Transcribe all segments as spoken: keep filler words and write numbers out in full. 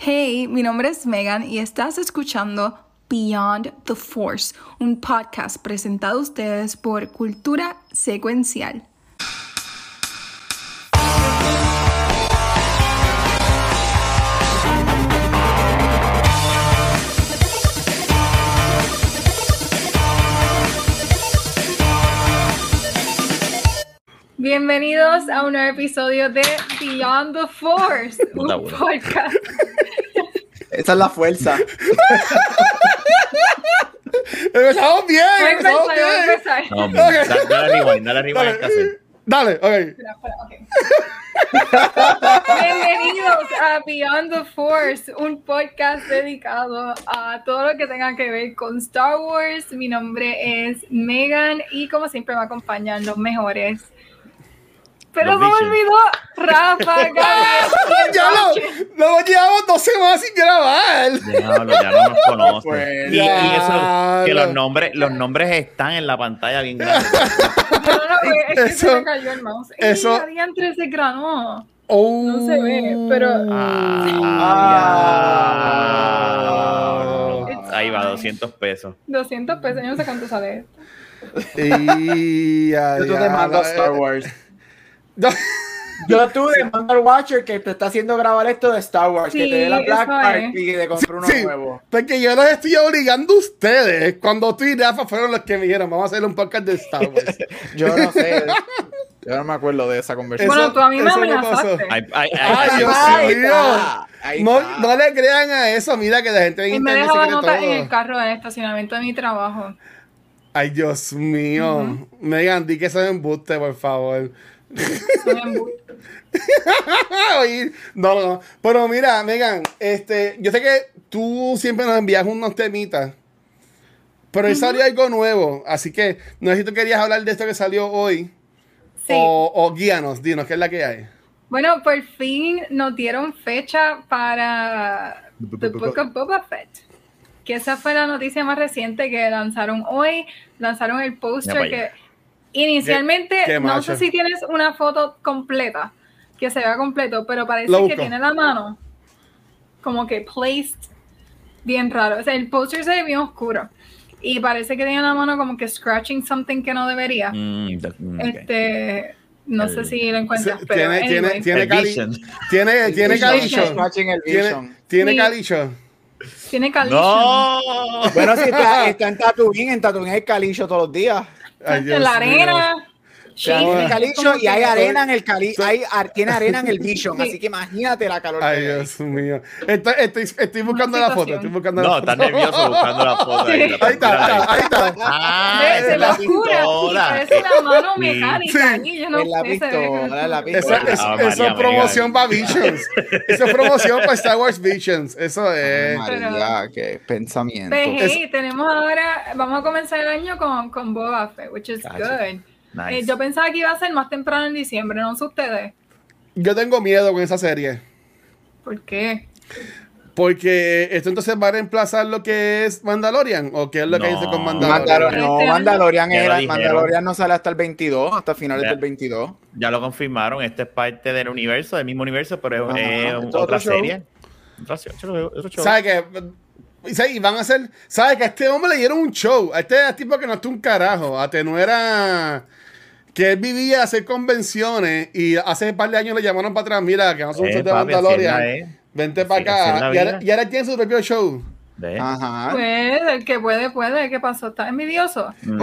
Hey, mi nombre es Megan y estás escuchando Beyond the Force, un podcast presentado a ustedes por Cultura Secuencial. Bienvenidos a un nuevo episodio de Beyond the Force, un Está bueno. podcast. Esa es la fuerza. Empezamos bien, Voy a empezamos empezar, voy a bien. empezar. No, hombre, da- dale rewind, dale rewind Dale, que hacer. dale, ok. Espera, espera, ok. Bienvenidos a Beyond the Force, un podcast dedicado a todo lo que tenga que ver con Star Wars. Mi nombre es Megan y como siempre me acompañan los mejores. Pero Los se me Visions. olvidó Rafa, Gabriel. Ya lo, lo llevamos dos semanas sin grabar. Diablo, ya no nos conocen. Pues, Y, y eso, que diablo. los nombres, los nombres están en la pantalla bien grandes. No, no, es que Eso- se me cayó el mouse. eso- Ey, adiantre, se granó. Oh. No se ve, pero- Ah, Ah. ahí va, doscientos pesos. doscientos pesos, yo no sé cuánto sale esto. Y a Yo te diablo, mando a Star eh. Wars. No. Yo tuve Mando al Watcher que te está haciendo grabar esto de Star Wars, Sí, que te dé la Black eso Card es. y que te compre uno Sí, nuevo. porque yo los estoy obligando a ustedes. Cuando tú y Rafa fueron los que me dijeron, vamos a hacer un podcast de Star Wars. Yo no sé. Yo no me acuerdo de esa conversación. Bueno, tú a mí me eso no amenazaste. pasó. Ay, ay, ay, Ay, ay, Dios Ahí mío. está, ahí No, está. no le crean a eso. Mira que la gente en Y me internet dejaba se cree nota en el todo. carro del estacionamiento de mi trabajo. Ay, Dios mío. Megan, di que eso es embuste, por favor. Son embu- Oye, no, no, no. Pero mira, Megan, este, yo sé que tú siempre nos envías unos temitas. Pero hoy salió algo nuevo. Así que no sé si tú querías hablar de esto que salió hoy. Sí. O, o guíanos, dinos, ¿qué es la que hay? Bueno, por fin nos dieron fecha para The Book of Boba Fett. Que esa fue la noticia más reciente que lanzaron hoy. Lanzaron el Ya póster para que allá. inicialmente, Qué- qué no macho. sé si tienes una foto completa, que se vea completo, pero parece Lo que busco. tiene la mano como que placed bien raro. O sea, el póster se ve bien oscuro. Y parece que tiene la mano como que scratching something que no debería. Mm, da- mm, ok. Este, no El- sé si lo encuentras, Se- pero tiene, tiene, anyway. tiene, El cali- Vision. tiene, tiene Vision, calicho. Scratching el Tiene, Vision. tiene Sí. calicho. Tiene calicho. ¡No! Bueno, si está, está en Tatooine, en Tatooine hay calicho todos los días. Ay, Dios en la mío. arena. Tiene bueno. calicho Como y que- hay arena en el cali hay, ar- tiene arena en el Vision, Sí. así que imagínate la calor. Ay, que hay. Dios mío. Estoy, eestoy, estoy buscando la foto. situación. Estoy buscando No, la estás foto. nervioso buscando la foto ahí. Sí. la Ahí está, pintura ahí está. Ah, Ve, esa se es ve la oscura. Y pistola. parece una mano Sí. mecánica. Sí. Y yo no Es la sé, se ve pistola, es la que- Eso, pistola. eso, Ah, eso María es promoción Megan. para Visions. Eso es promoción para Star Wars Visions. Eso Ay, es. María, qué pensamiento. Pues, hey, tenemos ahora, vamos a comenzar el año con, con Boba Fett, which is Gotcha. good. Nice. Eh, yo pensaba que iba a ser más temprano en diciembre, no sé ustedes. Yo tengo miedo con esa serie. ¿Por qué? Porque esto entonces va a reemplazar lo que es Mandalorian. ¿O qué es lo que No. dice con Mandalorian, Mandalorian? no, Este año- Mandalorian, Ya lo era, dijeron. Mandalorian no sale hasta el veintidós, hasta finales Ya. del veintidós. Ya lo confirmaron, este es parte del universo, del mismo universo, pero es, Ajá, es esto un- es otro otra show. serie. Otra show, otro- otro show. ¿Sabes qué? Sí, y van a hacer. ¿Sabes que a este hombre le dieron un show? A este tipo que no está un carajo. A Tenú era. Que él vivía a hacer convenciones y hace un par de años le llamaron para atrás. Mira, que no son Eh, shows de papi, así es Mandalorian. la es. Vente para Así- así es acá. la Y ahora, vida. y ahora tiene su propio show. ¿Ves? Ajá. Pues el que puede, puede. ¿Qué pasó? ¿Estás envidioso? Mm.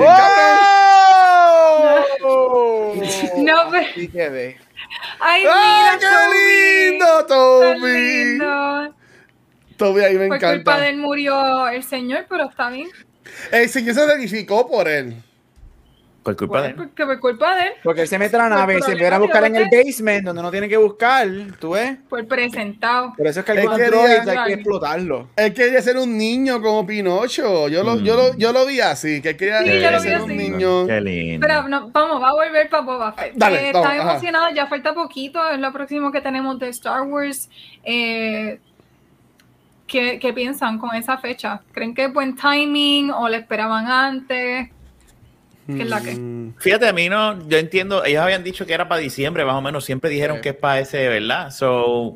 ¡Oh! No, pero- Así quedé. ¡Ay, ¡Ay, mira, qué lindo, Tan Toby! lindo! Toby, ahí me Por culpa encanta. de él murió el señor, pero está bien. El señor se sacrificó por él. Por culpa de Bueno, él. porque por culpa de él, Porque él se mete a la nave y se problema viene a buscar en que el basement donde uno tiene que buscar, ¿tú ves? por presentado. Por eso es que Él algunos quería- droids hay que explotarlo. Él quería ser un niño como Pinocho. Yo lo, Mm. yo lo, yo lo vi así, que él quería Sí, yo lo vi ser así. un niño. Qué lindo. Pero no, vamos, va a volver para Boba Fett. Dale, Eh, vamos, está ajá. emocionado, ya falta poquito, es lo próximo que tenemos de Star Wars. Eh, ¿qué, qué piensan con esa fecha? ¿Creen que es buen timing o le esperaban antes? ¿Qué es la que? Mm. Fíjate, a mí no, yo entiendo, ellos habían dicho que era para diciembre, más o menos, siempre dijeron Sí. que es para ese, ¿verdad? So,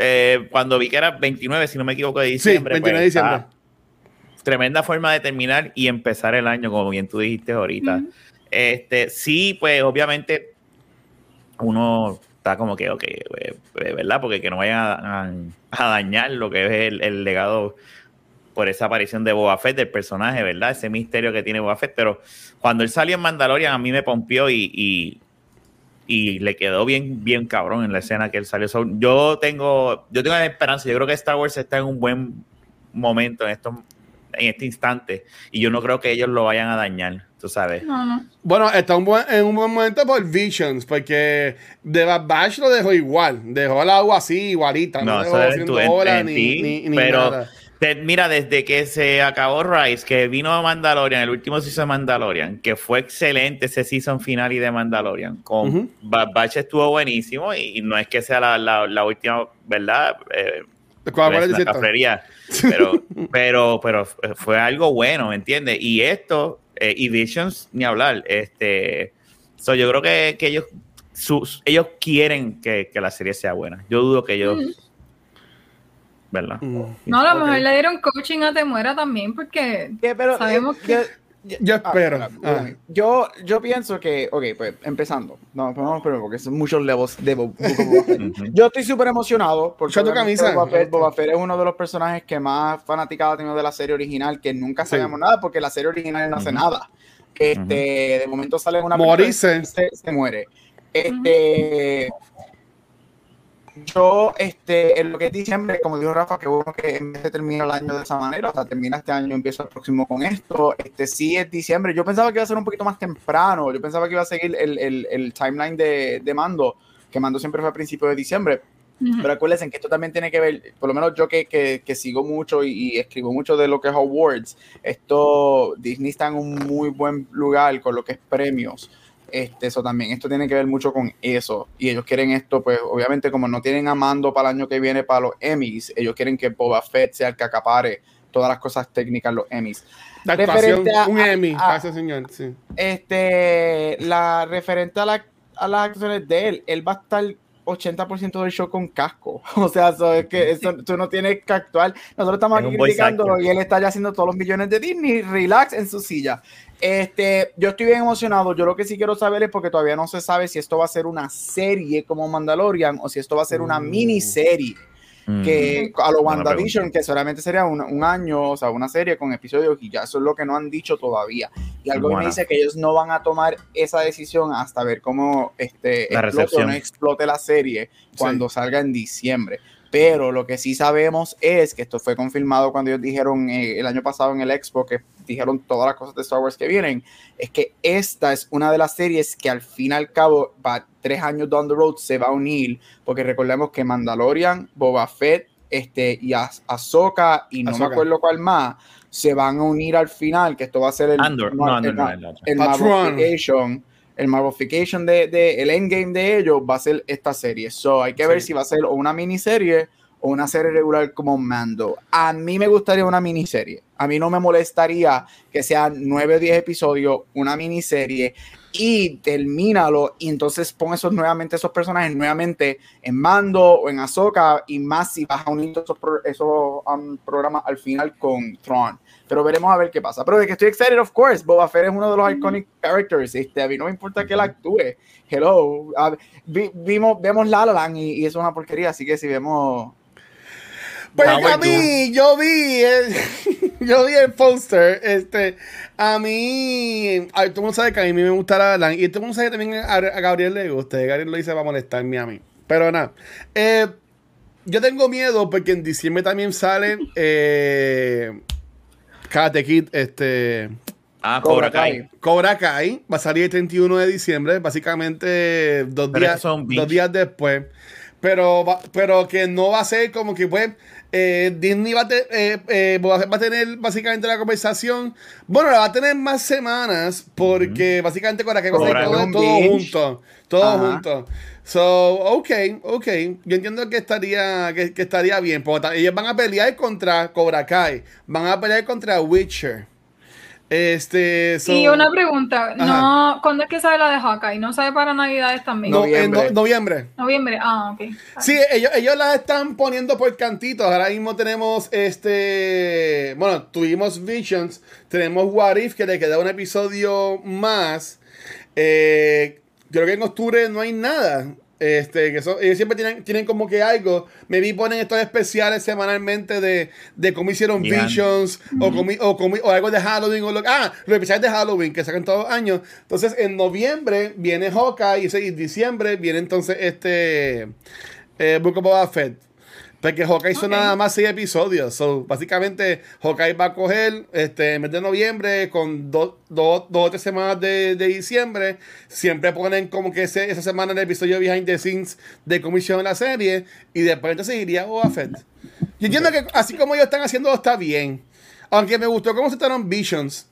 eh, cuando vi que era veintinueve, si no me equivoco, de diciembre. Sí, veintinueve de pues, diciembre. está, tremenda forma de terminar y empezar el año, como bien tú dijiste ahorita. Uh-huh. Este, sí, pues obviamente uno está como que, ok, ¿verdad? Porque que no vayan a, a, a dañar lo que es el, el legado por esa aparición de Boba Fett, del personaje, ¿verdad? Ese misterio que tiene Boba Fett. Pero cuando él salió en Mandalorian, a mí me pompió y, y, y le quedó bien, bien cabrón en la escena que él salió. So, yo tengo yo tengo la esperanza. Yo creo que Star Wars está en un buen momento en, estos, en este instante. Y yo no creo que ellos lo vayan a dañar. Tú sabes. No, no. Bueno, está un buen, en un buen momento por Visions, porque The Bad Batch lo dejó igual. Dejó el agua así, igualita. No, no dejó haciendo ola ni, ti, ni, ni pero, nada. Te, mira, desde que se acabó Rise, que vino a Mandalorian, el último season de Mandalorian, que fue excelente ese season final y de Mandalorian, con uh-huh. Bad Batch estuvo buenísimo y, y no es que sea la, la, la última, ¿verdad? Eh, ¿Cuál, cuál es una cafrería, pero, pero, pero fue algo bueno, ¿me entiendes? Y esto... Eh, y Visions, ni hablar. Este, so yo creo que, que ellos, sus, ellos quieren que, que la serie sea buena. Yo dudo que ellos... Mm. ¿Verdad? Mm. No, a lo okay. mejor le dieron coaching a Temuera también, porque yeah, pero, sabemos eh, que... Yo, yo, yo espero. Ah, ah. Yo, yo pienso que... Ok, pues empezando. No, vamos primero porque son muchos levels de Boba Fett. Yo estoy súper emocionado porque tu camisa. Boba Fett, Boba Fett es uno de los personajes que más fanaticada ha tenido de la serie original, que nunca sí. sabemos nada porque la serie original no hace uh-huh. nada. Este, uh-huh. De momento sale una... Morirse. Se, se muere. Este... Uh-huh. Yo, este, en lo que es diciembre, como dijo Rafa, que bueno que en vez de terminar el año de esa manera, o sea, termina este año, empieza el próximo con esto, este, sí es diciembre. Yo pensaba que iba a ser un poquito más temprano, yo pensaba que iba a seguir el, el, el timeline de, de Mando, que Mando siempre fue a principios de diciembre, uh-huh. pero acuérdense que esto también tiene que ver, por lo menos yo que, que, que sigo mucho y, y escribo mucho de lo que es awards, esto, Disney está en un muy buen lugar con lo que es premios. Este, eso también, esto tiene que ver mucho con eso y ellos quieren esto, pues obviamente como no tienen a Mando para el año que viene para los Emmys, ellos quieren que Boba Fett sea el que acapare todas las cosas técnicas los Emmys. La actuación, a, un Emmy a, a ese señor, sí. Este, la referente a, la, a las actuaciones de él, él va a estar ochenta por ciento del show con casco, o sea, eso es que eso, tú no tienes que actuar, nosotros estamos aquí criticándolo y él está ya haciendo todos los millones de Disney, relax en su silla. Este, yo estoy bien emocionado. Yo lo que sí quiero saber es porque todavía no se sabe si esto va a ser una serie como Mandalorian o si esto va a ser una mm. miniserie mm. que a lo WandaVision, que solamente sería un, un año, o sea, una serie con episodios y ya eso es lo que no han dicho todavía. Y algo bueno. me dice que ellos no van a tomar esa decisión hasta ver cómo este, la explote o no explote la serie cuando sí. salga en diciembre. Pero lo que sí sabemos es que esto fue confirmado cuando ellos dijeron eh, el año pasado en el Expo, que dijeron todas las cosas de Star Wars que vienen, es que esta es una de las series que al fin y al cabo, va tres años down the road, se va a unir, porque recordemos que Mandalorian, Boba Fett este, y Ahs- Ahsoka, y no Ahsoka. me acuerdo cuál más, se van a unir al final, que esto va a ser el, Andor. No, el, no, el, no, no, el Marvelification. El Marvelification de, de el endgame de ellos va a ser esta serie. So hay que sí. ver si va a ser o una miniserie o una serie regular como Mando. A mí me gustaría una miniserie. A mí no me molestaría que sean nueve o diez episodios, una miniserie, y termínalo, y entonces pon esos nuevamente esos personajes nuevamente en Mando o en Ahsoka, y más si vas a unir esos, pro, esos um, programas al final con Thrawn. Pero veremos a ver qué pasa. Pero de que estoy excited, of course. Boba Fett es uno de los iconic characters. Este, a mí no me importa que él actúe. Hello. Uh, vi, vimos, vemos La La Land y, y eso es una porquería. Así que si vemos... Pues a mí, yo vi el, yo vi el póster. Este, a mí, a, todo el mundo sabe que a mí me gusta La La Land. Y todo el mundo sabe que también a, a Gabriel le gusta. Gabriel lo dice para molestarme a mí. Pero nada. Eh, yo tengo miedo porque en diciembre también sale... Eh, Karate Kid, este... Ah, Cobra Kai. Cobra Kai va a salir el treinta y uno de diciembre, básicamente dos, días, dos días después. Pero, va, pero que no va a ser como que, pues, eh, Disney va a, te, eh, eh, va a tener básicamente la conversación. Bueno, la va a tener más semanas porque uh-huh. básicamente Cobra Kai va a ser todo, todo junto. Todo uh-huh. junto. So, ok, ok. Yo entiendo que estaría, que, que estaría bien. Porque ellos van a pelear contra Cobra Kai. Van a pelear contra Witcher. Este, so, y una pregunta, no, ¿cuándo es que sale la de Hawkeye? ¿No sale para Navidades también? no, Noviembre. en no, noviembre. Noviembre, ah, ok. Sí, ellos, ellos las están poniendo por cantitos. Ahora mismo tenemos este. Bueno, tuvimos Visions. Tenemos What If, que le queda un episodio más. Eh, creo que en octubre no hay nada. Este, que son, ellos siempre tienen, tienen como que algo. Me vi ponen estos especiales semanalmente de, de cómo hicieron yeah. Visions mm-hmm. o, comi, o, comi, o algo de Halloween. O lo, ah, los especiales de Halloween que sacan todos los años. Entonces, en noviembre viene Hawkeye y en diciembre viene entonces este eh, Book of Boba Fett. Porque Hawkeye son okay. nada más seis episodios. So, básicamente, Hawkeye va a coger este mes de noviembre con dos do, do, o tres semanas de, de diciembre. Siempre ponen como que ese, esa semana el episodio behind the scenes de cómo hicieron la serie. Y después entonces iría Boba Fett. Yo entiendo que así como ellos están haciendo está bien. Aunque me gustó cómo se trataron Visions.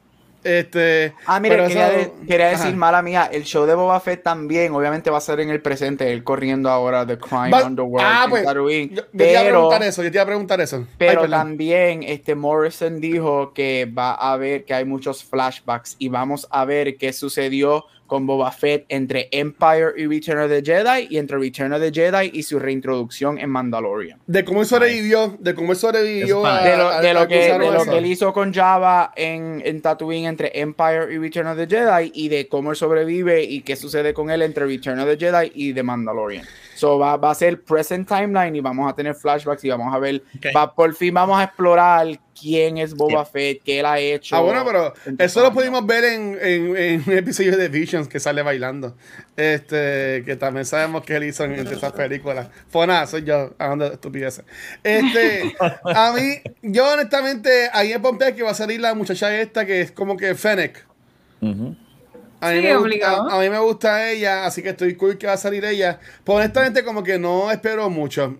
Este, ah, mira, quería, eso, de, quería decir, mala mía, el show de Boba Fett también, obviamente va a ser en el presente, él corriendo ahora The Crime Va, Underworld ah, en pues, Tatooine. Yo, yo pero, te iba a preguntar eso, yo te iba a preguntar eso. Pero Ay, también este Morrison dijo que va a ver que hay muchos flashbacks y vamos a ver qué sucedió con Boba Fett entre Empire y Return of the Jedi y entre Return of the Jedi y su reintroducción en Mandalorian. De cómo él sobrevivió, de cómo él sobrevivió a, de lo, de a, lo, a que, de lo eso. que él hizo con Jabba en, en Tatooine entre Empire y Return of the Jedi y de cómo él sobrevive y qué sucede con él entre Return of the Jedi y The Mandalorian. So va, va a ser present timeline y vamos a tener flashbacks y vamos a ver, okay. va, por fin vamos a explorar quién es Boba Fett, qué él ha hecho. Ah, bueno, pero eso lo pudimos ver en, en, en un episodio de Visions que sale bailando. Este, que también sabemos que él hizo en entre esas películas. Fue nada, soy yo hablando de estupideces. Este, a mí, yo honestamente, ahí en Pompey que va a salir la muchacha esta que es como que Fennec. Uh-huh. A mí, sí, me gusta, a, a mí me gusta ella, así que estoy cool que va a salir ella. Pues honestamente como que no espero mucho.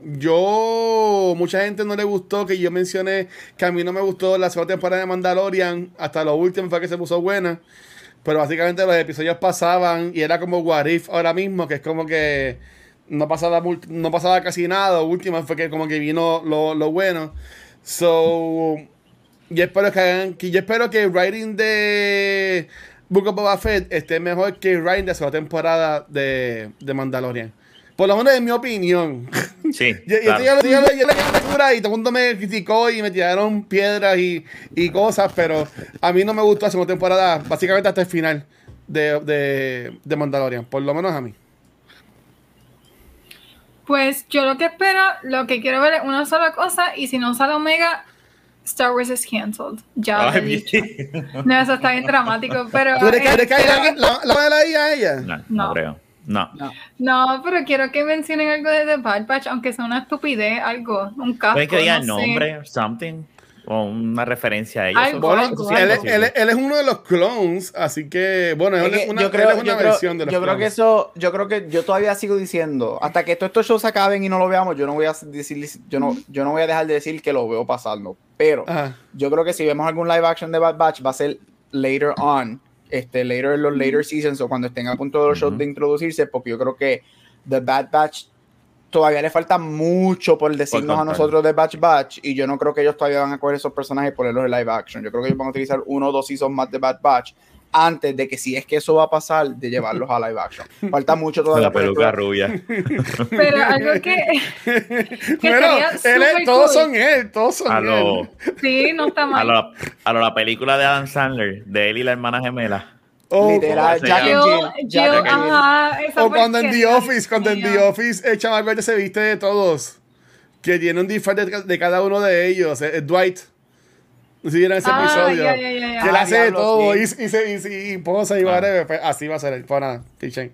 Yo, mucha gente no le gustó que yo mencioné que a mí no me gustó la segunda temporada de Mandalorian. Hasta lo último fue que se puso buena. Pero básicamente los episodios pasaban y era como What If ahora mismo, que es como que no pasaba, no pasaba casi nada. Lo último fue que como que vino lo, lo bueno. So, yo espero que hagan, que yo espero que el writing de Book of Boba Fett esté mejor que el writing de la segunda temporada de, de Mandalorian. Por lo menos en mi opinión. Sí, yo, claro. yo, yo, yo, yo, yo la lectura y todo el mundo me criticó y me tiraron piedras y, y cosas, pero a mí no me gustó la segunda temporada, básicamente hasta el final de, de, de Mandalorian, por lo menos a mí. Pues yo lo que espero, lo que quiero ver es una sola cosa, y si no sale Omega, Star Wars is cancelled. Ya lo he dicho. No, eso está bien dramático, pero... ¿Tú le caes la, la, la de la I A a ella? No, no, no creo. No. no. No, pero quiero que mencionen algo de The Bad Batch, aunque sea una estupidez, algo, un casco, ¿pueden que diga el no nombre, sé. something? O una referencia a ellos. Algo, bueno, algo, él, algo. Él, él, él es uno de los clones, así que, bueno, es es una, yo creo, él es una yo creo, versión de los yo clones. creo que eso, yo creo que yo todavía sigo diciendo, hasta que todos estos shows acaben y no lo veamos, yo no voy a decir, yo no, yo no voy a dejar de decir que lo veo pasando. Pero Ajá. yo creo que si vemos algún live action de Bad Batch va a ser later on, este, later en los later seasons o cuando estén a punto de los shows uh-huh. de introducirse, porque yo creo que The Bad Batch todavía le falta mucho por decirnos por a nosotros de Batch Batch, y yo no creo que ellos todavía van a coger esos personajes y ponerlos en live action. Yo creo que ellos van a utilizar uno o dos seasons más de Bad Batch antes de que, si es que eso va a pasar, de llevarlos a live action. Falta mucho todavía. La peluca rubia. Pero algo que, que bueno, él es, todos cool. son él, todos son a él. Lo, sí, no está mal. A, lo, a lo, la película de Adam Sandler, de él y la hermana gemela. Oh, literal, Jack Jill, and Jill, Jill, Jack and Jill. Ajá, o cuando en The Office, cuando en The Office el chamaco se viste de todos, que tiene un disfraz de, de cada uno de ellos, es Dwight. Si vieron ese ah, episodio, yeah, yeah, yeah, yeah. que él ah, hace de todo sí. y, y, y, y, y posa y ah. whatever, pues así va a ser él, por nada, teaching.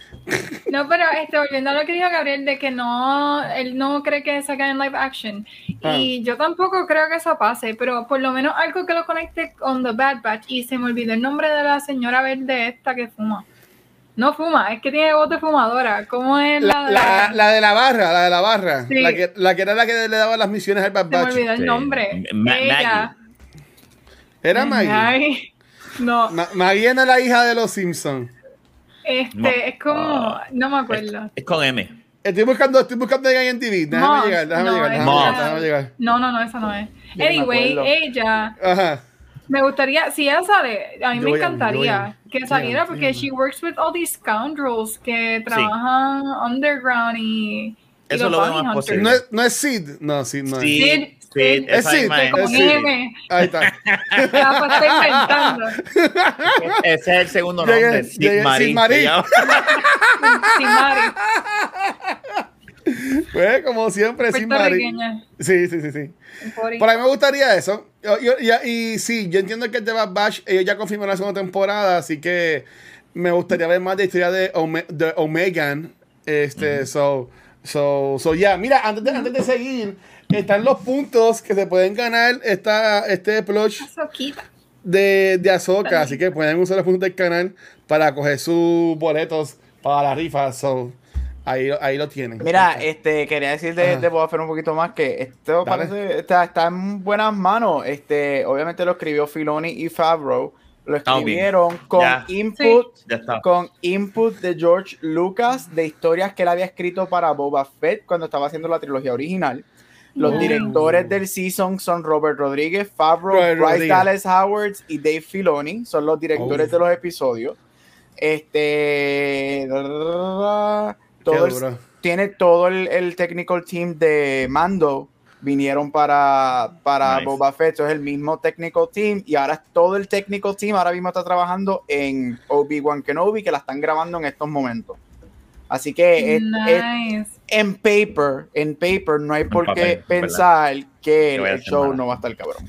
No, pero este, volviendo a lo que dijo Gabriel, de que no, él no cree que sacan en live action. Ah. Y yo tampoco creo que eso pase, pero por lo menos algo que lo conecte con The Bad Batch. Y se me olvidó el nombre de la señora verde esta que fuma. No fuma, es que tiene voz de fumadora. ¿Cómo es la, la, la, la de la barra? La de la barra. Sí. La, que, la que era la que le daba las misiones al Bad Batch. Se me olvidó el sí. nombre. Ma Ella. ¿Era Maggie? Maggie. No. Ma Maggie era la hija de los Simpsons. Este, no. es como, uh, no me acuerdo. Es, es con M. Estoy buscando, estoy buscando en I M D B. Déjame Moss, llegar, déjame no, llegar, déjame, ella, llegar, déjame llegar. No, no, no, esa no es. Yo anyway, ella. Ajá. Me gustaría, si ella sale, a mí Yo me voy a- encantaría yo voy a- que saliera yo voy a- porque she works with all these scoundrels que trabajan underground y, y Eso los lo veo bounty más hunters. posible. No es, no es Sid. No, Sid no es. Sí, Sid, sí, Sid, esa Sid, misma es. con es Sid. M. Ahí está. Ya, pues estoy inventando. Ese es el segundo Llegué, nombre, Sid llegué, Marín. Sid Marín. se llama. Sin Mari, Pues, como siempre, Sid Marín. puertorriqueña. Sí, sí, sí, sí. Pori. Por ahí me gustaría eso. Yo- yo- ya- y sí, yo entiendo que el de Bad Batch, ellos ya confirmaron la segunda temporada, así que me gustaría ver más de historia de, Ome- de Omegan. Este, mm-hmm. so, so, so, ya. Yeah. Mira, antes de, antes de seguir, están los puntos que se pueden ganar esta, este plush Azoquita. de, de Ahsoka, así que pueden usar los puntos del canal para coger sus boletos para la rifa. So, ahí, ahí lo tienen. Mira, este, quería decir de, Ajá. de Boba Fett un poquito más que esto Dale. parece está, está en buenas manos. Este, obviamente lo escribió Filoni y Favreau. Lo Estamos bien. escribieron con Ya. input, Ya está. con input de George Lucas de historias que él había escrito para Boba Fett cuando estaba haciendo la trilogía original. Los Wow. directores del season son Robert Rodríguez, Favreau, Robert Bryce Rodríguez. Dallas Howard y Dave Filoni. Son los directores Oh. de los episodios. Este... Todo Qué el- duro. tiene todo el, el technical team de Mando vinieron para, para Nice. Boba Fett. Eso es el mismo technical team y ahora todo el technical team ahora mismo está trabajando en Obi-Wan Kenobi, que la están grabando en estos momentos. Así que es- es- Nice. en paper, en paper no hay por papel, qué ¿verdad? pensar que Que el, vaya a el ser show mala. no va a estar cabrón.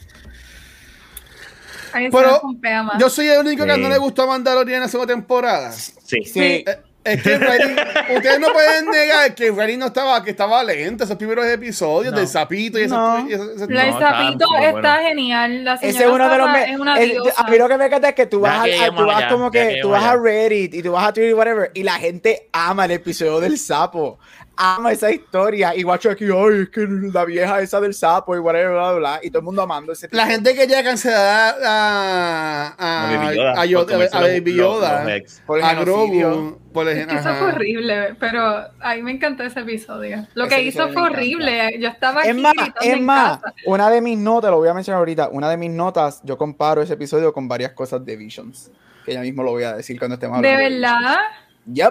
Ahí Pero se pompea más. Yo soy el único que Sí. no le gustó a Mandalorian en la segunda temporada. Sí. Sí, Eh, Es que Writing, ustedes no pueden negar que Writing no estaba, que estaba lento esos primeros episodios No. del sapito y eso. No. y eso- eso- La- el No, sapito está súper está bueno. genial. La ese es señora uno de los Zapa me- es una el- diosa. a mí lo que me encanta es que tú Ya vas, que a, a- lleguemos tú vas allá, como ya que que tú vas lleguemos a Reddit y tú vas a Twitter y whatever y la gente ama el episodio del sapo, ama esa historia y guacho aquí, ay, es que la vieja esa del sapo y whatever, bla, bla, bla, y todo el mundo amando ese La tipo. gente que llega cancelada a, a, A Baby Yoda, a, por Yoda- comerse a los- Baby los- Yoda, los ex. Por el a genocidio. Grogu, por el Es que eso ajá. fue horrible, pero a mí me encantó ese episodio. Lo Ese que hizo episodio fue me horrible. Yo estaba aquí Es más, gritando es en más, casa. una de mis notas, lo voy a mencionar ahorita, una de mis notas, yo comparo ese episodio con varias cosas de Visions, que ya mismo lo voy a decir cuando estemos ¿De hablando. verdad? Yep.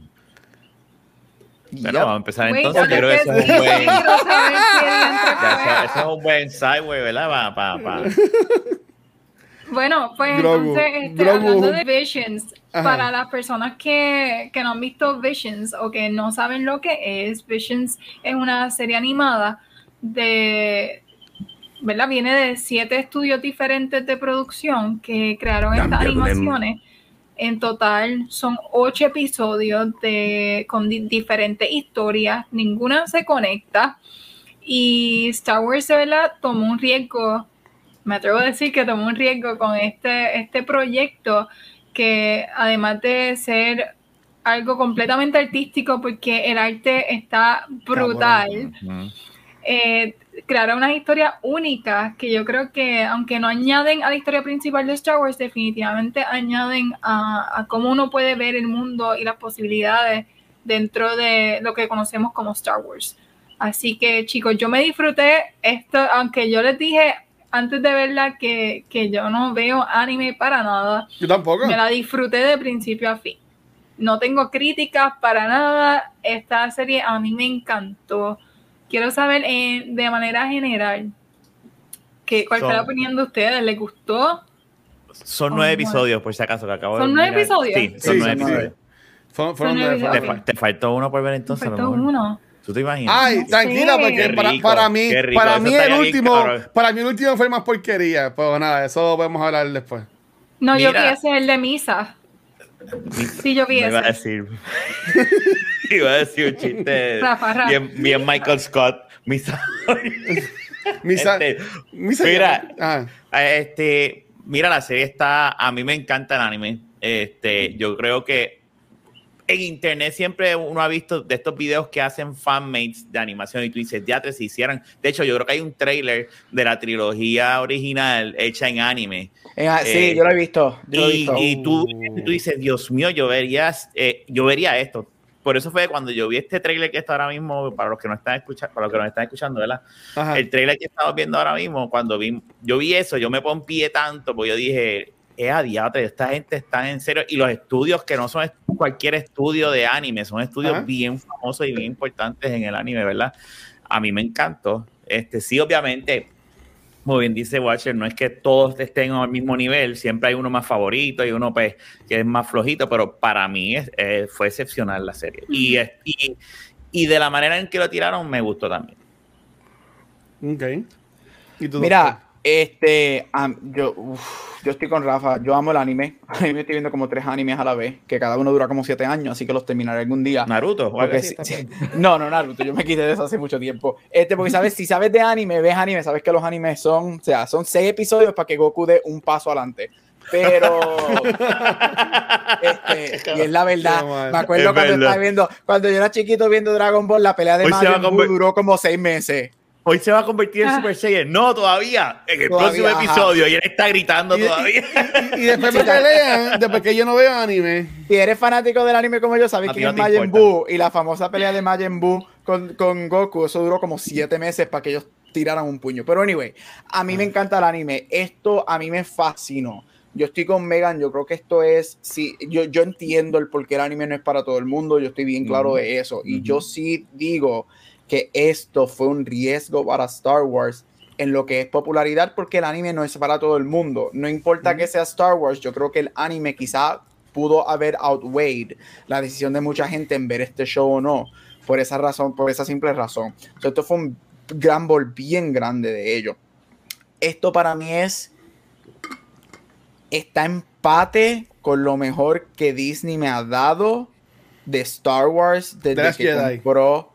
Bueno, Yep. vamos a empezar Wait, entonces. yo Yo creo que creo eso que es un sí, buen, quiero saber quién entra ya, fuera. eso, eso es un buen segue, ¿verdad? Pa, pa, pa. Bueno, pues Grogu. entonces, este, Grogu. hablando de Visions, Ajá. para las personas que, que no han visto Visions o que no saben lo que es, Visions es una serie animada de, ¿verdad? Viene de siete estudios diferentes de producción que crearon estas animaciones. En total son ocho episodios de, con di- diferentes historias, ninguna se conecta y Star Wars, de verdad, tomó un riesgo. Me atrevo a decir que tomó un riesgo con este, este proyecto que además de ser algo completamente artístico porque el arte está brutal, Ujú. eh, crearon unas historias únicas que yo creo que aunque no añaden a la historia principal de Star Wars, definitivamente añaden a, a cómo uno puede ver el mundo y las posibilidades dentro de lo que conocemos como Star Wars. Así que chicos, yo me disfruté esto, aunque yo les dije antes de verla que, que yo no veo anime para nada. Yo tampoco. Me la disfruté de principio a fin. No tengo críticas para nada. Esta serie a mí me encantó. Quiero saber eh, de manera general que, cuál Son- fue la opinión de ustedes. ¿Les gustó? Son Oh, nueve bueno. episodios, por si acaso, que acabo ¿Son de nueve mirar. episodios? Sí, son Sí, nueve son nueve. episodios. Fueron, fueron Son nueve, nueve, Te, fueron ok. fa- te faltó uno por ver entonces. a lo Faltó mejor. uno. ¿Tú te imaginas? Ay, No tranquila, sé. porque Qué para, rico, para mí, qué rico, para eso mí estaría el bien último, cabrón. para mí el último fue más porquería. Pero nada, eso podemos hablar después. No, yo Mira. vi ese el de Misa. Sí, yo vi Me iba a ese. decir. iba a decir un chiste. Rafa, Rafa. Bien, bien Michael Scott. Misa. Misa, Este, misa mira, ah, Este, mira, la serie está. A mí me encanta el anime. Este, yo creo que en internet siempre uno ha visto de estos videos que hacen fanmates de animación y tú dices, teatro, si hicieran. De hecho, yo creo que hay un trailer de la trilogía original hecha en anime. Eh, ah, sí, Eh, yo lo he visto. Yo lo he Y, visto. y tú, tú dices, Dios mío, yo vería, eh, yo vería esto por eso fue cuando yo vi este trailer que está ahora mismo, para los que no están escuchando, para los que nos están escuchando, ¿verdad? Ajá. El trailer que estamos viendo ahora mismo, cuando vi, yo vi eso, yo me pompié tanto, porque yo dije, es a diatre, esta gente está en serio, y los estudios que no son cualquier estudio de anime, son estudios Ajá. bien famosos y bien importantes en el anime, ¿verdad? A mí me encantó. Este, sí, obviamente, como bien dice Watcher, no es que todos estén al mismo nivel, siempre hay uno más favorito y uno pues, que es más flojito, pero para mí es, eh, fue excepcional la serie. Mm. Y, y, y de la manera en que lo tiraron, me gustó también. Ok. ¿Y tú, Mira, doctor? este, um, yo, uf, yo estoy con Rafa, yo amo el anime. A mí me estoy viendo como tres animes a la vez, que cada uno dura como siete años, así que los terminaré algún día. ¿Naruto? ¿O algo así, sí, sí. No, no, Naruto, yo me quité de eso hace mucho tiempo. Este, porque sabes, si sabes de anime, ves anime, sabes que los animes son, o sea, son seis episodios para que Goku dé un paso adelante. Pero este, y es la verdad, me acuerdo es cuando verdad. estaba viendo, cuando yo era chiquito viendo Dragon Ball, la pelea de Hoy Majin Buu duró como seis meses. Hoy se va a convertir en ah. Super Saiyan. No, todavía. En el todavía, próximo episodio. Ajá. Y él está gritando y, todavía. Y, y, y después me pelean, después que yo no veo anime. Si eres fanático del anime como yo, sabes quién no es Majin Buu. Y la famosa pelea de Majin Buu con, con Goku, eso duró como siete meses para que ellos tiraran un puño. Pero anyway, a mí ah. me encanta el anime. Esto a mí me fascinó. Yo estoy con Megan, yo creo que esto es, sí, yo, yo entiendo el por qué el anime no es para todo el mundo, yo estoy bien claro uh-huh. de eso. Y uh-huh. yo sí digo que esto fue un riesgo para Star Wars en lo que es popularidad, porque el anime no es para todo el mundo. No importa uh-huh. que sea Star Wars, yo creo que el anime quizá pudo haber outweighed la decisión de mucha gente en ver este show o no, por esa razón, por esa simple razón. O sea, esto fue un gamble bien grande de ellos. Esto para mí es, está empate con lo mejor que Disney me ha dado de Star Wars desde That's que Jedi. compró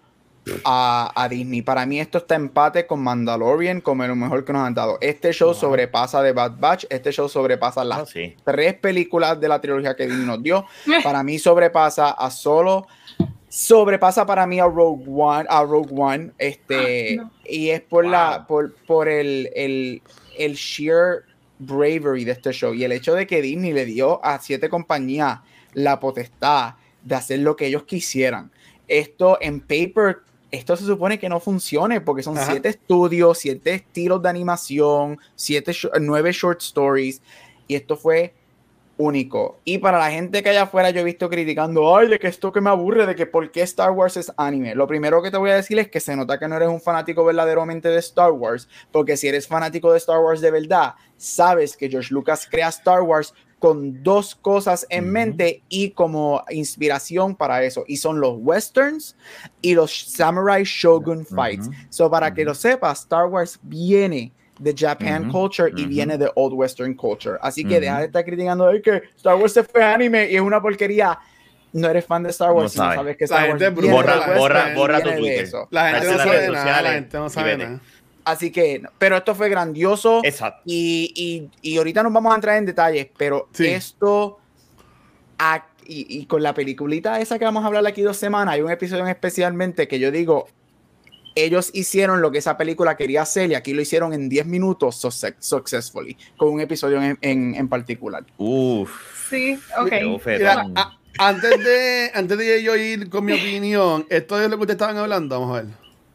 A, a Disney. Para mí esto está empate con Mandalorian como lo mejor que nos han dado. Este show wow. sobrepasa The Bad Batch, este show sobrepasa las oh, sí. tres películas de la trilogía que Disney nos dio. Para mí sobrepasa a Solo, sobrepasa para mí a Rogue One, a Rogue One, este, ah, no. y es por wow. la por, por el, el, el sheer bravery de este show y el hecho de que Disney le dio a siete compañías la potestad de hacer lo que ellos quisieran. Esto en paper, esto se supone que no funcione porque son Ajá. siete estudios, siete estilos de animación, siete, nueve short stories, y esto fue único. Y para la gente que allá afuera yo he visto criticando, ay, de que esto que me aburre, de que por qué Star Wars es anime. Lo primero que te voy a decir es que se nota que no eres un fanático verdaderamente de Star Wars, porque si eres fanático de Star Wars de verdad, sabes que George Lucas crea Star Wars con dos cosas en uh-huh. mente y como inspiración para eso, y son los westerns y los samurai shogun fights. Uh-huh. So para uh-huh. que lo sepas, Star Wars viene de Japan uh-huh. culture y uh-huh. viene de Old Western culture. Así que uh-huh. deja de estar criticando de que Star Wars se fue anime y es una porquería. No eres fan de Star Wars, no sabe. no sabes que Star la Wars gente viene borra, de borra, borra tu Twitter. Eso. La gente no sabe nada, la gente no sabe nada. Así que, pero esto fue grandioso. Exacto. Y, y, y ahorita nos vamos a entrar en detalles, pero sí. esto, a, y, y con la peliculita esa que vamos a hablar aquí dos semanas, hay un episodio especialmente que yo digo, ellos hicieron lo que esa película quería hacer y aquí lo hicieron en diez minutos successfully, con un episodio en, en, en particular. Uf. Sí, ok. Mira, a, antes, de, antes de yo ir con mi opinión, esto es lo que ustedes estaban hablando, vamos a ver.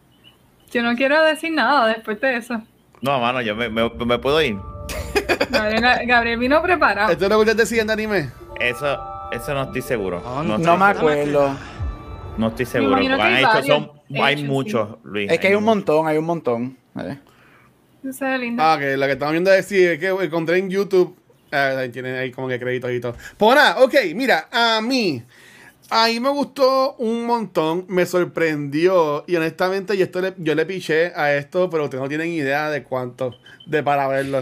Yo no quiero decir nada después de eso. No, mano, yo me, me, me puedo ir. Gabriel, Gabriel vino preparado. ¿Esto es lo que ustedes decían de anime? Eso, eso no estoy seguro. No, no, no me acuerdo. No estoy seguro. Me han hecho, son, hay hecho, muchos, sí. Luis. Es que hay, hay un muchos. montón, hay un montón. ¿Vale? Eso es lindo. Ah, que la que estamos viendo es decir, es que encontré en YouTube. Eh, tienen ahí como que créditos y todo. Pues nada, ok, mira, a mí. A mí me gustó un montón, me sorprendió y honestamente yo, esto le, yo le piché a esto, pero ustedes no tienen idea de cuánto de para verlo.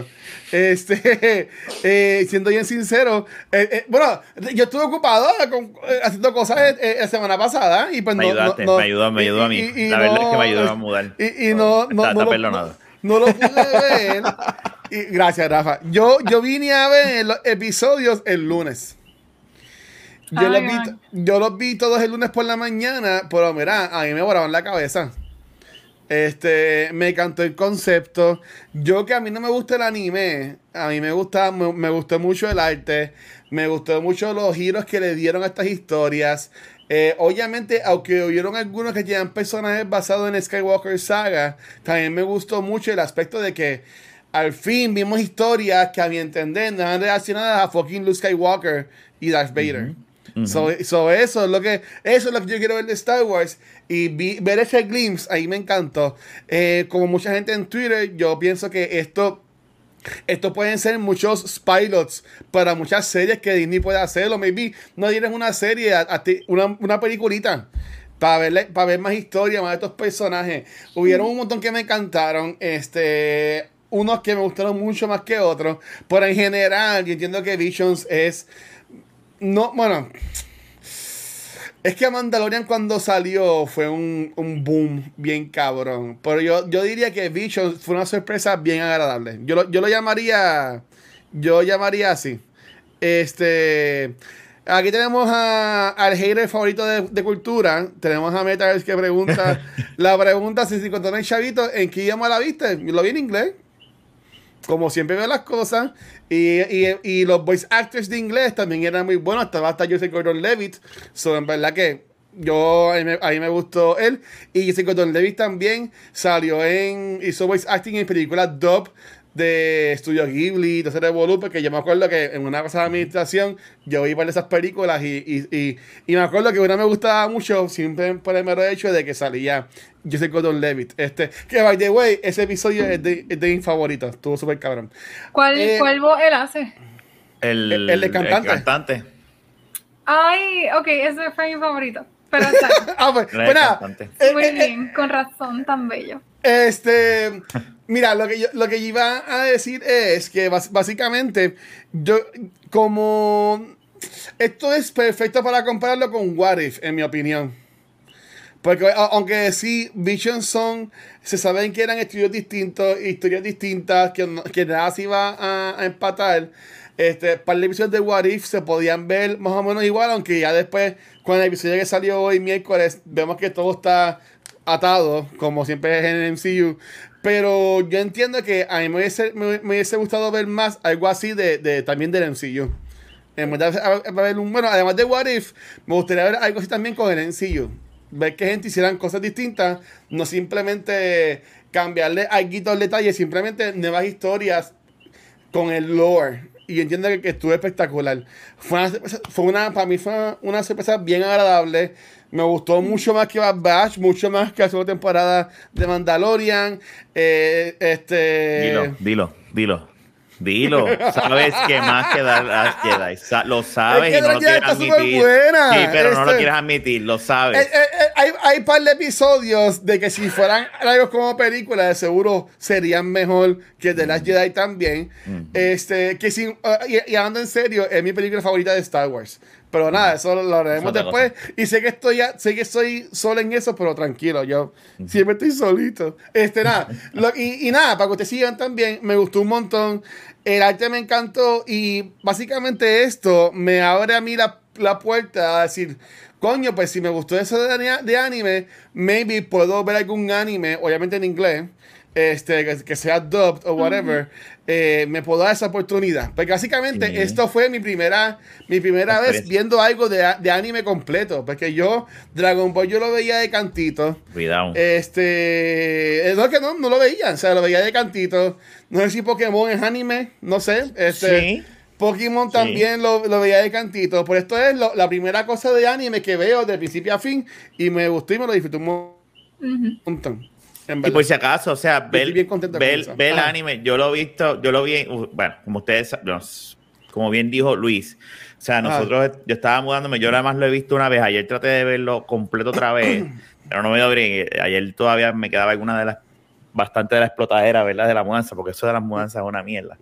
Este, eh, siendo bien sincero, eh, eh, bueno, yo estuve ocupado con, eh, haciendo cosas eh, la semana pasada y pues me no, ayudaste, no, me ayudó, me ayudó y, a mí. Y, y la no, verdad es que me ayudó a mudar. Y, y no, no, está, no, está no, no, no lo pude ver. Y, gracias, Rafa. Yo, yo vine a ver los episodios el lunes. Yo, Ay, los vi, yo los vi todos el lunes por la mañana, pero mira, a mí me volaban la cabeza. Este, me encantó el concepto. Yo que a mí no me gusta el anime, a mí me gusta, me, me gustó mucho el arte, me gustó mucho los giros que le dieron a estas historias. Eh, obviamente, aunque hubieron algunos que llevan personajes basados en Skywalker Saga, también me gustó mucho el aspecto de que al fin vimos historias que a mi entender no eran relacionadas a fucking Luke Skywalker y Darth Vader. Uh-huh. Uh-huh. So, so eso es lo que eso es lo que yo quiero ver de Star Wars, y vi, ver ese glimpse ahí me encantó. Eh, como mucha gente en Twitter, yo pienso que esto Esto pueden ser muchos pilots para muchas series que Disney puede hacer, o maybe no tienes una serie, a, a ti, una, una peliculita para ver, para ver más historia, más de estos personajes. Hubieron un montón que me encantaron, este, unos que me gustaron mucho más que otros, pero en general yo entiendo que Visions es, no, bueno, es que Mandalorian cuando salió fue un, un boom bien cabrón. Pero yo, yo diría que Visions fue una sorpresa bien agradable. Yo lo, yo lo llamaría. Yo lo llamaría así. Este. Aquí tenemos a, al hater favorito de, de cultura. Tenemos a Metal que pregunta. La pregunta: si se encontró el chavito, ¿en qué idioma la viste? Lo vi en inglés. Como siempre veo las cosas. Y, y, y los voice actors de inglés también eran muy buenos. Estaba hasta Joseph Gordon-Levitt. So, en verdad que yo, a mí, me, a mí me gustó él. Y Joseph Gordon-Levitt también salió en... Hizo voice acting en películas dub de Studio Ghibli, de serie Bolu, porque yo me acuerdo que en una pasada administración yo vi para esas películas y, y, y, y me acuerdo que una me gustaba mucho, siempre por el mero hecho de que salía Joseph Gordon-Levitt. Este, que by the way, ese episodio es de, es de mi favorito, estuvo súper cabrón. ¿Cuál, eh, ¿Cuál voz él hace? El, el, el de cantante. El cantante. Ay, ok, ese fue mi favorito. Pero está. ah, pues, pues nada. Muy eh, bien, eh, con razón, tan bello. Este, mira, lo que yo, lo que yo iba a decir es que básicamente yo, como esto es perfecto para compararlo con What If, en mi opinión. Porque aunque sí, Visions son, se saben que eran estudios distintos, historias distintas, que, que nada se iba a, a empatar. Este, para el episodio de What If se podían ver más o menos igual, aunque ya después, con el episodio que salió hoy miércoles, vemos que todo está atado, como siempre es en el M C U. Pero yo entiendo que a mí me hubiese, me, me hubiese gustado ver más algo así de, de también del M C U. En verdad, a, a ver un, bueno, además de What If, me gustaría ver algo así también con el M C U. Ver que gente hicieran cosas distintas, no simplemente cambiarle algo detalles, simplemente nuevas historias con el lore. Y entiendo que, que estuvo espectacular. Fue una, fue una, para mí fue una, una sorpresa bien agradable. Me gustó mucho más que Bad Batch, mucho más que la segunda temporada de Mandalorian. Eh, este... Dilo, dilo, dilo. Dilo, sabes que más que dar a Jedi. Sa lo sabes es que y no lo quieres admitir. Buena. Sí, pero este, no lo quieres admitir, lo sabes. Eh, eh, eh, hay, hay un par de episodios de que si fueran algo como películas, de seguro serían mejor que The Last Jedi también. Uh-huh. Este, que sin, uh, y, y hablando en serio, es mi película favorita de Star Wars. Pero nada, eso lo, lo haremos después. Cosa. Y sé que estoy ya, sé que estoy solo en eso, pero tranquilo, yo uh-huh. siempre estoy solito. Este, nada. lo, y, y nada, para que ustedes sigan también, me gustó un montón. El arte me encantó y básicamente esto me abre a mí la, la puerta a decir, coño, pues si me gustó eso de, de anime, maybe puedo ver algún anime, obviamente en inglés, este, que, que sea dubbed o whatever, uh-huh. eh, me puedo dar esa oportunidad. Porque básicamente sí. esto fue mi primera, mi primera vez viendo algo de, de anime completo. Porque yo, Dragon Ball, yo lo veía de cantito. Cuidado. Este, no, que no, no lo veía, o sea, lo veía de cantito. No sé si Pokémon es anime, no sé. Este, sí. Pokémon también sí. lo, lo veía de cantito. Por esto es lo, la primera cosa de anime que veo de principio a fin. Y me gustó y me lo disfruté un montón. Uh-huh. Y por si acaso, o sea, ver, ver, ver el anime, yo lo he visto, yo lo vi, bueno, como ustedes saben, como bien dijo Luis, o sea, nosotros, ah. yo estaba mudándome, yo nada más lo he visto una vez, ayer traté de verlo completo otra vez, pero no me dio bien, ayer todavía me quedaba alguna de las, bastante de la explotadera, ¿verdad? De la mudanza, porque eso de las mudanzas es una mierda.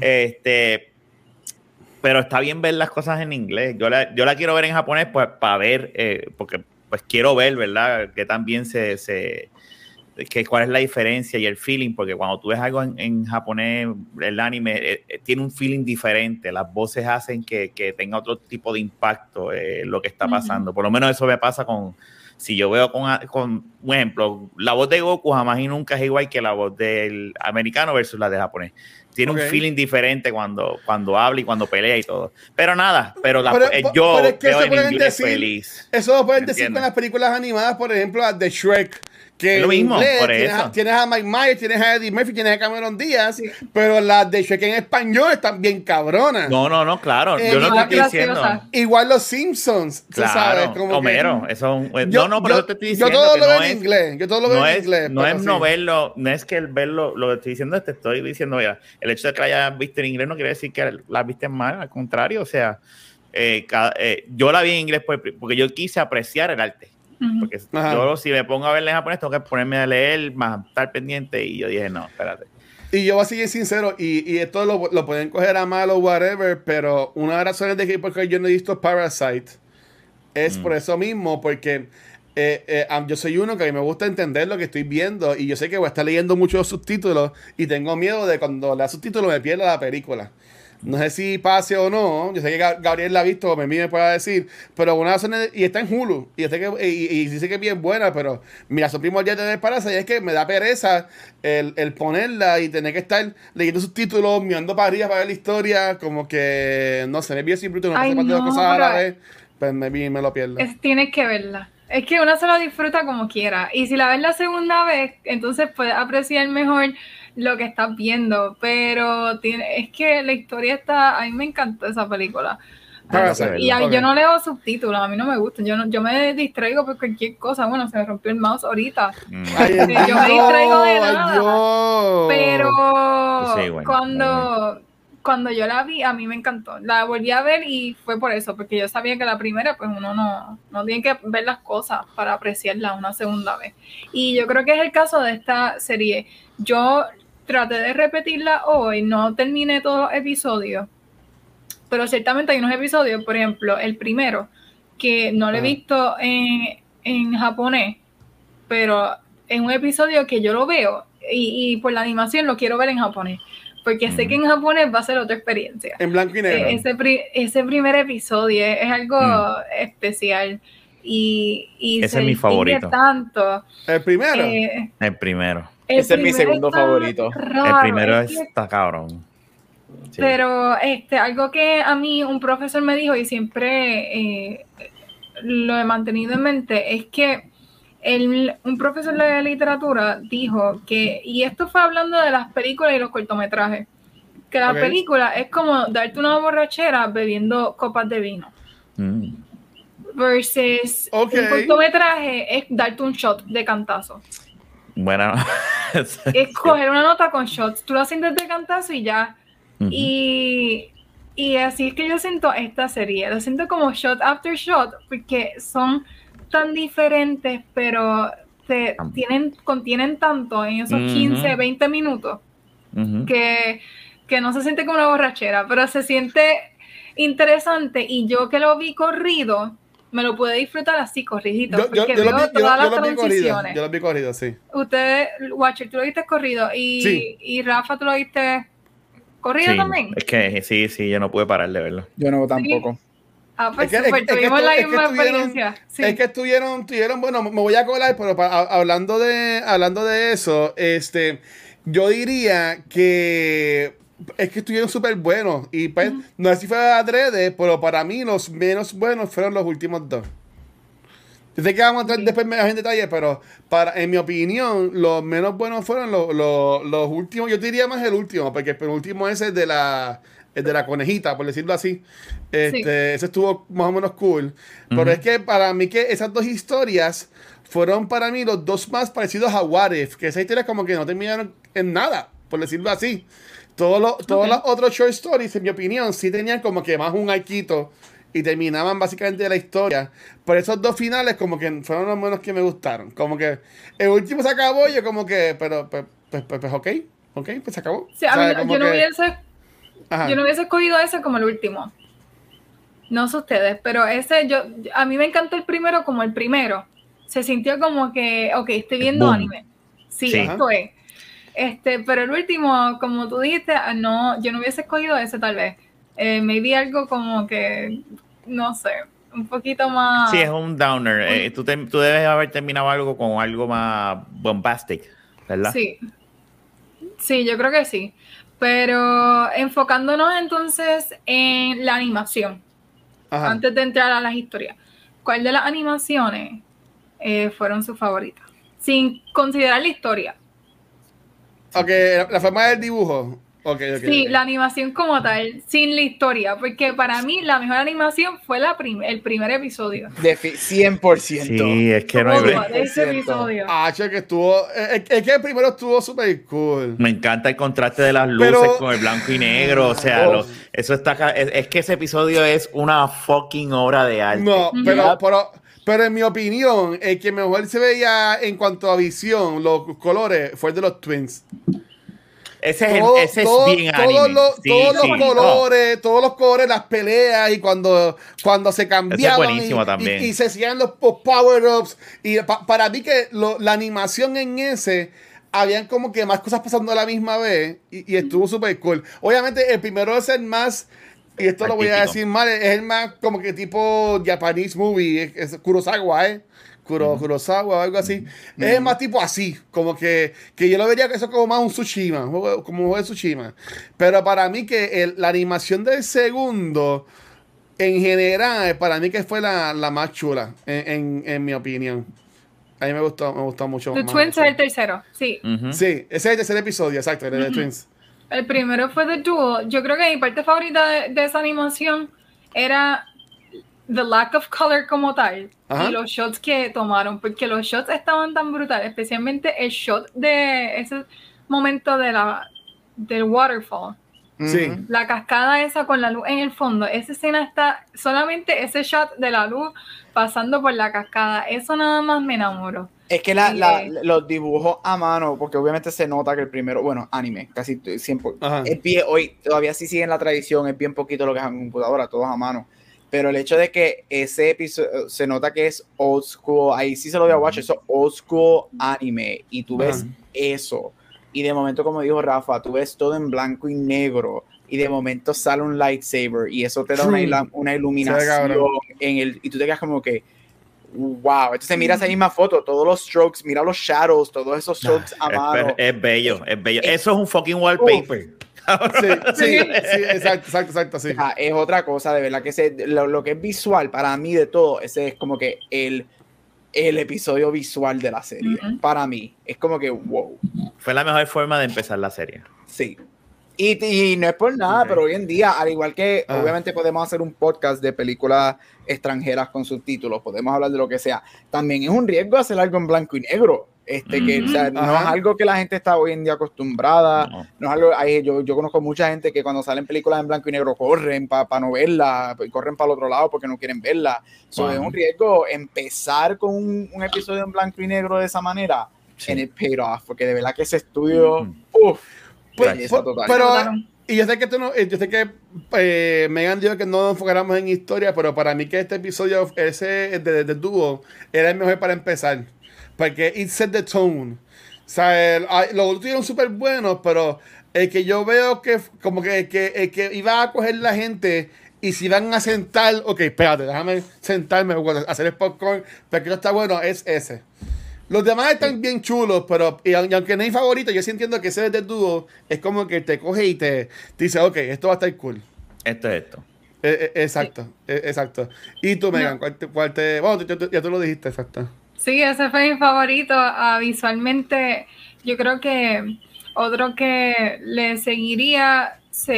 Este, pero está bien ver las cosas en inglés, yo la, yo la quiero ver en japonés, pues, para ver, eh, porque, pues, quiero ver, ¿verdad? Que también se... se que cuál es la diferencia y el feeling, porque cuando tú ves algo en, en japonés, el anime eh, eh, tiene un feeling diferente, las voces hacen que, que tenga otro tipo de impacto eh, lo que está pasando, uh-huh. por lo menos eso me pasa con, si yo veo con, con un ejemplo, la voz de Goku jamás y nunca es igual que la voz del americano versus la de japonés. Tiene okay. un feeling diferente cuando, cuando habla y cuando pelea y todo. Pero nada, pero, la, pero, eh, yo pero es que veo eso en inglés decir, feliz. Eso lo pueden decir con las películas animadas, por ejemplo, las de Shrek. Que es lo mismo, inglés, por tienes, eso. A, tienes a Mike Myers, tienes a Eddie Murphy, tienes a Cameron Díaz, sí. pero las de Shrek en español están bien cabronas. No, no, no, claro. Eh, yo no igual, te estoy diciendo. Igual los Simpsons, claro, tú sabes. Como Homero, que, eso es un, yo, no, no, pero yo, yo te estoy diciendo. Yo todo que lo no veo es, en inglés. Yo todo lo veo no en es, inglés. No es sí. no verlo, no es que el verlo, lo que estoy diciendo es te estoy diciendo, mira, el hecho de que la hayas visto en inglés no quiere decir que la viste mal, al contrario, o sea, eh, cada, eh, yo la vi en inglés porque yo quise apreciar el arte. Porque Ajá. yo si me pongo a verle en japonés tengo que ponerme a leer, más estar pendiente y yo dije, no, espérate. Y yo voy a seguir sincero, y, y esto lo, lo pueden coger a mal o whatever, pero una de las razones de que porque yo no he visto Parasite es mm. por eso mismo, porque eh, eh, yo soy uno que a mí me gusta entender lo que estoy viendo y yo sé que voy a estar leyendo muchos subtítulos y tengo miedo de cuando lea subtítulos me pierda la película. No sé si pase o no. Yo sé que Gabriel la ha visto, me me pueda decir. Pero una razón es, y está en Hulu. Y, este que, y, y dice que es bien buena. Pero mi razón primordial de Parasite es que me da pereza el, el ponerla y tener que estar leyendo sus títulos, mirando para arriba para ver la historia. Como que no sé, me vi sin bruto, no sé cuántas cosas a la vez. Pues me, me lo pierdo. Es, tienes que verla. Es que uno se lo disfruta como quiera. Y si la ves la segunda vez, entonces puedes apreciar mejor lo que estás viendo, pero tiene, es que la historia está, a mí me encantó esa película. Ah, y a mí okay. yo no leo subtítulos, a mí no me gustan, yo no, yo me distraigo por cualquier cosa. Bueno, se me rompió el mouse ahorita. Ay, eh, yo me distraigo de nada. Dios. Pero sí, bueno, cuando bueno. cuando yo la vi, a mí me encantó. La volví a ver y fue por eso, porque yo sabía que la primera, pues uno no, no tiene que ver las cosas para apreciarla una segunda vez. Y yo creo que es el caso de esta serie. Yo traté de repetirla hoy, no terminé todos los episodios, pero ciertamente hay unos episodios, por ejemplo, el primero, que no lo he visto en, en japonés, pero es un episodio que yo lo veo y, y por la animación lo quiero ver en japonés, porque mm. sé que en japonés va a ser otra experiencia. En blanco y negro. Eh, ese, pri- ese primer episodio es, es algo mm. especial y, y ese es mi favorito. Tanto. ¿El primero? Eh, el primero. El Ese es mi segundo favorito. Raro, el primero es que, está cabrón. Sí. Pero este, algo que a mí un profesor me dijo y siempre eh, lo he mantenido en mente es que el, un profesor de literatura dijo que, y esto fue hablando de las películas y los cortometrajes, que la okay. película es como darte una borrachera bebiendo copas de vino. Mm. Versus okay. un cortometraje es darte un shot de cantazo. Bueno, es coger una nota con shots, tú lo sientes de cantazo y ya. Uh-huh. y, y así es que yo siento esta serie, lo siento como shot after shot, porque son tan diferentes, pero te tienen, contienen tanto en esos uh-huh. quince, veinte minutos uh-huh. que, que no se siente como una borrachera, pero se siente interesante. Y yo que lo vi corrido, me lo pude disfrutar así, corridito. Yo, yo, porque yo, veo lo vi, todas yo, las yo lo vi corrido, transiciones. yo lo vi corrido, sí. Usted, Watcher, tú lo viste corrido. Y, sí. y Rafa, tú lo viste corrido sí, también. Es que sí, sí, yo no pude parar de verlo. Yo no tampoco. ¿Sí? Ah, pues es que, super, es que, tuvimos es la que misma experiencia. Sí. Es que estuvieron, estuvieron, bueno, me voy a colar, pero para, hablando de, hablando de eso, este, yo diría que es que estuvieron súper buenos. Y pues, uh-huh. no sé si fue adrede, pero para mí los menos buenos fueron los últimos dos. Yo sé que vamos a entrar sí. después más en detalle, pero para, en mi opinión, los menos buenos fueron los, los, los últimos. Yo diría más el último, porque el penúltimo ese es de la, el de la conejita, por decirlo así. Este, sí. Ese estuvo más o menos cool. Uh-huh. Pero es que para mí que esas dos historias fueron para mí los dos más parecidos a What If, que esas historias como que no terminaron en nada, por decirlo así. Todos los, okay. todos los otros short stories, en mi opinión, sí tenían como que más un arquito y terminaban básicamente la historia. Pero esos dos finales como que fueron los menos que me gustaron. Como que el último se acabó y yo como que, pero, pues, pues, pues, pues ok, ok, pues se acabó. Sí, a mí, yo, no que... hubiese, yo no hubiese escogido ese como el último. No sé ustedes, pero ese, yo a mí me encantó el primero como el primero. Se sintió como que, ok, estoy viendo Boom. anime. Sí, sí, esto es. Este, pero el último, como tú dijiste, no, yo no hubiese escogido ese tal vez. Eh, maybe algo como que, no sé, un poquito más... Sí, es un downer. Eh, tú, te- tú debes haber terminado algo con algo más bombastic, ¿verdad? Sí, sí, yo creo que sí. Pero enfocándonos entonces en la animación, Ajá. antes de entrar a las historias, ¿cuál de las animaciones eh, fueron sus favoritas? Sin considerar la historia. Ok, la, la forma del dibujo. Ok, ok. Sí, ok. la animación como tal, sin la historia, porque para mí la mejor animación fue la prim- el primer episodio. De fi- cien por ciento. Sí, es que no hay Todo break. de ese episodio. Ah, che, que estuvo. Es, es que el primero estuvo súper cool. Me encanta el contraste de las luces Pero- con el blanco y negro. O sea, Oh. lo- eso está. ca- Es, es que ese episodio es una fucking obra de arte. No, Ujú. pero, pero, pero en mi opinión, el que mejor se veía en cuanto a visión, los colores, fue el de los Twins. Ese es, el- Todo- ese todo- es bien todos anime. los, Sí, todos sí. los No. colores, todos los colores, las peleas y cuando, cuando se cambiaban buenísimo y, también. y- y se hacían los, los power-ups. Y pa- para mí que lo- la animación en ese, habían como que más cosas pasando a la misma vez y, y estuvo súper cool. Obviamente el primero es el más, y esto lo voy a Artístico. decir mal, es el más como que tipo Japanese movie, es, es Kurosawa, ¿eh? Kuro, Kurosawa o algo así. Es el más tipo así, como que, que yo lo vería que eso es como más un Tsushima, un juego- como un juego de Tsushima. Pero para mí que el- la animación del segundo, en general, para mí que fue la, la más chula, en, en, en mi opinión. A mí me gustó, me gustó mucho. The más Twins eso. es el tercero, sí. Ujú. Sí, ese es el tercer episodio, exacto, el de The Twins. El primero fue The Duel. Yo creo que mi parte favorita de, de esa animación era the lack of color como tal. Ajá. Y los shots que tomaron, porque los shots estaban tan brutales, especialmente el shot de ese momento de la del waterfall. Sí. Ujú. La cascada esa con la luz en el fondo. Esa escena está, solamente ese shot de la luz pasando por la cascada. Eso nada más me enamoró. Es que la, Y, la- eh, los dibujos a mano, porque obviamente se nota que el primero, bueno, anime, casi siempre, Ajá. es bien, hoy todavía sí siguen la tradición, es bien poquito lo que es en computadora, todos a mano. Pero el hecho de que ese episodio se nota que es old school, ahí sí se lo voy a watch, eso es old school anime, y tú ves Ajá. eso, y de momento, como dijo Rafa, tú ves todo en blanco y negro, y de momento sale un lightsaber, y eso te da una, True. ila- una Se ve iluminación cabrón. en el, y tú te quedas como que, wow. Entonces mira esa misma foto, todos los strokes, mira los shadows, todos esos strokes a Es, mano. es bello, es bello. Eh, Eso es un fucking wallpaper. Sí, sí, sí, exacto, exacto, exacto, sí. Ah, es otra cosa, de verdad que ese, lo, lo que es visual, para mí de todo, ese es como que el, el episodio visual de la serie. Ujú. Para mí, es como que wow. Fue la mejor forma de empezar la serie. Sí. Y, y no es por nada, Ok. pero hoy en día, al igual que Ah. obviamente podemos hacer un podcast de películas extranjeras con subtítulos, podemos hablar de lo que sea, también es un riesgo hacer algo en blanco y negro. Este, que, o sea, no Ajá. es algo que la gente está hoy en día acostumbrada. No. No es algo, hay- yo, yo conozco mucha gente que cuando salen películas en blanco y negro corren para no verla, y corren para el otro lado porque no quieren verla. So, Wow. es un riesgo empezar con un, un episodio en blanco y negro de esa manera, Sí. en el paid off, porque de verdad que ese estudio, Ujú. uff, Pues, belleza pues, total. pero, Total. y yo sé que tú no, yo sé que eh, Megan dijo que no nos enfocáramos en historia, pero para mí que este episodio, ese de, de, dúo, era el mejor para empezar. Porque it set the tone. O sea, el- ah, los otros eran súper buenos, pero el que yo veo que como que, que, el que iba a coger la gente y si van a sentar, ok, espérate, déjame sentarme, hacer el popcorn, porque no está bueno, es ese. Los demás están bien chulos, pero y, aun- y aunque no hay favorito, yo sí entiendo que ese de dúo es como que te coge y te, te dice, ok, esto va a estar cool. Esto es esto. Eh, eh, exacto, eh, exacto. Y tú, Megan, ¿cuál te, cuál te- bueno, tú- tú- ya tú lo dijiste, exacto. Sí, ese fue mi favorito. Ah, visualmente, yo creo que otro que le seguiría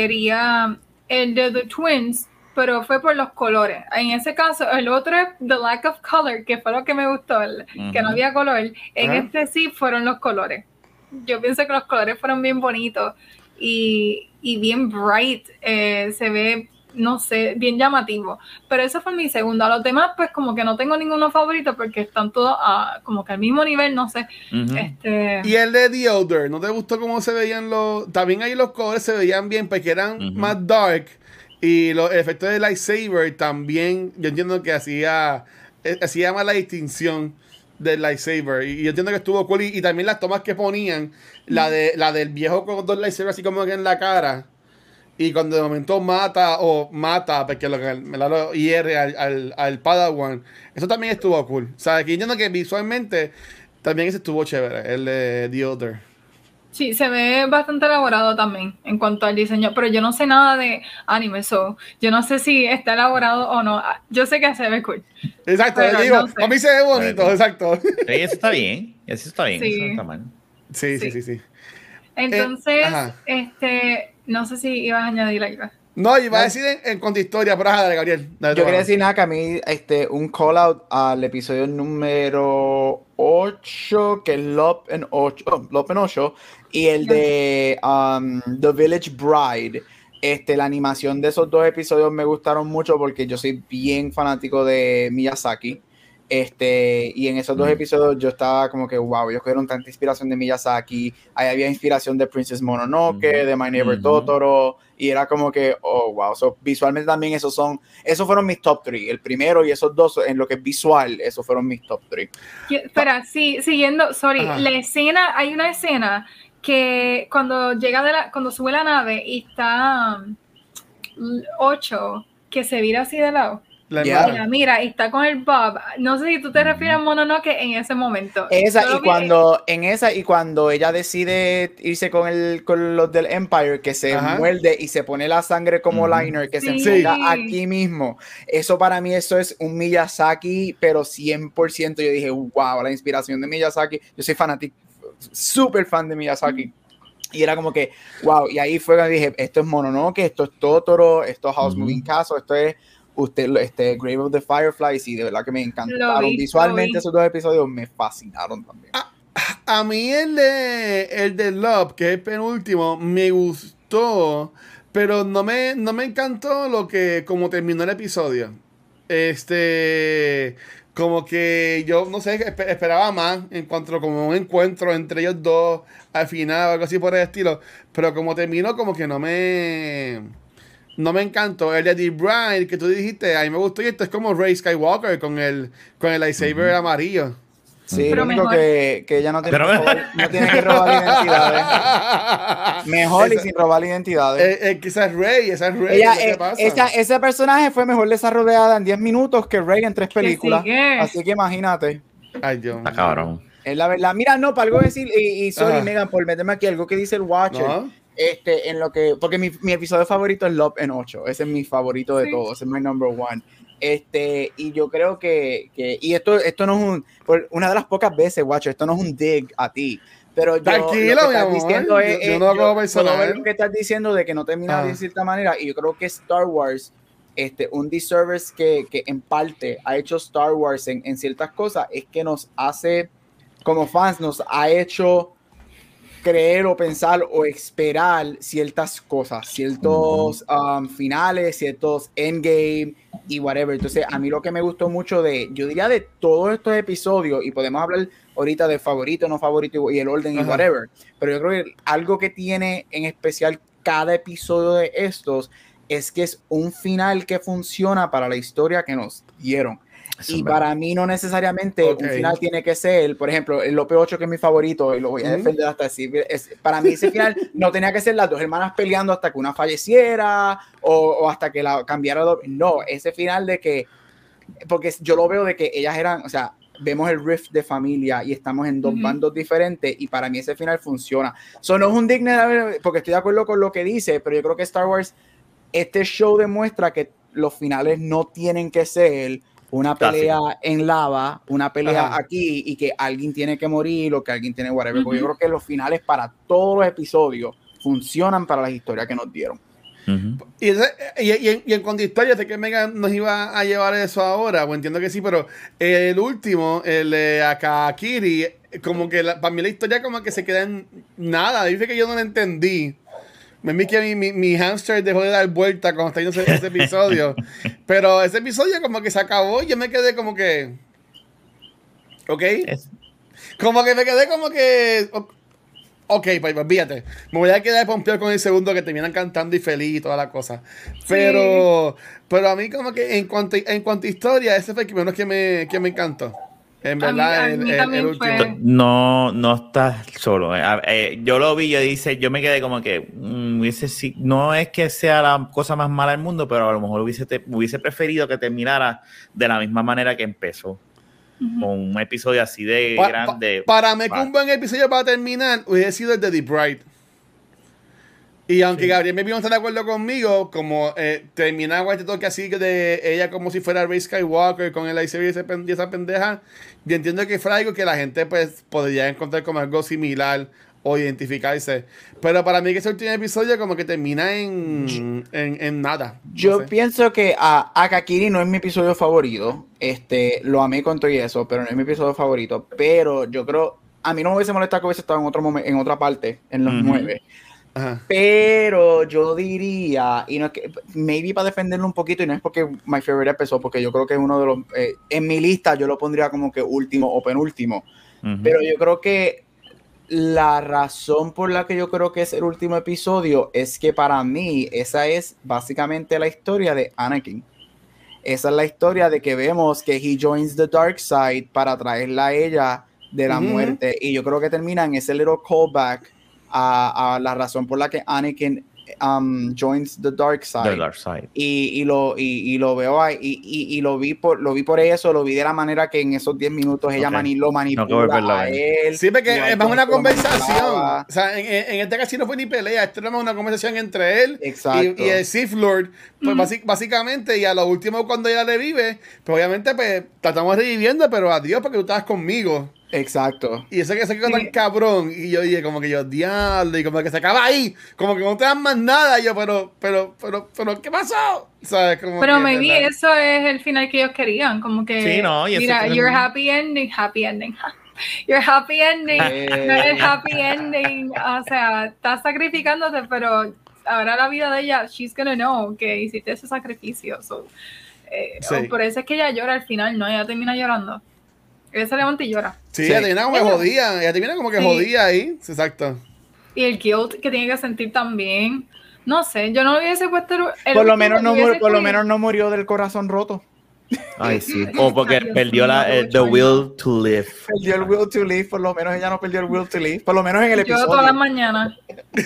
sería el de The Twins, pero fue por los colores. En ese caso, el otro es The Lack of Color, que fue lo que me gustó, el- que no Ujú. había color. En Ajá. este sí fueron los colores. Yo pienso que los colores fueron bien bonitos y, y bien bright. Eh, se ve, no sé, bien llamativo. Pero eso fue mi segundo. A los demás, pues como que no tengo ninguno favorito porque están todos a- como que al mismo nivel, no sé. Ujú. Este, Y el de The Other, ¿no te gustó cómo se veían los...? También ahí los colores se veían bien porque eran Ujú. más dark. Y los efectos de lightsaber también, yo entiendo que hacía, eh, hacía más la distinción del lightsaber. Y yo entiendo que estuvo cool. Y, y también las tomas que ponían, la, de, la del viejo con dos lightsabers así como que en la cara. y cuando de momento mata o mata, porque lo que me lo hiere al, al, al Padawan, eso también estuvo cool. O sea, aquí entiendo que visualmente también ese estuvo chévere, el de The Other. Sí, se ve bastante elaborado también en cuanto al diseño, pero yo no sé nada de anime, so yo no sé si está elaborado o no. Yo sé que se ve cool. Exacto, pero digo, no sé. a mí se ve bonito, Bueno. exacto. Sí, eso está bien. Eso está bien. Sí. Eso no está mal. Sí, sí, Sí. sí, sí. Entonces, ajá. este, no sé si ibas a añadir algo. No, iba a No. decir en, en cuanto a historia, pero ajá, dale, Gabriel. Dale, Yo tú, quería ajá. decir nada que a mí, este, un call out al episodio número ocho, que es Love and ocho, oh, Love and ocho, y el de um, The Village Bride. Este, la animación de esos dos episodios me gustaron mucho porque yo soy bien fanático de Miyazaki. Este, y en esos dos Mm. episodios yo estaba como que, wow, ellos cogieron tanta inspiración de Miyazaki. Ahí había inspiración de Princess Mononoke, Ujú. de My Neighbor Ujú. Totoro. Y era como que, oh, wow. So, visualmente también esos son, esos fueron mis top tres. El primero y esos dos, en lo que es visual, esos fueron mis top tres. Espera, sí, siguiendo, sorry, Ajá. la escena, hay una escena que cuando llega de la, cuando sube la nave y está um, ocho, que se vira así de lado. La Yeah. Y hermana. la mira y está con el Bob. No sé si tú te refieres a Mononoke en ese momento. Esa, Yo y lo vi- cuando, en esa, y cuando ella decide irse con el, con los del Empire, que se Ajá. muerde y se pone la sangre como Ujú. liner, que se Sí. enfoca aquí mismo. Eso para mí, eso es un Miyazaki, pero cien por ciento yo dije, wow, la inspiración de Miyazaki. Yo soy fanático, súper fan de Miyazaki. Y era como que, wow, y ahí fue que dije, esto es Mononoke, esto es Totoro, esto es House Ujú. Moving Castle, esto es usted, este, Grave of the Fireflies, y de verdad que me encantaron. Lo vi, Visualmente lo vi. esos dos episodios me fascinaron también. A mí el de, el de Love, que es el penúltimo, me gustó, pero no me, no me encantó lo que, como terminó el episodio. Este, como que yo, no sé, espe- esperaba más en cuanto como un encuentro entre ellos dos al final o algo así por el estilo, pero como terminó como que no me... No me encantó. El de The Bride que tú dijiste, a mí me gustó, y esto es como Rey Skywalker con el, con el lightsaber Ujú. amarillo. Sí, Pero lo único mejor. que, que ella no tiene, Pero- que robar, no tiene que robar identidades. Mejor y Esa- sin robar identidades. Eh, eh, que esa es Rey, esa es Rey. Ella, ¿qué eh, pasa? esa- ese personaje fue mejor desarrollada en diez minutos que Rey en tres películas. sigue. Así que imagínate. Ay, Dios Está mío. cabrón. Es la verdad. Mira, no, para algo decir, y, y sorry, Ajá. Megan, por meterme aquí, algo que dice el Watcher. ¿No? Este, en lo que, porque mi, mi episodio favorito es Love en ocho. Ese es mi favorito de Sí. todos. Ese es mi number one. Este, y yo creo que, que y esto, esto no es un, por una de las pocas veces, Watcher, esto no es un dig a ti. Pero yo, Tranquilo, lo que mi estás amor, diciendo es, yo- yo es- no lo cojo yo personal. puedo ver lo que estás diciendo de que no termina Ah. de cierta manera, y yo creo que Star Wars, este, un disservice que, que en parte ha hecho Star Wars en, en ciertas cosas, es que nos hace, como fans, nos ha hecho creer o pensar o esperar ciertas cosas, ciertos um, finales, ciertos endgame y whatever. Entonces, a mí lo que me gustó mucho de, yo diría de todos estos episodios, y podemos hablar ahorita de favorito, no favorito y el orden y Ajá. whatever, pero yo creo que algo que tiene en especial cada episodio de estos es que es un final que funciona para la historia que nos dieron. Eso Y es verdad. para mí no necesariamente Ok. un final tiene que ser, por ejemplo, el Lope ocho, que es mi favorito y lo voy a Ujú. defender hasta decir, es, para mí ese final no tenía que ser las dos hermanas peleando hasta que una falleciera o, o hasta que la cambiara. de- No, ese final de que, porque yo lo veo de que ellas eran, o sea, vemos el rift de familia y estamos en dos Ujú. bandos diferentes, y para mí ese final funciona. Eso no es un digno, porque estoy de acuerdo con lo que dice, pero yo creo que Star Wars, este show demuestra que los finales no tienen que ser una pelea en lava, una pelea Ajá. aquí y que alguien tiene que morir o que alguien tiene whatever. Porque yo Ujú. creo que los finales para todos los episodios funcionan para las historias que nos dieron. Ujú. Y, ese- y, y en, y en cuanto a historia, sé que Megan nos iba a llevar eso ahora, o entiendo que sí, pero el último, el de Akakiri, como que la- para mí la historia como que se queda en nada. Dice que yo no la entendí. Me vi que mi, mi, mi hamster dejó de dar vuelta cuando está viendo ese, ese episodio. Pero ese episodio como que se acabó y yo me quedé como que... ¿Ok? Es- Como que me quedé como que... o- Ok, pues olvídate. Me voy a quedar pompeado con el segundo, que terminan cantando y feliz y toda la cosa. Pero... Pero a mí como que en cuanto, en cuanto a historia, ese fue el que menos que me, que me encantó. En verdad, a mí, a el, mí el, también el último. fue. No, no estás solo. Eh. Eh, yo lo vi, yo dice, yo me quedé como que mm, hubiese, si- no es que sea la cosa más mala del mundo, pero a lo mejor hubiese, te, hubiese preferido que terminara de la misma manera que empezó, Ujú. con un episodio así de Pa- grande. pa- para mí, que Pa- un buen episodio para terminar hubiese sido el de The Bride. Y aunque Sí. Gabriel me vino a estar de acuerdo conmigo, como eh, terminar con este toque así de ella como si fuera Rey Skywalker con el lightsaber y ese pen- y esa pendeja, yo entiendo que fue algo que la gente pues podría encontrar como algo similar o identificarse. Pero para mí que ese último episodio como que termina en, en, en nada. No Yo sé. pienso que a Akakiri no es mi episodio favorito. Este, lo amé con todo y eso, pero no es mi episodio favorito. Pero yo creo, a mí no me hubiese molestado que hubiese estado en otro momento, en otra parte, en los Ujú. nueve. Ajá. Pero yo diría, y no es que, maybe para defenderlo un poquito, y no es porque My Favorite empezó, porque yo creo que es uno de los, eh, en mi lista yo lo pondría como que último o penúltimo. Ujú. Pero yo creo que la razón por la que yo creo que es el último episodio es que para mí esa es básicamente la historia de Anakin. Esa es la historia de que vemos que he joins the dark side para traerla a ella de la Ujú. muerte. Y yo creo que termina en ese little callback a, a la razón por la que Anakin um, joins the dark side. The Dark Side. Y, y lo y, y lo veo ahí, y, y, y lo vi por lo vi por eso, lo vi de la manera que en esos diez minutos ella Ok. mani, lo manipula No, que volverlo a a ver. él. Sí, porque igual es que más una esto lo conversación. manipulaba. O sea, en, en este caso no fue ni pelea, esto era más una conversación entre él Exacto. y, y el Sith Lord. Pues Mm. basi- básicamente, y a lo último cuando ella revive, pues obviamente pues la estamos reviviendo, pero adiós porque tú estabas conmigo. Exacto. Y eso que se quedó tan Sí. cabrón. Y yo dije, como que yo, diablo, y como que se acaba ahí. Como que no te dan más nada. Y yo, pero, pero, pero, pero, ¿qué pasó? ¿Sabes? Como Pero que, maybe ¿verdad? eso es el final que ellos querían, como que Sí, no, y eso mira, es- your happy ending, happy ending. Your happy ending, Eh. no es el happy ending, o sea, estás sacrificándote, pero ahora la vida de ella, she's gonna know que hiciste ese sacrificio. So, eh, Sí. Por eso es que ella llora al final, ¿no? Ella termina llorando. Ella se levanta y llora. Sí, Sí. ella termina como que Ella- jodía. Ella termina como que Sí. jodía ahí. Exacto. Y el guilt que tiene que sentir también. No sé, yo no lo hubiese puesto. el Por lo último menos que no hubiese murió, por lo escogido- menos no murió del corazón roto. Ay, sí. O porque Dios perdió mío, la, eh, qué the bochorno. will to live. Perdió el will to live, por lo menos ella no perdió el will to live, por lo menos en el Yo todas las episodio. mañanas.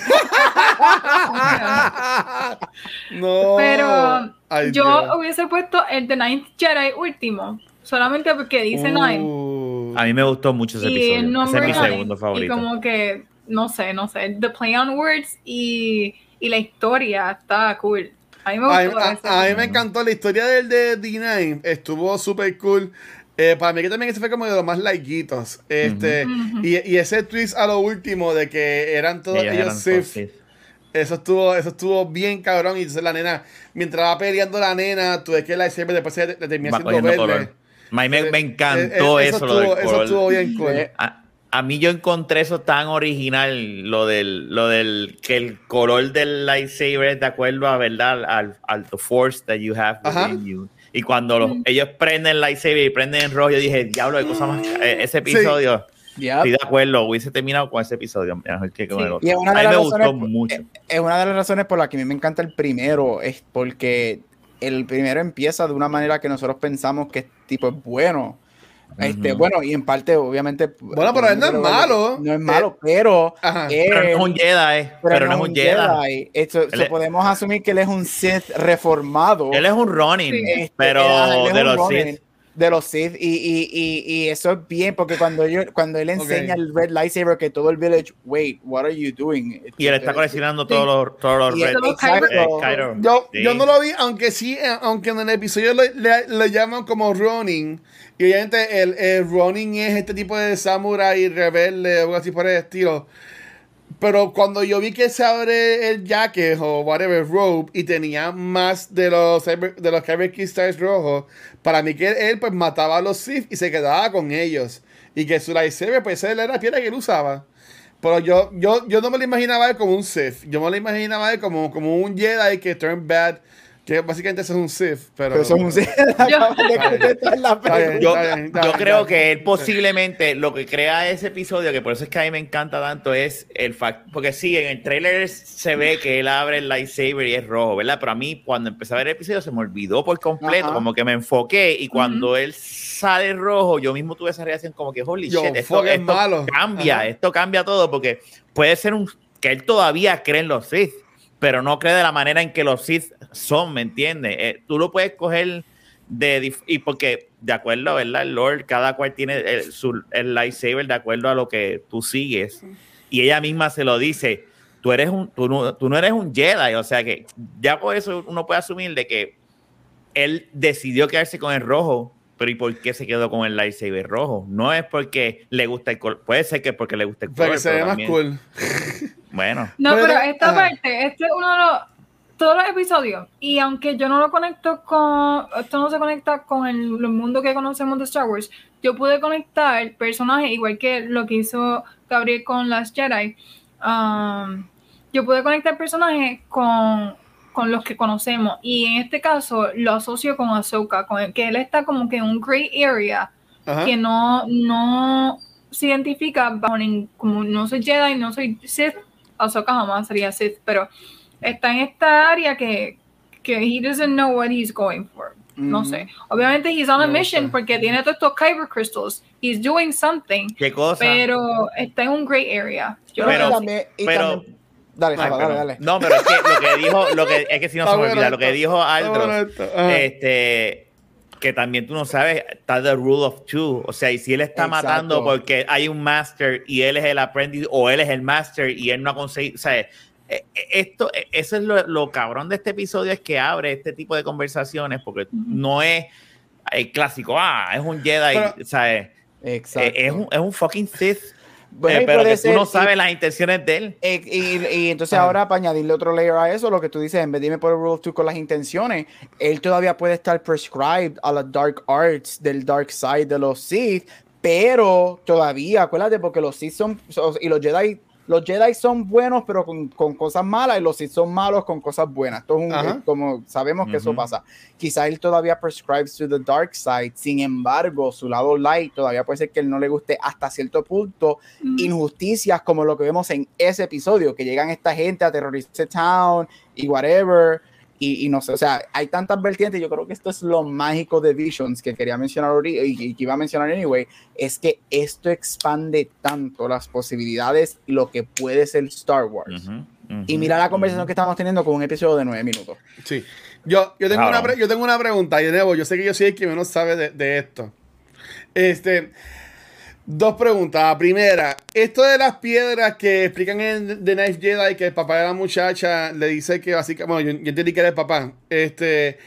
No. Pero Ay, yo Dios. hubiese puesto el The Ninth Jedi último, solamente porque dice Nine. Uh. A mí me gustó mucho ese Y episodio. el Ese nombre es mi Nine. segundo Y favorito. como que, no sé, no sé. The play on words y, y la historia está cool. A mí me A, gustó. a- ese. a mí me encantó la historia del de D nueve, estuvo súper cool. Eh, para mí que también ese fue como de los más likeitos. Este, Ujú. y, y ese twist a lo último de que eran todos Ellos ellos eran Sith, todos Sith. eso estuvo, eso estuvo bien cabrón. Y entonces la nena, mientras va peleando la nena, tú ves que la lightsaber después se le termina Va siendo cogiendo verde. color. A mí me, me Eh, encantó eh, eso, lo del estuvo, eso color. estuvo bien cool. Eh, A, a mí yo encontré eso tan original, lo del, lo del que el color del lightsaber es de acuerdo a verdad al, al the force that you have Ajá. within you. Y cuando los- ellos prenden el lightsaber y prenden en rojo, yo dije, diablo, de cosa más. eh, ese episodio, Yep. estoy de acuerdo, hubiese terminado con ese episodio mejor que con Sí. el otro. Y es una de a mí las me razones gustó por- mucho. Es una de las razones por las que a mí me encanta el primero, es porque el primero empieza de una manera que nosotros pensamos que tipo es bueno. Este, Ujú. bueno, y en parte, obviamente. Bueno, pero él no es malo. No es malo, pero. Ajá. él- Pero no es un Jedi, pero, no es un Jedi. Esto, Él so es- podemos asumir que él es un Sith reformado. Él es un Ronin, Sí. Este, pero ajá, él es de un los Ronin, Sith. de los Sith y, y, y, y eso es bien porque cuando ellos, cuando él enseña Ok. el red lightsaber que todo el village, wait, what are you doing? Y él está coleccionando todos los, todos los Y- red- exacto. eh, Kylo. Yo, Sí. yo no lo vi, aunque sí, eh, aunque en el episodio le, le- le llaman como Ronin. Y obviamente el, el Ronin es este tipo de samurai rebelde o algo así por el estilo. Pero cuando yo vi que se abre el jacket o whatever robe y tenía más de los cyber- de los Kyber Crystals rojos, para mí que él pues mataba a los Sith y se quedaba con ellos. Y que su lightsaber pues él era la piedra que él usaba. Pero yo, yo, yo no me lo imaginaba él como un Sith. Yo me lo imaginaba él como, como un Jedi que turn bad Que básicamente eso es un Sith, pero... Pero eso es un Sith. Yo, yo creo que él posiblemente lo que crea ese episodio, que por eso es que a mí me encanta tanto, es el fact, porque sí, en el trailer se ve que él abre el lightsaber y es rojo, ¿verdad? Pero a mí cuando empecé a ver el episodio se me olvidó por completo, Ajá. como que me enfoqué y cuando uh-huh. él sale rojo, yo mismo tuve esa reacción como que holy yo, shit, esto, esto malo. cambia, Ajá. esto cambia todo, porque puede ser un que él todavía cree en los Sith, pero no cree de la manera en que los Sith son, ¿me entiendes? Eh, tú lo puedes coger de... Y porque, de acuerdo, ¿verdad? El Lord, cada cual tiene el, su, el lightsaber de acuerdo a lo que tú sigues. Y ella misma se lo dice, tú, eres un, tú, no, tú no eres un Jedi, o sea que ya por eso uno puede asumir de que él decidió quedarse con el rojo, pero ¿y por qué se quedó con el lightsaber rojo? No es porque le gusta el color, puede ser que es porque le gusta el color. Para que se vea más cool. Bueno. No, pero, pero esta ajá. parte, este es uno de los, todos los episodios, y aunque yo no lo conecto con, esto no se conecta con el, el mundo que conocemos de Star Wars, yo pude conectar personajes, igual que lo que hizo Gabriel con Last Jedi, um, yo pude conectar personajes con... con los que conocemos, y en este caso lo asocio con Ahsoka, con el, que él está como que en un gray area, Ajá. que no, no se identifica bajo ningún, como no soy Jedi, no soy Sith, Ahsoka jamás sería Sith, pero está en esta área que, que he doesn't know what he's going for, mm-hmm. no sé, obviamente he's on a no mission sé. Porque tiene todos estos Kyber crystals, he's doing something, ¿Qué cosa? Pero está en un gray area. Yo pero, lo también, pero también, Dale, Ay, dale, pero, dale. No, pero es que lo que dijo, lo que, es que si no se me olvida, bueno lo que dijo Aldros, bueno este, que también tú no sabes, está the rule of two, o sea, y si él está Exacto. matando porque hay un master y él es el aprendiz, o él es el master y él no ha conseguido, o sea, esto, eso es lo, lo cabrón de este episodio, es que abre este tipo de conversaciones, porque uh-huh. no es el clásico, ah, es un Jedi, pero, o sea, Exacto. es un, es un fucking Sith. Bueno, eh, pero que ser, tú no sabes y, las intenciones de él. Y, y, y entonces ah. ahora para añadirle otro layer a eso, lo que tú dices, en vez de irme por el Rule of Two con las intenciones, él todavía puede estar prescribed a las dark arts del dark side de los Sith, pero todavía, acuérdate, porque los Sith son, y los Jedi, los Jedi son buenos, pero con, con cosas malas, y los Sith son malos con cosas buenas. Esto es un, es como sabemos que uh-huh. eso pasa. Quizá él todavía prescribes to the dark side, sin embargo, su lado light todavía puede ser que él no le guste hasta cierto punto uh-huh. injusticias como lo que vemos en ese episodio, que llegan esta gente a terrorizar town y whatever. Y, y no sé, o sea, hay tantas vertientes. Yo creo que esto es lo mágico de Visions que quería mencionar ahorita y, y que iba a mencionar anyway, es que esto expande tanto las posibilidades y lo que puede ser Star Wars. Uh-huh, uh-huh, y mira la conversación uh-huh. que estamos teniendo con un episodio de nueve minutos. Sí. Yo, yo, tengo, claro. una, yo tengo una pregunta, y de nuevo, yo sé que yo soy el que menos sabe de, de esto. Este... Dos preguntas. La primera, esto de las piedras que explican en The Ninth Jedi, que el papá de la muchacha le dice que básicamente, bueno, yo, yo entendí que era el papá, este,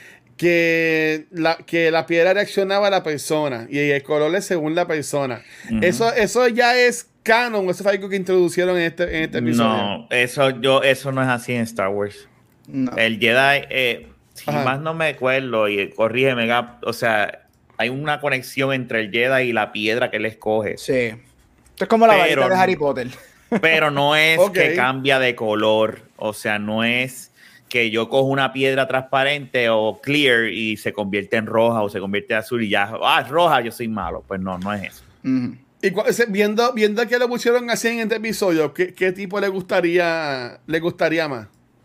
que la, que la piedra reaccionaba a la persona y el color es según la persona. Uh-huh. Eso, eso ya es canon, eso fue algo que introducieron en este, en este episodio. No, eso, yo, eso no es así en Star Wars. No. El Jedi, eh, si Ajá. más no me acuerdo, y corrígeme, Gap, o sea, hay una conexión entre el Jedi y la piedra que él escoge. Sí. Esto es como la varita de Harry Potter. Pero no es okay. que cambia de color. O sea, no es que yo cojo una piedra transparente o clear y se convierte en roja o se convierte en azul y ya, ah, es roja, yo soy malo. Pues no, no es eso. Mm. Y viendo, viendo que lo pusieron así en este episodio, ¿qué, qué tipo le gustaría, le gustaría más?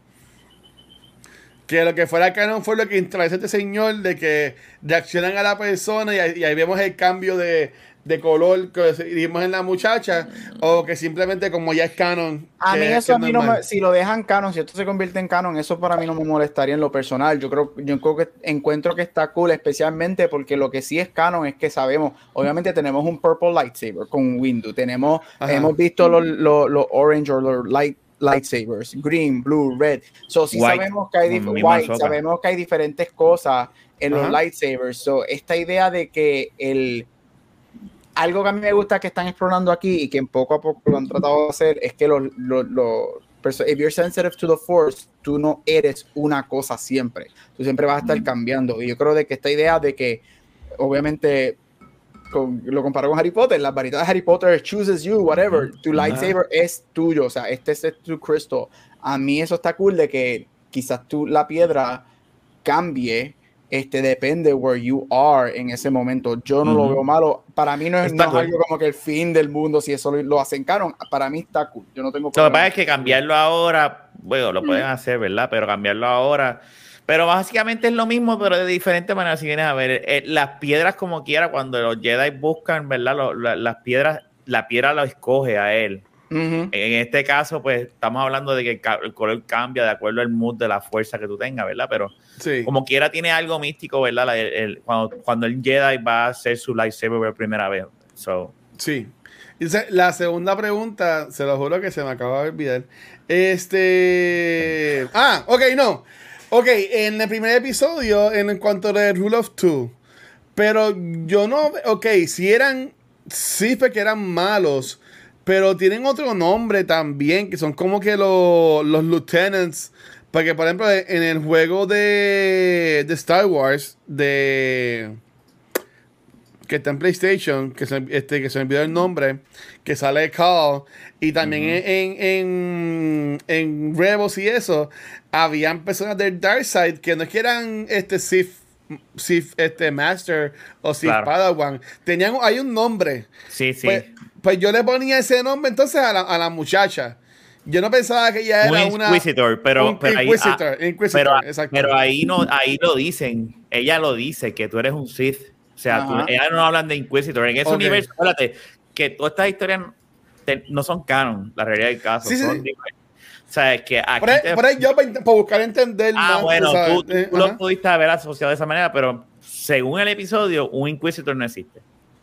Que lo que fuera canon fue lo que introduce este señor de que reaccionan a la persona y ahí, y ahí vemos el cambio de, de color que vimos en la muchacha, o que simplemente como ya es canon. A que, mí eso a mí no me, si lo dejan canon, si esto se convierte en canon, eso para mí no me molestaría en lo personal. Yo creo, yo creo que encuentro que está cool, especialmente porque lo que sí es canon es que sabemos, obviamente tenemos un purple lightsaber con Windu, tenemos, Ajá. hemos visto los lo, lo orange o los light lightsabers, green, blue, red. So sí white. sabemos que hay dif- white, sabemos que hay diferentes cosas en Ajá. los lightsabers. So esta idea de que el algo que a mí me gusta que están explorando aquí y que en poco a poco lo han tratado de hacer es que los los los if you're sensitive to the force, tú no eres una cosa siempre. Tú siempre vas a estar mm. cambiando. Y yo creo de que esta idea de que obviamente Con, lo comparo con Harry Potter, las varitas de Harry Potter chooses you, whatever, tu lightsaber uh-huh. es tuyo, o sea, este es tu crystal. A mí eso está cool de que quizás tú la piedra cambie, este, depende where you are en ese momento. Yo no uh-huh. lo veo malo. Para mí no es, no es algo como que el fin del mundo si eso lo, lo hacen canon. Para mí está cool. Yo no tengo problema. Lo que pasa es que cambiarlo ahora, bueno, lo pueden hacer, ¿verdad? Pero cambiarlo ahora... Pero básicamente es lo mismo, pero de diferente manera. Si vienes a ver, eh, las piedras como quiera, cuando los Jedi buscan, ¿verdad? Lo, la, las piedras, la piedra lo escoge a él. Uh-huh. En este caso, pues, estamos hablando de que el, el color cambia de acuerdo al mood de la fuerza que tú tengas, ¿verdad? Pero sí. Como quiera tiene algo místico, ¿verdad? La, el, el, cuando, cuando el Jedi va a hacer su lightsaber por primera vez. So. Sí. Dice, la segunda pregunta, se lo juro que se me acaba de olvidar. Este... Ah, ok, no. Ok, en el primer episodio, en cuanto al Rule of Two, pero yo no... Ok, si eran... Sí, porque eran malos, pero tienen otro nombre también, que son como que lo, los lieutenants. Porque, por ejemplo, en el juego de, de Star Wars, de... que está en PlayStation, que se, este, que se me olvidó el nombre, que sale Call, y también uh-huh. en, en, en Rebels y eso, habían personas del Darkseid que no es que eran este, Sith, Sith este, Master o Sith claro. Padawan, tenían, hay un nombre. Sí, sí. Pues, pues yo le ponía ese nombre entonces a la, a la muchacha. Yo no pensaba que ella era un una... Inquisitor, pero, un pero, Inquisitor, ahí, Inquisitor, pero, exacto. pero ahí, no, ahí lo dicen, ella lo dice, que tú eres un Sith. O sea, tú, ellas no hablan de Inquisitor. En ese okay. universo, espérate, que todas estas historias te, no son canon, la realidad del caso. Sí, son sí. O sea, es que aquí... Por ahí, te... por ahí yo para, para buscar entender ah, más. bueno, tú, tú, eh, tú lo pudiste haber asociado de esa manera, pero según el episodio, un Inquisitor no existe.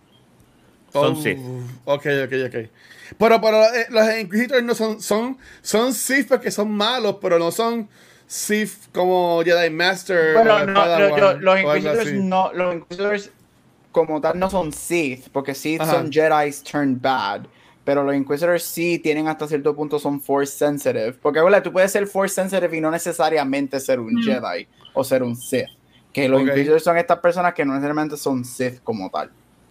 Son oh, Sith. Ok, ok, ok. Pero, pero eh, los Inquisitors no son, son, son Sith porque son malos, pero no son Sith como Jedi Master. Bueno, no, lo, yo, los Inquisitors no, los Inquisitors como tal no son Sith, porque Sith Ajá. son Jedi's turned bad. Pero los Inquisitors sí tienen hasta cierto punto son Force sensitive. Porque bueno, tú puedes ser Force sensitive y no necesariamente ser un mm. Jedi o ser un Sith. Que los okay. Inquisitors son estas personas que no necesariamente son Sith como tal.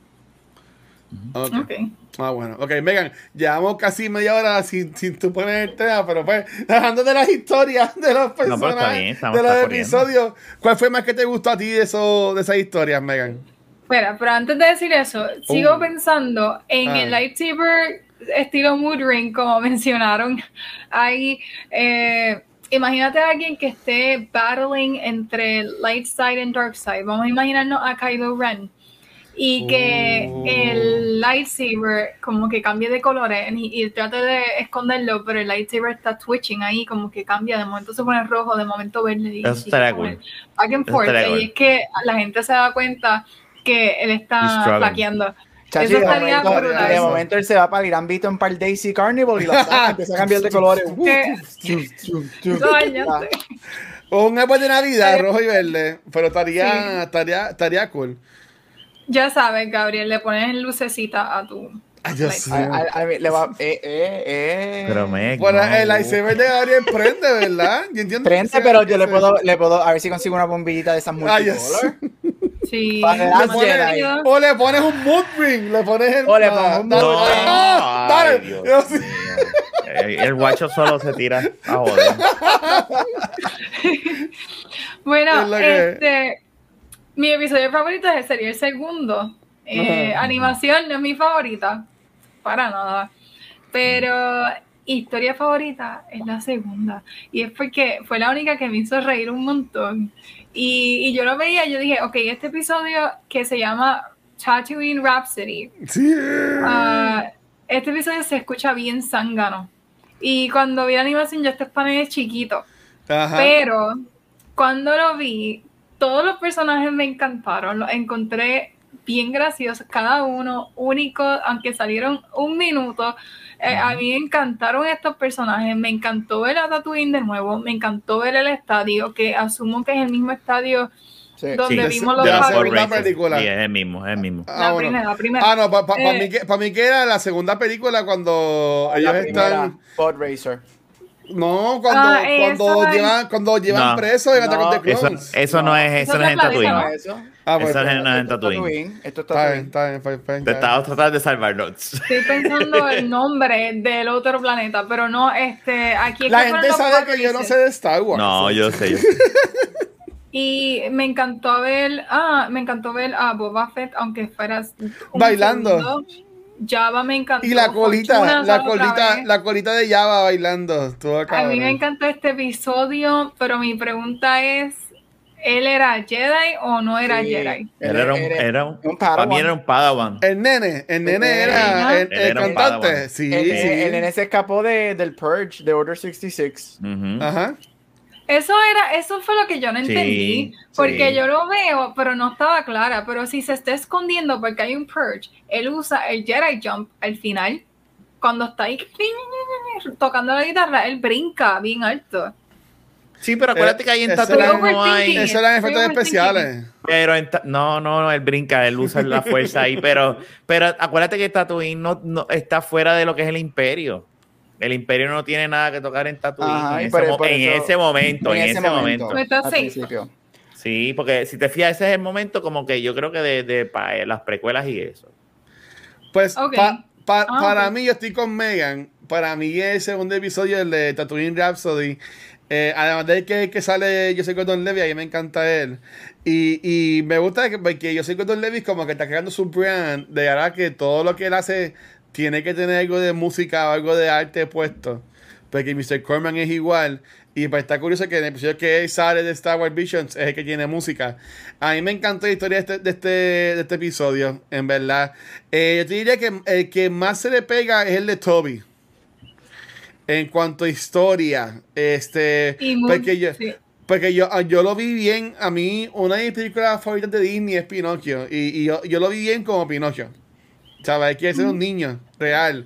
Okay. Okay. Ah, bueno. Ok, Megan, llevamos casi media hora sin, sin tú poner el tema, pero pues, dejando de las historias de los personajes, no, bien, estamos, de los episodios, ¿cuál fue más que te gustó a ti de, eso, de esas historias, Megan? Espera, pero antes de decir eso, uh. sigo pensando en ah. el lightsaber estilo Mood Ring, como mencionaron. Ahí, eh, imagínate a alguien que esté battling entre light side y dark side. Vamos a imaginarnos a Kylo Ren. Y que uh. el lightsaber como que cambie de colores y, y trate de esconderlo, pero el lightsaber está twitching ahí, como que cambia, de momento se pone rojo, de momento verde. Y, Eso estaría cool. Back and forth. Y es que la gente se da cuenta que él está flaqueando. Chachi, Eso estaría de, momento, de momento él se va para el ámbito en par Daisy Carnival y lo saca, empieza a cambiar de colores. Un árbol de Navidad rojo y verde, pero estaría, sí. estaría, estaría cool. Ya sabes, Gabriel, le pones lucecita a tu... Ay, yo sé. Le va... Eh, eh, eh. Pero me... Bueno, no. El lightsaber de Gabriel prende, ¿verdad? Yo entiendo prende, que pero yo le puedo, le puedo... A ver si consigo una bombillita de esas multicolor. Sí. Le pones, o le pones un mood ring, le pones el... O le pones un mood ring. No, dale. Dios mío. El, el guacho solo se tira a joder. Bueno, este... Mi episodio favorito sería el segundo. Eh, uh-huh. Animación no es mi favorita, para nada. Pero historia favorita es la segunda. Y es porque fue la única que me hizo reír un montón. Y, y yo lo veía, yo dije, ok, este episodio que se llama Tatooine Rhapsody. Sí. Uh, este episodio se escucha bien zángano. Y cuando vi la animación, yo este panel es chiquito. Ajá. Pero cuando lo vi, todos los personajes me encantaron, los encontré bien graciosos, cada uno único, aunque salieron un minuto. Eh, a mí me encantaron estos personajes, me encantó ver a Tatooine de nuevo, me encantó ver el estadio, que asumo que es el mismo estadio sí, donde sí, vimos de los la segunda película. Sí, es el mismo, es el mismo. Ah, la bueno. primera, la primera. Ah, no, para pa, eh, pa mí, que, pa mí que era la segunda película cuando la ellos primera, están... Pod Racer. No, cuando, ah, cuando llevan, cuando llevan no, preso en Attack no, of the Clones. Eso, eso no, no es, eso no es en Tatooine. Ah, pues, eso no es en Tatooine. Esto está Tatooine. Está bien, está bien, está bien. Te estabas tratando de salvarnos. Estoy pensando el nombre del otro planeta, pero no, este, aquí... La gente sabe que yo no sé de Star Wars. No, yo sé, yo sé. Y me encantó ver, ah, me encantó ver a Boba Fett, aunque fueras bailando. Segundo. Java me encantó. Y la colita, Fortuna, la colita, la colita de Java bailando. A mí me encantó este episodio, pero mi pregunta es, ¿él era Jedi o no era Sí, Jedi? Él era un, era- era un, un para mí Padawan. era un Padawan. El nene, el nene nene. era Ajá. el, el Él era un cantante. Padawan. Sí, El, sí. el nene se escapó de, del Purge de Order sesenta y seis. Ujú. Ajá. Eso era, eso fue lo que yo no Sí, entendí, porque sí. yo lo veo, pero no estaba clara. Pero si se está escondiendo porque hay un Purge, él usa el Jedi Jump al final, cuando está ahí tocando la guitarra, él brinca bien alto. Sí, pero acuérdate Eh, que ahí en eso Tatooine era- no hay... Sí, Esos eran estoy efectos overthinking. especiales. Pero en Ta- no, no, no, él brinca, él usa la fuerza ahí, pero, pero acuérdate que Tatooine no, no está fuera de lo que es el Imperio. El Imperio no tiene nada que tocar en Tatooine Ajá, en, y ese, por- mo- por en eso- ese momento, en, ese momento. Pues está al safe. principio. Sí, porque si te fijas, ese es el momento como que yo creo que de, de pa- eh, las precuelas y eso. Pues Ok. pa- pa- Ah, para ok. mí, yo estoy con Megan. Para mí, el segundo episodio, el de Tatooine Rhapsody. Eh, además de que, que sale Yo soy Gordon Levitt, a mí me encanta él. Y, y me gusta que, porque Yo soy Gordon Levitt como que está creando su brand de ahora que todo lo que él hace tiene que tener algo de música o algo de arte puesto. Porque mister Corman es igual. Y pues está curioso que en el episodio que él sale de Star Wars Visions es el que tiene música. A mí me encantó la historia de este, de este, de este episodio, en verdad. Eh, yo te diría que el que más se le pega es el de Toby. En cuanto a historia. Este. Y muy- Porque yo, sí. porque yo, yo lo vi bien. A mí, una de mis películas favoritas de Disney es Pinocchio. Y, y yo, yo lo vi bien como Pinocchio. ¿Sabes? Hay que ser un niño real.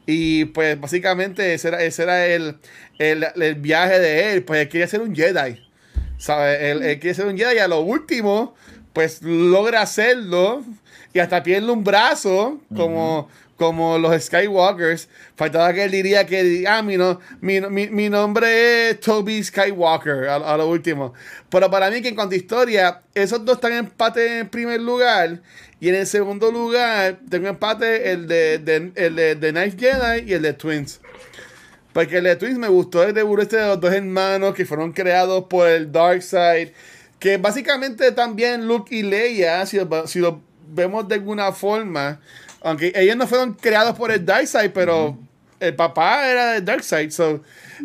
Y pues básicamente ese era, ese era el, el, el viaje de él. Pues él quería ser un Jedi. ¿Sabes? Él, él quería ser un Jedi y a lo último, pues logra hacerlo. Y hasta pierde un brazo, como, como los Skywalkers. Faltaba que él diría que, ah, mi, no, mi, mi, mi nombre es Toby Skywalker, a, a lo último. Pero para mí que en cuanto a historia, esos dos están en empate en primer lugar. Y en el segundo lugar, tengo empate el de, de, el de, de Knife Jedi y el de Twins. Porque el de Twins me gustó el debut este de los dos hermanos que fueron creados por el Darkseid. Que básicamente también Luke y Leia, si lo, si lo vemos de alguna forma, aunque ellos no fueron creados por el Darkseid, pero uh-huh. el papá era del Darkseid. So,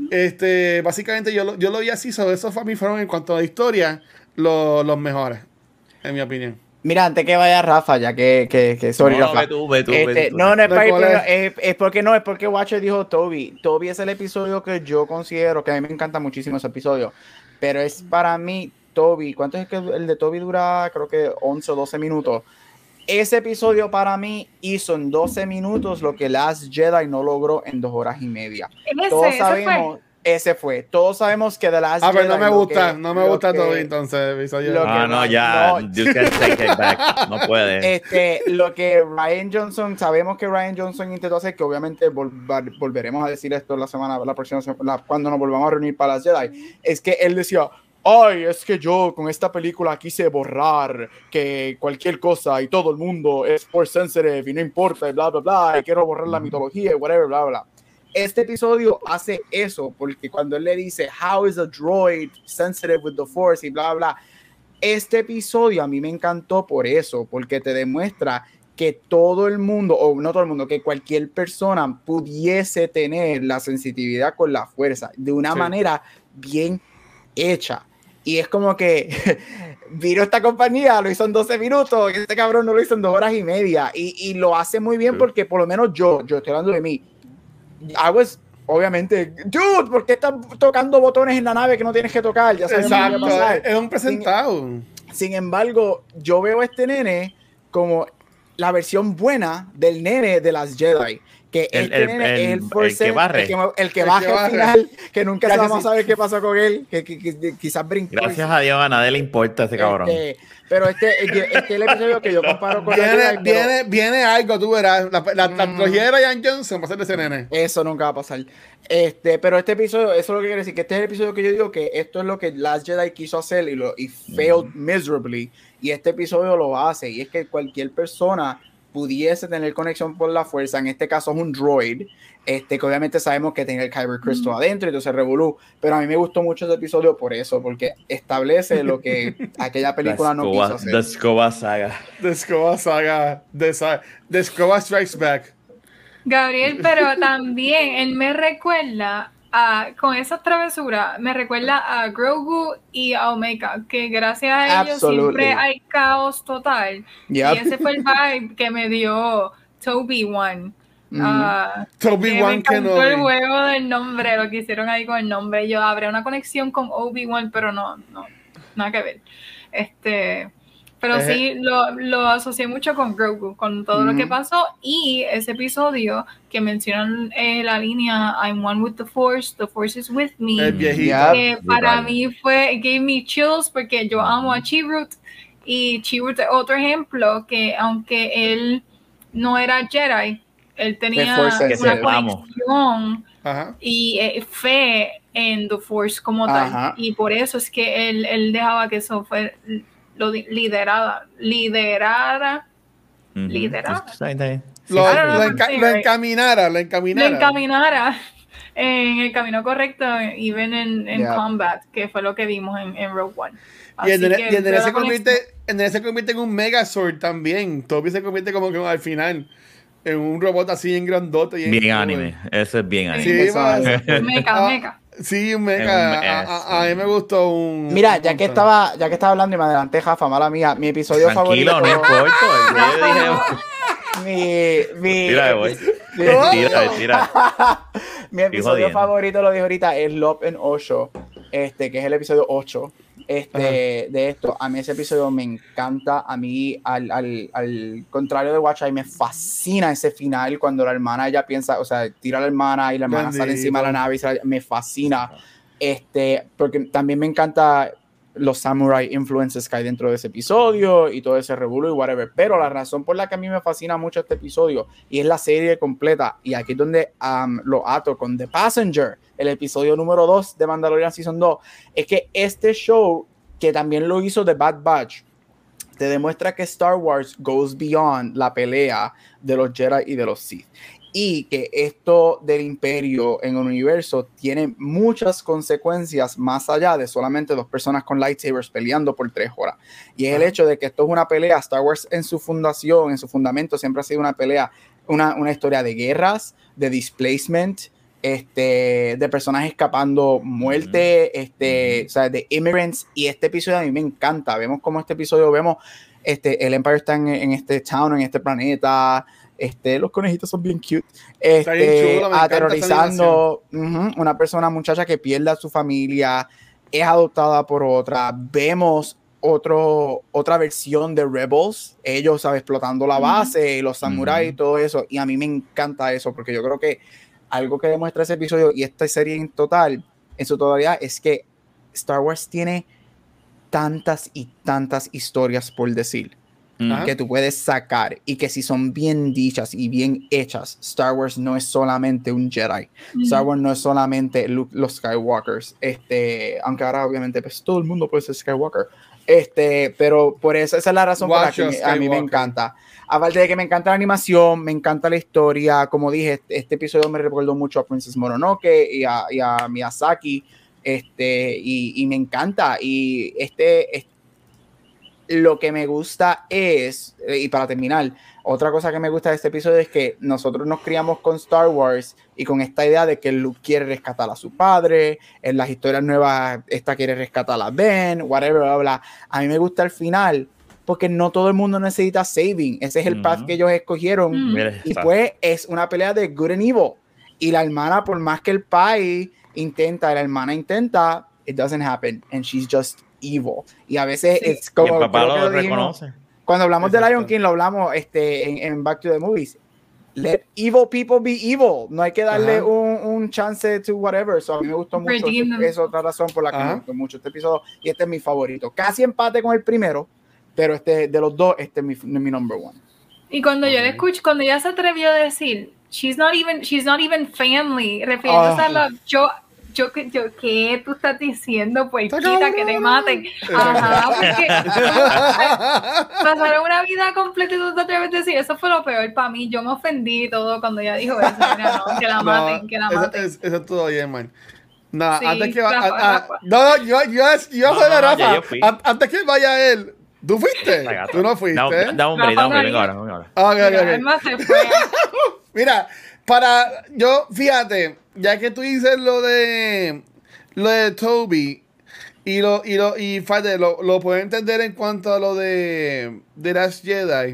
este, básicamente yo lo, yo lo vi así. So, esos para mí fueron en cuanto a la historia los, los mejores, en mi opinión. Mira, antes que vaya Rafa, ya que, que, que sorry, no, Rafa. Ve tú, ve tú, este, ve tú. No, no es, para, ¿Cuál es? Es, es porque no, es porque Watcher dijo Toby. Toby es el episodio que yo considero que a mí me encanta muchísimo ese episodio. Pero es para mí, Toby. ¿Cuánto es que el de Toby dura? Creo que once o doce minutos. Ese episodio para mí hizo en doce minutos lo que Last Jedi no logró en dos horas y media. Ese, Todos ese sabemos. fue. Ese fue. Todos sabemos que The Last Ah, Jedi. pero no me gusta, que, no me gusta que, todo entonces. Episodio. lo Ah, que no, Ryan- ya. no. You can take it back. No puede. Este, lo que Ryan Johnson, sabemos que Ryan Johnson intentó hacer, que obviamente vol volveremos a decir esto la semana, la próxima semana, cuando nos volvamos a reunir para las Jedi, es que él decía, ay, es que yo con esta película quise borrar que cualquier cosa y todo el mundo es force sensitive y no importa y bla, bla, bla, y quiero borrar la mitología y whatever, bla, bla. Este episodio hace eso, porque cuando él le dice, how is a droid sensitive with the force y bla, bla, este episodio a mí me encantó por eso, porque te demuestra que todo el mundo, o no todo el mundo, que cualquier persona pudiese tener la sensitividad con la fuerza de una sí. manera bien hecha. Y es como que vino esta compañía, lo hizo en doce minutos, y este cabrón no lo hizo en dos horas y media. Y, y lo hace muy bien porque por lo menos yo, yo estoy hablando de mí, I was, obviamente, dude, ¿por qué estás tocando botones en la nave que no tienes que tocar? Ya sabemos Exacto, qué va a pasar. es un presentado. Sin, sin embargo, yo veo a este nene como la versión buena del nene de las Jedi. Que El- este el- nene el- es el, force, el que barre. el que, el que El baja que al barre. final, que nunca Ya se que vamos sí. a saber qué pasó con él, que, que, que, que quizás brincó. Gracias a Dios a nadie le importa ese cabrón. Este, pero este, este, este es el episodio que yo comparo con la Viene, Jedi, pero viene, viene algo, tú verás. La, la, la Mm. trilogía de Ryan Johnson va a ser de ese nene. eso nunca va a pasar. Este, pero este episodio, eso es lo que quiere decir, que este es el episodio que yo digo que esto es lo que Last Jedi quiso hacer y, lo, y failed miserably. Y este episodio lo hace. Y es que cualquier persona pudiese tener conexión por la fuerza. En este caso es un droid, este, que obviamente sabemos que tiene el Kyber Crystal mm. adentro, y entonces revolú. Pero a mí me gustó mucho ese episodio por eso, porque establece lo que aquella película no quiso hacer. The Scoba Saga. The Scoba Saga. The, The Scoba Strikes Back. Gabriel, pero también él me recuerda a, con esas travesuras, me recuerda a Grogu y a Omega, que gracias a ellos Absolutely. siempre hay caos total. Yep. Y ese fue el vibe que me dio Toby One. Mm. Uh, Toby One que no. El juego del nombre, lo que hicieron ahí con el nombre. Yo habré una conexión con Obi-Wan, pero no, no, nada que ver. Este. Pero uh-huh. sí, lo, lo asocié mucho con Grogu, con todo uh-huh. lo que pasó, y ese episodio que mencionan eh, la línea I'm one with the Force, the Force is with me, el viejito. Eh, para mí fue, it gave me chills, porque yo amo a Chirrut, y Chirrut es otro ejemplo que aunque él no era Jedi, él tenía una conexión uh-huh. y eh, fe en the Force como tal, uh-huh. y por eso es que él, él dejaba que eso fue lo liderada, liderara, mm-hmm. liderara. Lo, lo, enca lo encaminara, lo encaminara. Lo encaminara en el camino correcto, even en, en yeah. combat, que fue lo que vimos en, en Rogue One. Así y en el se convierte, en se convierte en un Megazord también. Toby se convierte como que al final en un robot así en grandote. Y bien en anime, eso es bien anime. Sí, meca, meca. Sí, un mecha. A, a, a mí me gustó un. Mira, ya que estaba, ya que estaba hablando y me adelanté, Jafa, mala mía, mi episodio Tranquilo, favorito. No importa. mi, mi, tira, voy. mi, tira, tira. mi episodio favorito, lo dije ahorita, es Love and Osho, este, que es el episodio ocho. Este, de esto, a mí ese episodio me encanta. A mí, al, al, al contrario de Watch Eye, me fascina ese final cuando la hermana ella piensa, o sea, tira a la hermana y la hermana Bendito. sale encima de la nave y sale, me fascina. Este, porque también me encanta los samurai influences que hay dentro de ese episodio y todo ese revuelo y whatever. Pero la razón por la que a mí me fascina mucho este episodio, y es la serie completa, y aquí es donde um, lo ato con The Passenger, el episodio número dos de Mandalorian Season dos, es que este show, que también lo hizo The Bad Batch, te demuestra que Star Wars goes beyond la pelea de los Jedi y de los Sith. Y que esto del imperio en el universo tiene muchas consecuencias más allá de solamente dos personas con lightsabers peleando por tres horas. Y es el hecho de que esto es una pelea. Star Wars en su fundación, en su fundamento, siempre ha sido una pelea, una, una historia de guerras, de displacement, este, de personas escapando muerte, mm-hmm. este, o sea, de immigrants. Y este episodio a mí me encanta. Vemos cómo este episodio, vemos este, el Empire está en, en este town, en este planeta. Este, los conejitos son bien cute. Este, bien chulo, aterrorizando uh-huh, una persona, muchacha que pierde a su familia, es adoptada por otra. Vemos otro, otra versión de Rebels, ellos, ¿sabes? Explotando la base, uh-huh. los samuráis uh-huh. y todo eso. Y a mí me encanta eso, porque yo creo que algo que demuestra ese episodio y esta serie en total, en su totalidad, es que Star Wars tiene tantas y tantas historias por decir. Uh-huh. Que tú puedes sacar, y que si son bien dichas y bien hechas, Star Wars no es solamente un Jedi, uh-huh. Star Wars no es solamente Luke, los Skywalkers, este, aunque ahora obviamente pues, todo el mundo puede ser Skywalker, este, pero por eso esa es la razón por la que me, a mí me encanta. Aparte de que me encanta la animación, me encanta la historia, como dije, este, este episodio me recordó mucho a Princess Mononoke y a, y a Miyazaki, este, y, y me encanta, y este, este lo que me gusta es, y para terminar, otra cosa que me gusta de este episodio es que nosotros nos criamos con Star Wars y con esta idea de que Luke quiere rescatar a su padre, en las historias nuevas esta quiere rescatar a Ben, whatever, bla, bla. A mí me gusta el final porque no todo el mundo necesita saving. Ese es el uh-huh. path que ellos escogieron. Uh-huh. Y pues es una pelea de good and evil. Y la hermana, por más que el pai intenta, la hermana intenta, it doesn't happen. And she's just evil. Y a veces sí. es como... Y el papá lo, lo dijimos, reconoce. Cuando hablamos Exacto. de Lion King, lo hablamos este, en, en Back to the Movies. Let evil people be evil. No hay que darle un, un chance to whatever. So, a mí me gustó mucho. Esa es otra razón por la que Ajá. me gustó mucho este episodio. Y este es mi favorito. Casi empate con el primero, pero este de los dos, este es mi, mi number one. Y cuando okay. yo le escucho, cuando ella se atrevió a decir, she's not even, she's not even family, refiriéndose oh. a la... Yo, yo, yo, ¿qué tú estás diciendo, puerquita, que te maten? Ajá, porque pasaron una vida completa y tú te atreves a decir, eso fue lo peor para mí, yo me ofendí y todo cuando ella dijo eso, mira, no, que la maten, no, que la eso, maten. Eso, eso estuvo bien, man. Nada, Sí, antes que vaya, Rafa, no, no, yo, yo, yo soy no, de no, Rafa, yo fui. antes que vaya él, ¿tú fuiste? Tú no fuiste. Da, da un break, da un break, venga ahora, venga ahora. Okay, okay, okay. Emma se fue. Mira, para, yo, fíjate, ya que tú dices lo de, lo de Toby, y lo, y lo, y fíjate, lo, lo puedo entender en cuanto a lo de, de Last Jedi.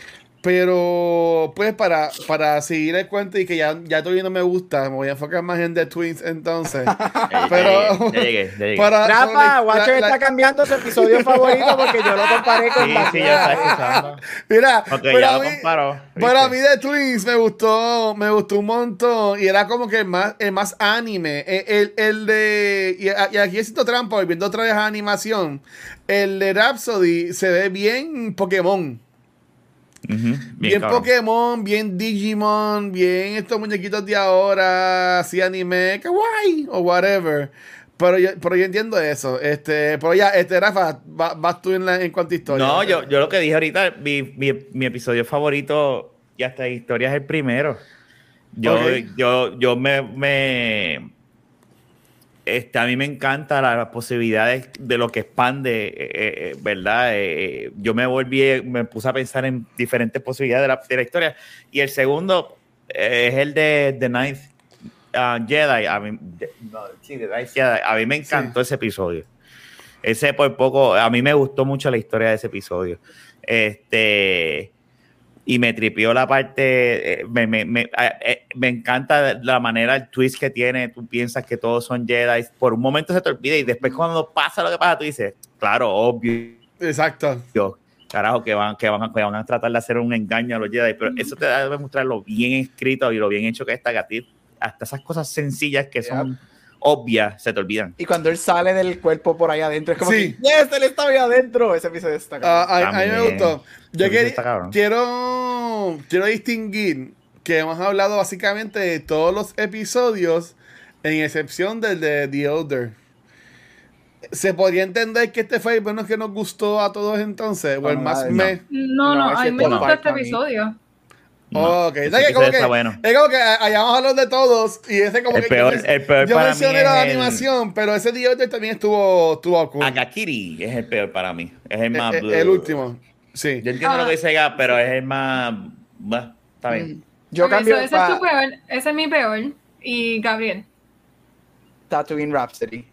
Pero, pues, para, para seguir el cuento y que ya, ya todavía no me gusta, me voy a enfocar más en The Twins entonces. Ya Pero, llegué, ya llegué, ya llegué. para, Rafa, la- Watcher la- está cambiando su episodio favorito porque yo lo comparé con Sí, la sí, ya está escuchando. Mira, Ok, pero ya a lo mí- comparo. Para ¿viste? mí The Twins me gustó, me gustó un montón y era como que el más, el más anime. El, el, el de, y, y aquí haciendo trampa, volviendo otra vez a animación, el de Rhapsody se ve bien Pokémon. Ujú, Bien, bien cabrón. Pokémon, bien Digimon, bien estos muñequitos de ahora, así anime, kawaii o whatever. Pero yo, pero yo entiendo eso. Este, pero ya, este, Rafa, va- vas tú en, la, en cuanto a historia. No, yo, yo lo que dije ahorita, mi, mi, mi episodio favorito y hasta de historia es el primero. Yo, Ok. yo, yo me, me este, a mí me encanta las posibilidades de lo que expande, eh, eh, ¿verdad? Eh, yo me volví, me puse a pensar en diferentes posibilidades de la, de la historia. Y el segundo eh, es el de The Ninth uh, Jedi. A mí, de, no, sí, The Ninth Jedi. A mí me encantó sí. ese episodio. Ese por poco, a mí me gustó mucho la historia de ese episodio. Este... Y me tripió la parte, eh, me, me, me, eh, me encanta la manera, el twist que tiene. Tú piensas que todos son Jedi, por un momento se te olvida y después cuando pasa lo que pasa, tú dices, claro, obvio. Exacto. Yo, carajo, que van, que, van a, que van a tratar de hacer un engaño a los Jedi, pero eso te da de demostrar lo bien escrito y lo bien hecho que está Gatit. Hasta esas cosas sencillas que son yep. obvias, se te olvidan. Y cuando él sale del cuerpo por ahí adentro, es como sí. que, yes, él estaba ahí adentro. Ese episodio está cabrón. Uh, a, a mí me gustó. Yo quer, cabrón. quiero, quiero distinguir que hemos hablado básicamente de todos los episodios, en excepción del de The Elder. ¿Se podría entender que este fue el menos que nos gustó a todos entonces? ¿O el no, más no. me...? No, no, a mí me gustó este episodio. No, ok, es que como que, bueno. es como que hayamos hablado de todos y ese como el que peor, yo, el peor yo para mencioné mí la es animación, el... pero ese The Elder también estuvo, estuvo cool. Akakiri es el peor para mí, es el más el, el, el último, sí. Yo entiendo ah. lo que dice Gab, pero es el más, bah, está bien. Yo okay, cambio so ese pa... es tu peor, ese es mi peor. Y Gabriel. Tatooine Rhapsody.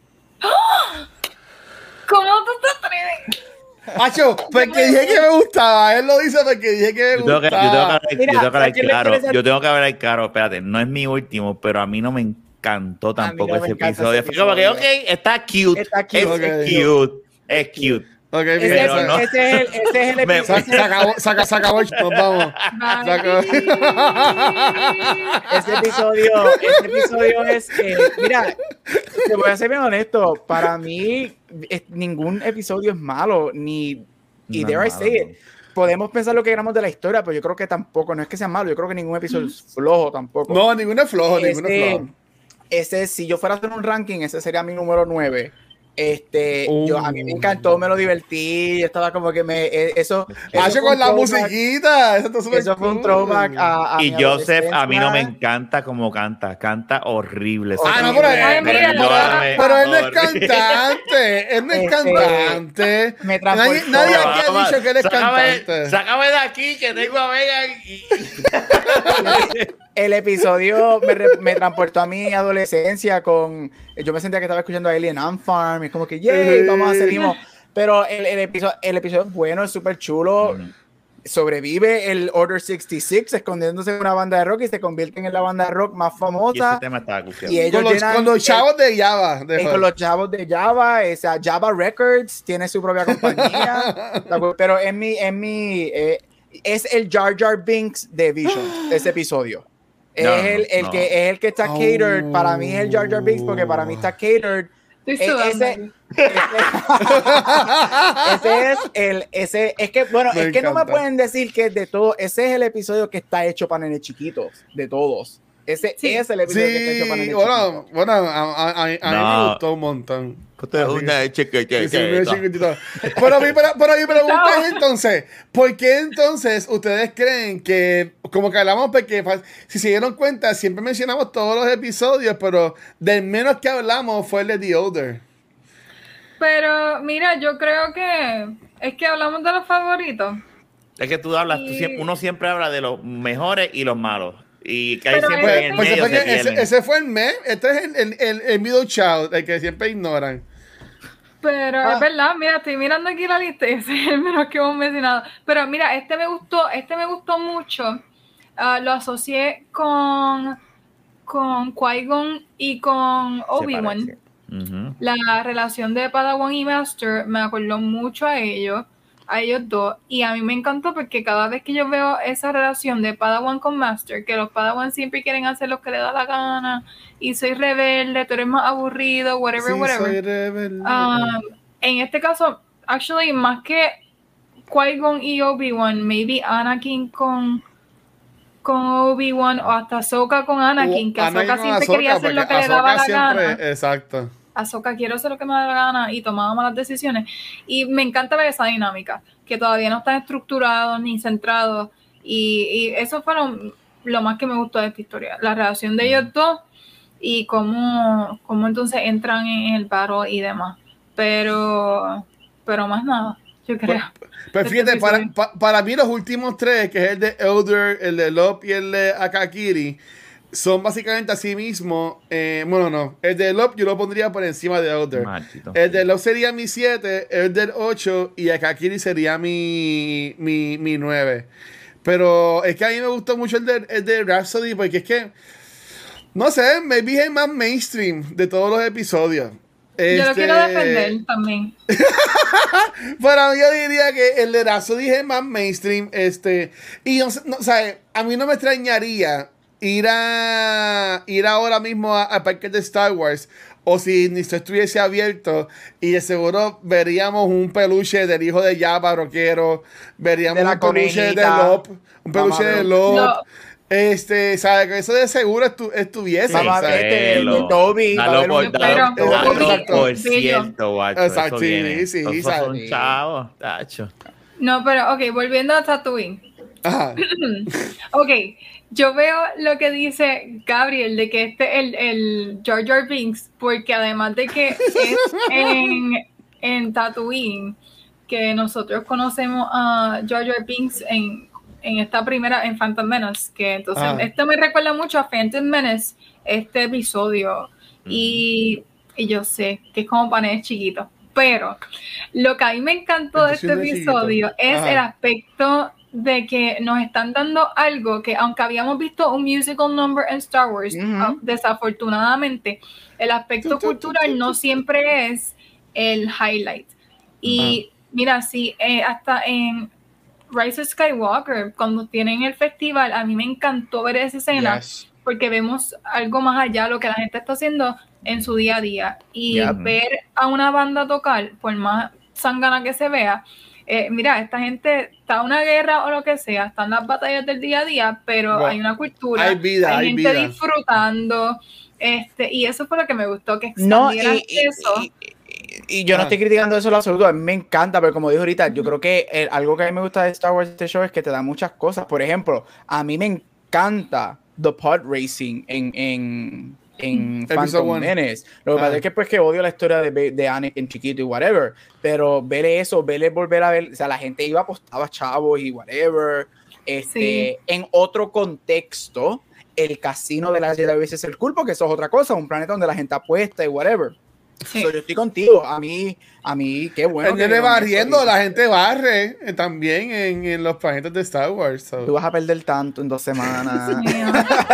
¿Cómo tú te atreves? Macho, porque dije que me gustaba. Él lo dice porque dije que me yo gustaba. Tengo que, yo, tengo que, Mira, yo tengo que hablar claro. Yo tengo que hablar claro. Espérate, no es mi último, pero a mí no me encantó tampoco no ese, episodio. Ese episodio. Fue como que, ok, está cute. Está cute. Es, okay. es cute. Es cute. Okay, ese, pero es, no. ese, es el, ese es el episodio. Se, se acabó, se, se acabó, nos vamos. Se acabó. Ese episodio, ese episodio es, eh, mira, te voy a ser bien honesto, para mí es, ningún episodio es malo, ni, y no dare I malo, say it, no. podemos pensar lo que queramos de la historia, pero yo creo que tampoco, no es que sea malo, yo creo que ningún episodio es flojo tampoco. No, ninguno es flojo, ese, ninguno es flojo. Ese, si yo fuera a hacer un ranking, ese sería mi número nueve. Este, uh. yo, a mí me encantó, me lo divertí, estaba como que me, eso, eso con la musiquita, eso, eso fue un throwback a, a y Joseph, a mí no me encanta como canta, canta horrible. Ah, no, pero, Ay, mira, pero, pero, pero él no es cantante, él no es cantante. Me nadie, nadie aquí ha dicho que él es sácame, cantante. Sácame de aquí que tengo a Megan y... El episodio me, re, me transportó a mi adolescencia con... Yo me sentía que estaba escuchando a Alien Ant Farm y es como que, yay, vamos a hacer ritmo. Pero el, el, episodio, el episodio es bueno, es súper chulo. Mm. Sobrevive el Order sesenta y seis escondiéndose en una banda de rock y se convierten en la banda de rock más famosa. Y ese tema está y ellos con, los, llenan, con los chavos de Java. De con los chavos de Java. O sea, Java Records tiene su propia compañía. Pero es mi... Es, mi eh, es el Jar Jar Binks de Vision, ese episodio. No, es, el, el no. que, es el que está catered. Oh. Para mí es el Jar Jar Binks porque para mí está catered. Es, ese, ese, ese es el ese es que bueno me es que encanta. No me pueden decir que de todo ese es el episodio que está hecho para nenes chiquitos de todos Ese Sí. es el episodio que está hecho para Sí, nenes bueno, chiquitos. bueno, a, a- a- a mí No. me gustó un montón. Usted es Así una que- chiquitita. Sí, sí, una chiquitita. Pero mi, pero, pero mi pregunta es entonces, ¿por qué entonces ustedes creen que, como que hablamos, porque fa- si se dieron cuenta, siempre mencionamos todos los episodios, pero del menos que hablamos fue el de The Older? Pero mira, yo creo que es que hablamos de los favoritos. Es que tú hablas, tú Y- siempre, uno siempre habla de los mejores y los malos. Y que hay Pero siempre ese- en el Pues medio fue se que ese, pierden. ese fue el mes, este es el, el, el, el middle child, el que siempre ignoran. Pero Ah. es verdad, mira, estoy mirando aquí la lista y ese es el menos que hemos mencionado. Pero mira, este me gustó, este me gustó mucho. Ah, lo asocié con, con Qui-Gon y con Se Obi-Wan. parece. Ujú. La relación de Padawan y Master me acordó mucho a ellos, a ellos dos, y a mí me encantó porque cada vez que yo veo esa relación de Padawan con Master, que los Padawan siempre quieren hacer lo que le da la gana, y soy rebelde, tú eres más aburrido, whatever, Sí, whatever. soy rebelde. Um, en este caso, actually, más que Qui-Gon y Obi-Wan, maybe Anakin con, con Obi-Wan o hasta Ahsoka con Anakin, que O Anakin Ahsoka con siempre Ahsoka, quería hacer lo que porque le daba Ahsoka la siempre- gana. Exacto. Ahsoka, quiero hacer lo que me da la gana y tomaba malas decisiones. Y me encanta ver esa dinámica, que todavía no están estructurados ni centrados. Y, y eso fue lo, lo más que me gustó de esta historia. La relación de ellos dos y cómo, cómo entonces entran en el paro y demás. Pero, pero más nada, yo creo. Pues Este fíjate, para, episodio. pa- para mí los últimos tres, que es el de Elder, el de Lop y el de Akakiri, son básicamente así mismo. Eh, bueno, no. El de Lop yo lo pondría por encima de Elder. Maldito. El de Lop sería mi siete, Elder ocho y Akakiri sería mi, mi, mi nueve. Pero es que a mí me gustó mucho el de, el de Rhapsody porque es que, no sé, maybe es el más mainstream de todos los episodios. Yo lo Este, quiero defender también. Para mí yo diría que el de Rhapsody es más mainstream. Este, y no, sé, no, o sea, a mí no me extrañaría ir a ir ahora mismo a- al parque de Star Wars. O si ni esto estuviese abierto y de seguro veríamos un peluche del hijo de Jabba rockero, veríamos De la un peluche de conejita. Lop, un peluche Vamos a de ver. Lop. No. Este, ¿sabes? Que eso de seguro estu estuviese. Vamos a ¿sabes? ver este, el de Velo. Toby. va a Dalo haber por, un- Pero- dalo, pero- dalo Exacto. por Bello. cierto, guacho. Exacto, Eso viene. sí, sí, Esos ¿sabes? son chavos, tacho. No, pero ok, volviendo a Tatooine. Ajá. Ok, yo veo lo que dice Gabriel de que este es el, el Jar Jar Binks, porque además de que es en, en Tatooine, que nosotros conocemos a Jar Jar Binks en, en esta primera, en Phantom Menace, que entonces Ah. esto me recuerda mucho a Phantom Menace, este episodio, y, y yo sé que es como panes chiquitos, pero lo que a mí me encantó de este Bendición de episodio chiquito. es Ajá. el aspecto de que nos están dando algo que, aunque habíamos visto un musical number en Star Wars, Ujú. ah, desafortunadamente el aspecto Tu, tu, tu, cultural tu, no tu. siempre es el highlight. Y mira, sí, eh, hasta en Rise of Skywalker, cuando tienen el festival, a mí me encantó ver esa escena Yes. porque vemos algo más allá de lo que la gente está haciendo en su día a día. Y Yep. ver a una banda tocar, por más sangana que se vea, eh, mira, esta gente está en una guerra o lo que sea, están las batallas del día a día, pero Bueno, hay una cultura, hay vida, hay gente vida. disfrutando, este, y eso fue lo que me gustó, que No, expandieran y, y- eso. y- y yo no Ah. estoy criticando eso en lo absoluto, a mí me encanta, pero como dijo ahorita, yo creo que el- algo que a mí me gusta de Star Wars este show es que te da muchas cosas. Por ejemplo, a mí me encanta The Pod Racing en, en, en Episode Phantom one. Menace. Lo que Ah. pasa es que pues que odio la historia de, de Anakin chiquito y whatever, pero ver eso, verle volver a ver, o sea, la gente iba, apostaba chavos y whatever, este, Sí. en otro contexto, el casino de la Jedi a veces es el cool, porque eso es otra cosa, un planeta donde la gente apuesta y whatever. Sí. So, yo estoy contigo. A mí, a mí, qué bueno. El que nene lo barriendo, meto. la gente barre eh, también en, en los planetas de Star Wars. so. Tú vas a perder tanto en dos semanas. Mío.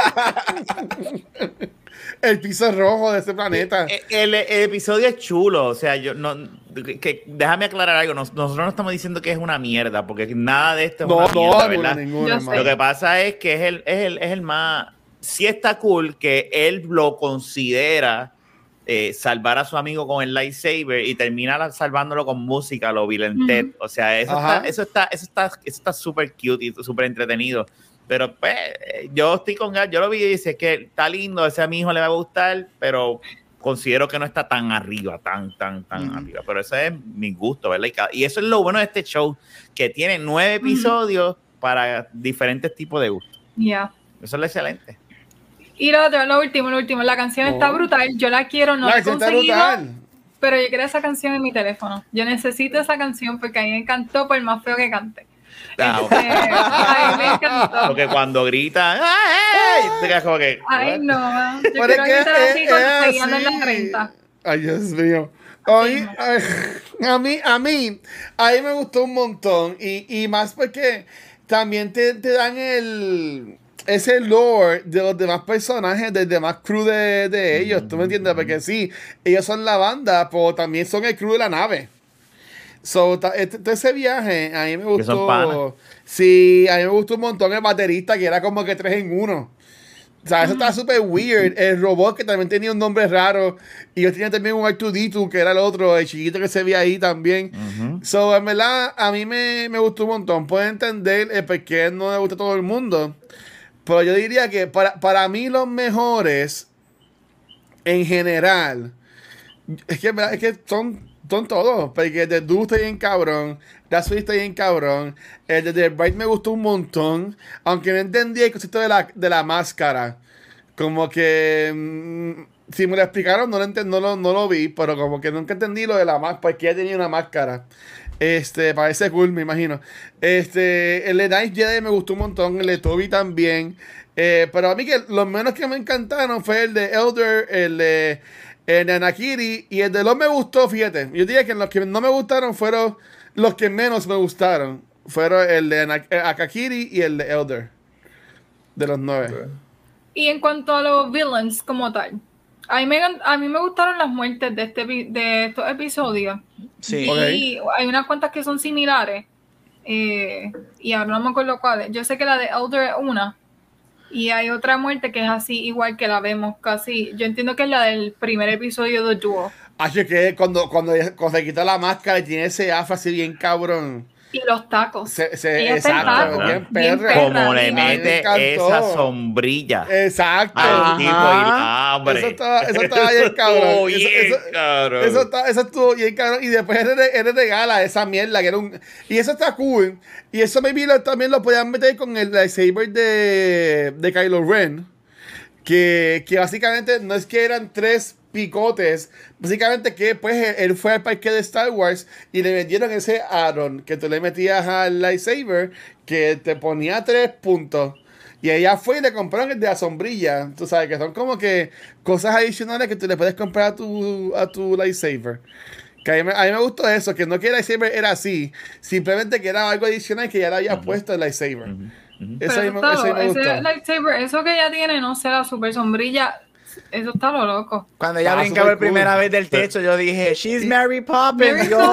El piso rojo de ese planeta. Eh, El, el episodio es chulo, o sea, yo no, que, déjame aclarar algo, nos- nosotros no estamos diciendo que es una mierda, porque nada de esto es no, una no, mierda, ninguna, ¿verdad? ninguna, Yo hermano. Lo que pasa es que es el, es el, es el más, sí está cool que él lo considera eh, salvar a su amigo con el lightsaber y termina la- salvándolo con música, lo Bill and Ted. O sea, eso Ajá. está, eso está, eso está, eso está súper cute y súper entretenido. Pero pues, yo estoy con él, yo lo vi y dice que está lindo, ese a mi hijo le va a gustar, pero considero que no está tan arriba, tan, tan, tan mm. arriba. Pero ese es mi gusto, ¿verdad? Y, cada, y eso es lo bueno de este show, que tiene nueve episodios mm. para diferentes tipos de gustos. Ya. Yeah. Eso es lo excelente. Y lo otro, lo último, lo último, la canción oh. está brutal, yo la quiero, no la he conseguido, pero yo quiero esa canción en mi teléfono. Yo necesito esa canción porque a mí me encantó por más feo que cante. Ah, okay. Este, a mí me encantó. Porque cuando grita, ¡ay! Te quedas como que. Ay, no. Yo quiero gritar así cuando estoy andando en la treinta. Ay, Dios mío. Ay, ay, a mí, a mí, a mí me gustó un montón. Y, y más porque también te, te dan el. Ese lore de los demás personajes, del demás crew de, de ellos. ¿Tú me entiendes? Porque sí, ellos son la banda, pero también son el crew de la nave. So, este, ese viaje a mí me gustó. Sí, a mí me gustó un montón el baterista, que era como que tres en uno. O sea, eso estaba súper weird. El robot, que también tenía un nombre raro. Y yo tenía también un R dos D dos, que era el otro, el chiquito que se veía ahí también. Uh-huh. So, en verdad, a mí me, me gustó un montón. Puedo entender el por qué no le gusta a todo el mundo. Pero yo diría que para, para mí los mejores, en general, es que, es que son... Son todos, porque el de Du está bien cabrón, Gasol está bien cabrón, el de The Bright me gustó un montón, aunque no entendí el concepto de la, de la máscara. Como que, mmm, si me lo explicaron, no lo, ent- no, lo, no lo vi, pero como que nunca entendí lo de la máscara, porque ella tenía una máscara. Este, parece cool, me imagino. Este, el de Night Jedi me gustó un montón, el de Toby también. Eh, pero a mí que los menos que me encantaron fue el de Elder, el de... El de Anakiri y el de los me gustó, fíjate. Yo diría que los que no me gustaron fueron los que menos me gustaron. Fueron el de Akakiri y el de Elder. De los nueve. Y en cuanto a los villains como tal, a mí me, a mí me gustaron las muertes de, este, de estos episodios. Sí. Y Okay. hay unas cuantas que son similares. Eh, y ahora no me acuerdo cuáles. Yo sé que la de Elder es una. Y hay otra muerte que es así, igual que la vemos casi. Yo entiendo que es la del primer episodio de Duo. Así que cuando, cuando, cuando se quita la máscara y tiene ese afro así bien cabrón. Y los tacos. Se, se, exacto, bien bien perra. Como le mete esa sombrilla. Exacto. Al tipo y hambre. Eso estaba, eso estaba bien cabrón. Oh, eso, bien, eso, cabrón. Eso, está, eso estuvo bien cabrón. Y después él, él regala esa mierda que era un... Y eso está cool. Y eso maybe lo, también lo podían meter con el lightsaber de, de Kylo Ren. Que, que básicamente no es que eran tres picotes, básicamente que pues él fue al parque de Star Wars y le metieron ese add-on que tú le metías al lightsaber que te ponía tres puntos y ella fue y le compraron el de la sombrilla, tú sabes que son como que cosas adicionales que tú le puedes comprar a tu, a tu lightsaber. Que a mí, me, a mí me gustó eso, que no que el lightsaber era así, simplemente que era algo adicional que ya le había uh-huh. puesto el lightsaber. Uh-huh. Uh-huh. Eso, Pero me, está, eso me gustó. Ese lightsaber, eso que ella tiene, no sé, la super sombrilla. Eso está lo loco. Cuando ella brincaba por primera cool. vez del techo, yo dije, she's Mary Poppins, yo.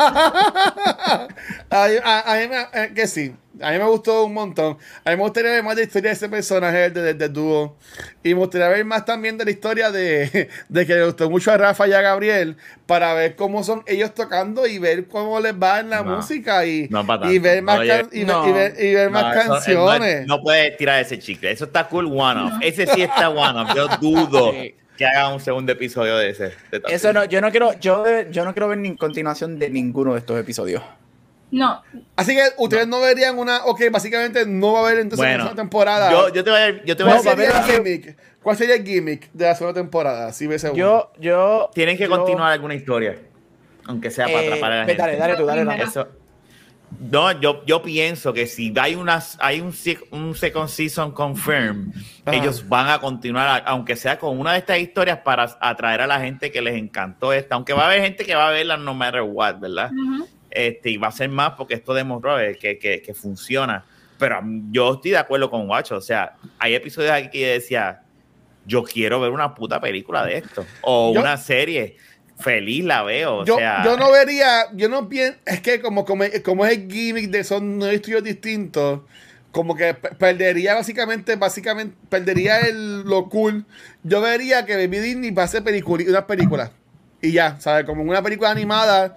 a, a, a mí me, que sí, a mí me gustó un montón. A mí me gustaría ver más de la historia de ese personaje del de, de, de dúo. Y me gustaría ver más también de la historia de, de que le gustó mucho a Rafa y a Gabriel, para ver cómo son ellos tocando y ver cómo les va en la no, música y, no y ver más, can, y, no, y ver, y ver no, más eso, canciones. No, no puedes tirar ese chicle. Eso está cool one-off. Ese sí está one-off. Yo dudo sí. que haga un segundo episodio de ese. De eso no, yo no quiero, yo, yo no quiero ver ni continuación de ninguno de estos episodios. No. Así que ustedes no, no verían una... Ok, básicamente no va a haber entonces bueno, una temporada. Yo, yo te voy a, yo te voy ¿Cuál, a decir... Sería el gimmick? ¿Cuál sería el gimmick de la segunda temporada? Si ves yo, yo... Tienen que yo, continuar alguna historia. Aunque sea para eh, atrapar a la gente. Dale, dale tú, dale. dale. Eso, no, yo, yo pienso que si hay, unas, hay un, un second season confirmed, ajá. ellos van a continuar, aunque sea con una de estas historias, para atraer a la gente que les encantó esta. Aunque va a haber gente que va a verla no matter what, ¿verdad? Uh-huh. Este, y va a ser más porque esto demostró que, que, que funciona. Pero yo estoy de acuerdo con Guacho. O sea, hay episodios aquí que yo decía, yo quiero ver una puta película de esto. O yo, una serie. Feliz la veo. O yo, sea, yo no vería, yo no pienso, es que como, como, como es el gimmick de son nueve estudios distintos, como que perdería básicamente, básicamente, perdería el, lo cool. Yo vería que Baby Disney va a hacer película, una película. Y ya, ¿sabes? Como una película animada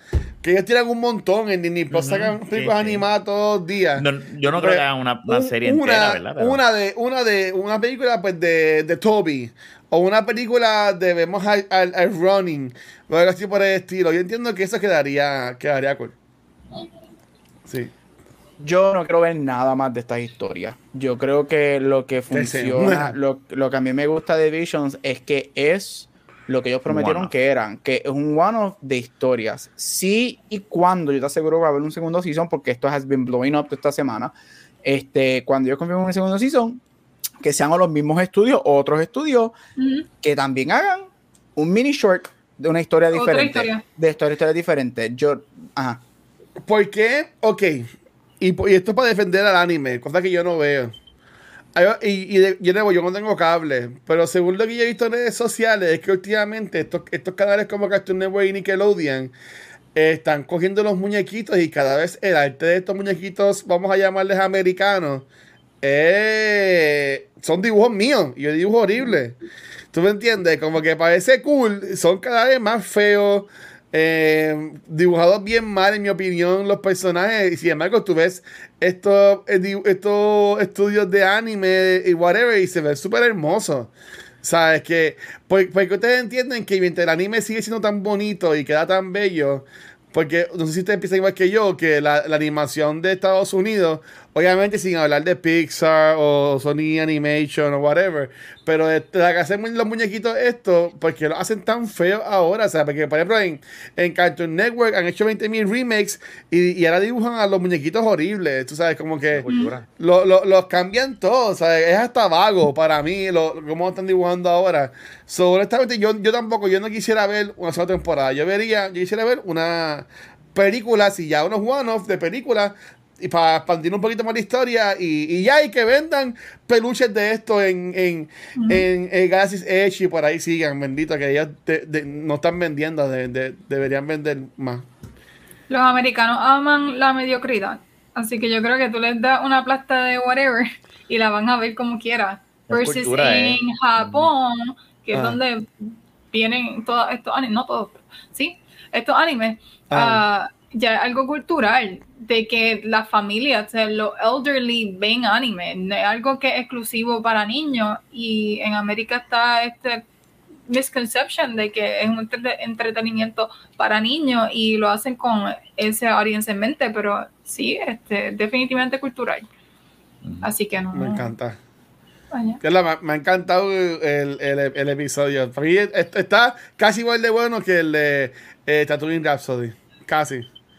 que ellos tiran un montón en Disney Plus, Ujú, sacan sí, películas sí. animadas todos los días. No, yo no creo que hagan una, una Un- serie una, entera, ¿verdad? Pero- Una de, una de, una película pues de, de Toby, o una película de vemos al, al, al Running, o algo así por el estilo. Yo entiendo que eso quedaría, quedaría cool. Sí. Yo no quiero ver nada más de estas historias. Yo creo que lo que Que se funciona, mueran. lo, lo que a mí me gusta de Visions es que es lo que ellos prometieron One-off. que eran, que es un one-off de historias. Sí y cuando, yo te aseguro que va a haber un segundo season, porque esto has been blowing up esta semana. Este, cuando ellos confirmen un segundo season, que sean o los mismos estudios o otros estudios Ujú. que también hagan un mini short de una historia Otra diferente. historia. De historia, historias diferentes. Yo, ajá. ¿Por qué? Ok. Y, po- y esto es para defender al anime, cosa que yo no veo. Ay, Y, y de- yo, digo, yo no tengo cable, pero según lo que yo he visto en redes sociales, es que últimamente estos, estos canales como Cartoon Network y Nickelodeon eh, están cogiendo los muñequitos y cada vez el arte de estos muñequitos, vamos a llamarles americanos, eh, son dibujos míos. Y yo dibujo horrible. ¿Tú me entiendes? Como que parece cool, son cada vez más feos. Eh, dibujados bien mal, en mi opinión, los personajes. Y sin embargo, tú ves estos, eh, di- estos estudios de anime y whatever, y se ve súper hermoso. ¿Sabes? Que, por- porque ustedes entienden que mientras el anime sigue siendo tan bonito y queda tan bello, porque no sé si ustedes piensan igual que yo, que la, la animación de Estados Unidos, obviamente sin hablar de Pixar o Sony Animation o whatever, pero este, la que hacen los muñequitos estos, porque lo hacen tan feo ahora, o sea, porque por ejemplo en, en Cartoon Network han hecho veinte mil remakes y, y ahora dibujan a los muñequitos horribles, tú sabes, como que cultura. lo- lo- los cambian todos, ¿sabes? Es hasta vago para mí lo, lo- cómo están dibujando ahora. So, honestamente, yo, yo tampoco, yo no quisiera ver una sola temporada. Yo vería, yo quisiera ver una película, si ya unos one-off de películas, y para expandir un poquito más la historia, y, y ya, y que vendan peluches de esto en, en, en, en Galaxy's Edge y por ahí sigan, bendito, que ellos de- de- no están vendiendo, de- de- deberían vender más. Los americanos aman la mediocridad. Así que yo creo que tú les das una plasta de whatever y la van a ver como quiera. Es Versus cultura, en eh. Japón, que es Ah. donde vienen todos estos animes, no todos, pero sí, estos animes, Ah. ah, ya es algo cultural, de que las familias, o sea, los elderly ven anime, no es algo que es exclusivo para niños, y en América está este misconception de que es un entre- entretenimiento para niños y lo hacen con ese audience en mente, pero sí, este, definitivamente cultural. Así que no. Me encanta. Vaya. Que es la- me, me ha encantado el, el, el episodio. Para mí est- está casi igual de bueno que el de eh, Tatooine Rhapsody. Casi.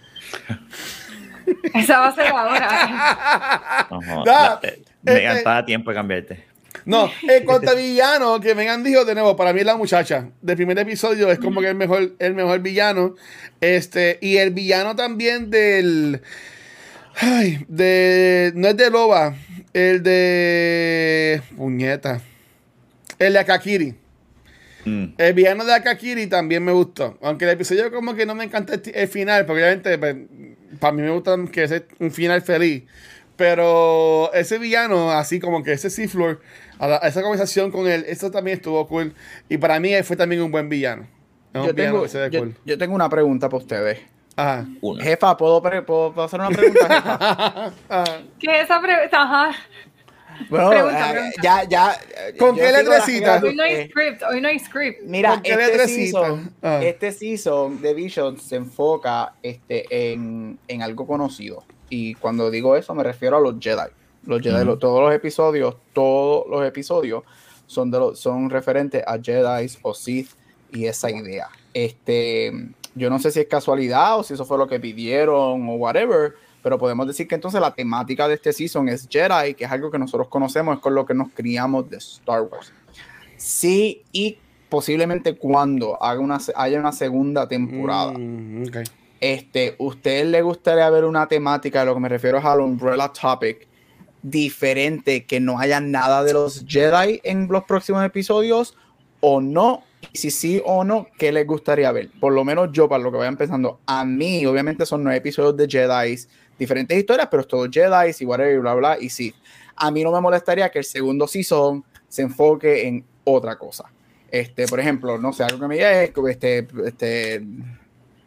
Esa va a ser ahora. No, no, Da, la- eh, me eh, está a tiempo de cambiarte. No, en cuanto a villano, que me han dicho de nuevo, para mí es la muchacha. Del primer episodio es como que el mejor, el mejor villano. Este, y el villano también del. Ay, de. No es de Loba, el de. Puñeta. El de Akakiri. Mm. El villano de Akakiri también me gustó. Aunque el episodio como que no me encanta el, el final, porque obviamente pues, para mí me gusta que es un final feliz. Pero ese villano, así como que ese Seafloor, a la- a esa conversación con él, eso también estuvo cool. Y para mí él fue también un buen villano. Es un Yo villano tengo, que se ve yo, cool. yo tengo una pregunta para ustedes. Ajá. Una. Jefa, ¿puedo, pre- ¿puedo, puedo hacer una pregunta, jefa? Ajá. ¿Qué esa pregunta? Ajá. Bueno, Pregunta, eh, pregunta. ya, ya. eh, ¿Con yo qué sigo las letrecita? reglas de Hoy no hay usted. script, hoy no hay script. Mira, ¿Con qué este letrecita? season, Ah. este season de Vision se enfoca este, en, en algo conocido. Y cuando digo eso me refiero a los Jedi. Los Jedi, Ujú. lo- todos los episodios, todos los episodios son, de los, son referentes a Jedi o Sith y esa idea. Este, yo no sé si es casualidad o si eso fue lo que pidieron o whatever, pero podemos decir que entonces la temática de este season es Jedi, que es algo que nosotros conocemos, es con lo que nos criamos de Star Wars. Sí, y posiblemente cuando haga una, haya una segunda temporada. Mm, ok. Este, ¿usted le gustaría ver una temática? De lo que me refiero es al Umbrella Topic diferente, que no haya nada de los Jedi en los próximos episodios o no? Y si sí o no, ¿qué les gustaría ver? Por lo menos yo, para lo que vaya empezando, a mí, obviamente son nueve episodios de Jedi, diferentes historias, pero es todo Jedi y whatever, bla, bla, y sí. A mí no me molestaría que el segundo season se enfoque en otra cosa. Este, por ejemplo, no sé, algo que me diga es que este, este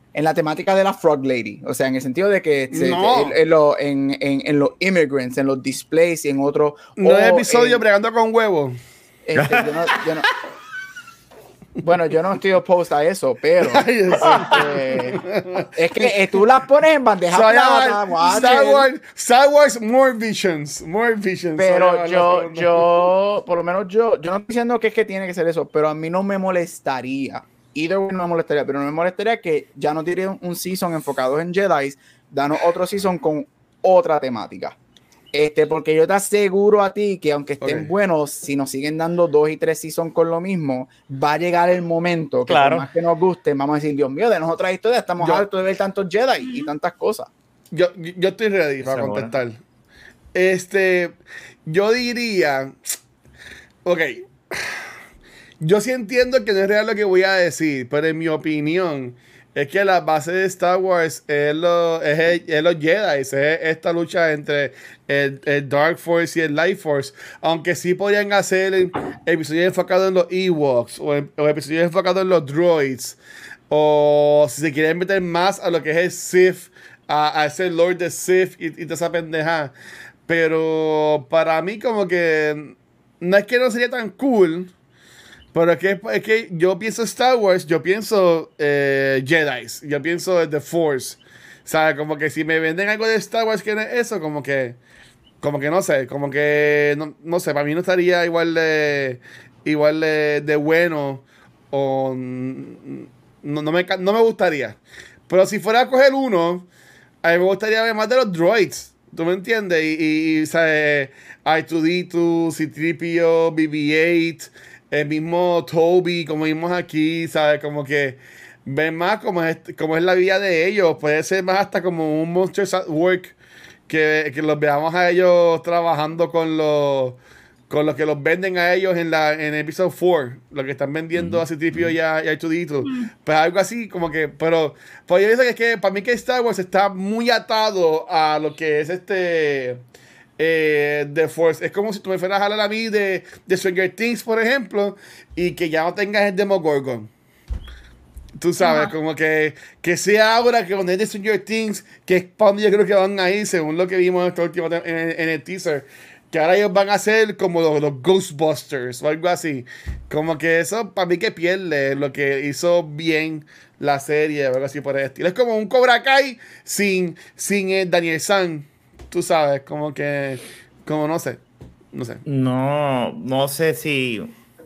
en la temática de la Frog Lady, o sea, en el sentido de que se, no. en, en, lo, en, en, en los immigrants, en los displays y en otros... No es episodio en, bregando con huevos. Este, yo no, yo no, bueno, yo no estoy opposed a eso, pero Ay, este, es que eh, tú las pones en bandeja so plata. Star Wars, Star Wars, more visions, more visions. Pero so yo, yo, por lo menos yo, yo no estoy diciendo que es que tiene que ser eso, pero a mí no me molestaría. Either way no me molestaría, pero no me molestaría que ya no tiene un season enfocado en Jedi, danos otro season con otra temática. Este, porque yo te aseguro a ti que aunque estén okay. buenos, si nos siguen dando dos y tres seasons con lo mismo, va a llegar el momento que claro. por más que nos guste, vamos a decir, Dios mío, denos otra historia, estamos yo, hartos de ver tantos Jedi y tantas cosas. Yo, yo estoy ready para Seguro. contestar. Este, yo diría, ok, yo sí entiendo que no es real lo que voy a decir, pero en mi opinión es que la base de Star Wars es, lo, es, el, es los Jedi, es esta lucha entre el, el Dark Force y el Light Force. Aunque sí podrían hacer episodios enfocados en los Ewoks o, en, o episodios enfocados en los droids. O si se quieren meter más a lo que es el Sith, a, a ese Lord de Sith y, y toda esa pendeja. Pero para mí, como que no es que no sería tan cool. Pero es que, es que yo pienso Star Wars, yo pienso eh, Jedi, yo pienso The Force. O sea, como que si me venden algo de Star Wars que no es eso, como que, como que no sé, como que, no, no sé, para mí no estaría igual de, igual de, de bueno o no, no, me, no me gustaría. Pero si fuera a coger uno, a mí me gustaría ver más de los droids. ¿Tú me entiendes? Y, y, y ¿sabes? R dos D dos, C tres P O, B B ocho... el mismo Toby, como vimos aquí, ¿sabes? Como que ven más como es, como es la vida de ellos. Puede ser más hasta como un Monsters at Work, que, que los veamos a ellos trabajando con los con los que los venden a ellos en la en Episode cuatro, lo que están vendiendo mm-hmm. a C tres P O y a, y a R dos D dos. Mm-hmm. Pues algo así, como que, pero pues yo pienso que es que para mí que Star Wars está muy atado a lo que es este... Eh, The Force. Es como si tú me fueras a hablar a mí de, de Stranger Things, por ejemplo, y que ya no tengas el Demogorgon. Tú sabes, uh-huh. como que, que sea ahora que cuando es de Stranger Things, que es para donde yo creo que van a ir, según lo que vimos en, esta última, en, en el teaser, que ahora ellos van a ser como los, los Ghostbusters o algo así. Como que eso para mí que pierde lo que hizo bien la serie o algo así por el estilo. Es como un Cobra Kai sin, sin el Daniel San. Tú sabes, como que, como no sé, no sé. No, no sé si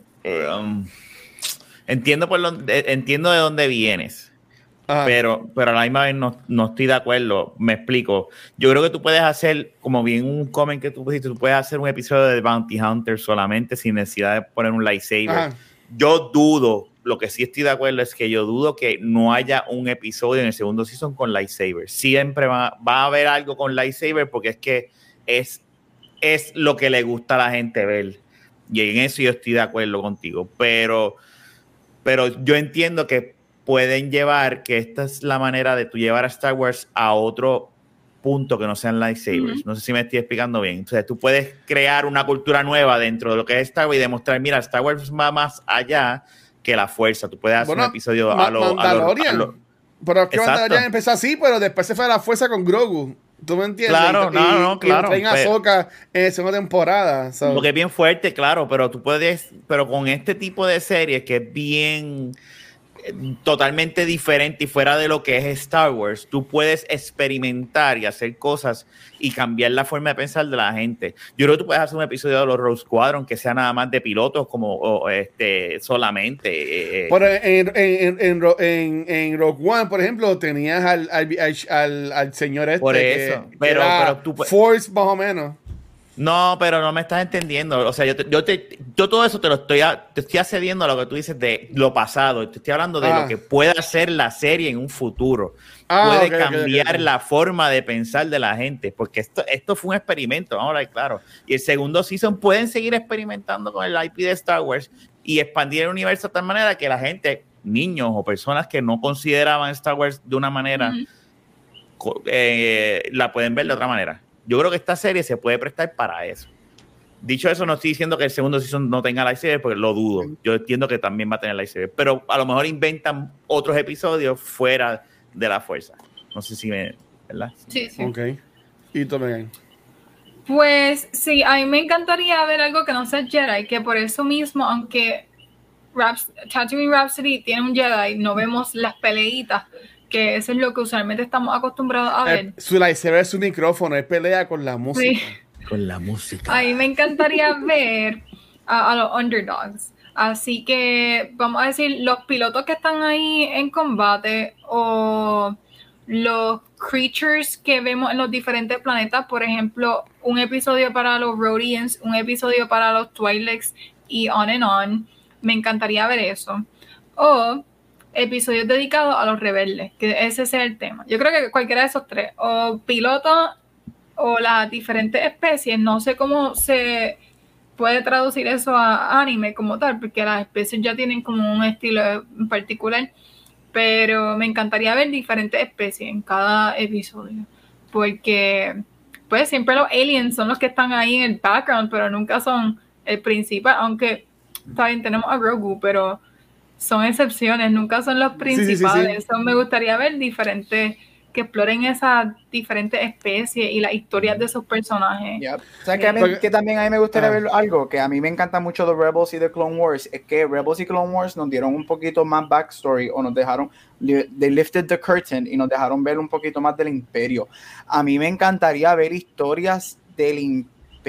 um, entiendo por lo, entiendo de dónde vienes, Ajá. pero, pero a la misma vez no, no estoy de acuerdo. Me explico. Yo creo que tú puedes hacer, como bien un comment que tú pusiste, tú puedes hacer un episodio de Bounty Hunter solamente sin necesidad de poner un lightsaber. Ajá. Yo dudo. Lo que sí estoy de acuerdo es que yo dudo que no haya un episodio en el segundo season con lightsaber. Siempre va, va a haber algo con lightsaber porque es que es, es lo que le gusta a la gente ver. Y en eso yo estoy de acuerdo contigo. Pero, pero yo entiendo que pueden llevar, que esta es la manera de tú llevar a Star Wars a otro punto que no sean lightsabers. Uh-huh. No sé si me estoy explicando bien. Entonces tú puedes crear una cultura nueva dentro de lo que es Star Wars y demostrar, mira, Star Wars va más allá que la fuerza. Tú puedes hacer bueno, un episodio ma- a lo, Mandalorian. A lo, a lo, pero es que Mandalorian empezó así, pero después se fue a la fuerza con Grogu. ¿Tú me entiendes? Claro, y, no, no, y, claro. Y Ahsoka en la segunda temporada. So. Porque es bien fuerte, claro, pero tú puedes, pero con este tipo de series que es bien totalmente diferente y fuera de lo que es Star Wars, tú puedes experimentar y hacer cosas y cambiar la forma de pensar de la gente. Yo creo que tú puedes hacer un episodio de los Rogue Squadron que sea nada más de pilotos como o, este solamente. Eh, Pero en, en, en, en, en Rogue One, por ejemplo, tenías al, al, al, al señor este por eso, que, pero, que era pero tú Force más o menos. No, pero no me estás entendiendo. O sea, yo, te, yo, te, yo todo eso te lo estoy, a, te estoy accediendo a lo que tú dices de lo pasado. Te estoy hablando de ah. lo que puede hacer la serie en un futuro. Ah, puede okay, cambiar okay, okay. la forma de pensar de la gente. Porque esto, esto fue un experimento, vamos a hablar claro. Y el segundo season pueden seguir experimentando con el I P de Star Wars y expandir el universo de tal manera que la gente, niños o personas que no consideraban Star Wars de una manera, mm-hmm. eh, la pueden ver de otra manera. Yo creo que esta serie se puede prestar para eso. Dicho eso, no estoy diciendo que el segundo season no tenga lightsaber, porque lo dudo. Yo entiendo que también va a tener lightsaber, pero a lo mejor inventan otros episodios fuera de la fuerza. No sé si me... ¿verdad? Sí, sí. Ok. ¿Y tú, Megan? Pues sí, a mí me encantaría ver algo que no sea Jedi, que por eso mismo, aunque Raps, Tatooine Rhapsody tiene un Jedi, no vemos las peleitas, que eso es lo que usualmente estamos acostumbrados a ver. Eh, su lightsaber es su micrófono, es pelea con la música. Sí. Con la música. A mí me encantaría ver a, a los underdogs. Así que vamos a decir, los pilotos que están ahí en combate o los creatures que vemos en los diferentes planetas, por ejemplo, un episodio para los Rodians, un episodio para los Twi'leks y on and on. Me encantaría ver eso. O episodios dedicados a los rebeldes, que ese sea el tema. Yo creo que cualquiera de esos tres, o pilotos o las diferentes especies, no sé cómo se puede traducir eso a anime como tal, porque las especies ya tienen como un estilo en particular, pero me encantaría ver diferentes especies en cada episodio, porque pues siempre los aliens son los que están ahí en el background, pero nunca son el principal, aunque está bien, tenemos a Grogu, pero son excepciones, nunca son los principales. Sí, sí, sí, sí. So, me gustaría ver diferentes, que exploren esas diferentes especies y las historias de esos personajes. Yep. O sea, que, a mí, que también a mí me gustaría ver algo que a mí me encanta mucho de Rebels y de Clone Wars, es que Rebels y Clone Wars nos dieron un poquito más backstory, o nos dejaron, they lifted the curtain y nos dejaron ver un poquito más del Imperio. A mí me encantaría ver historias del Imperio,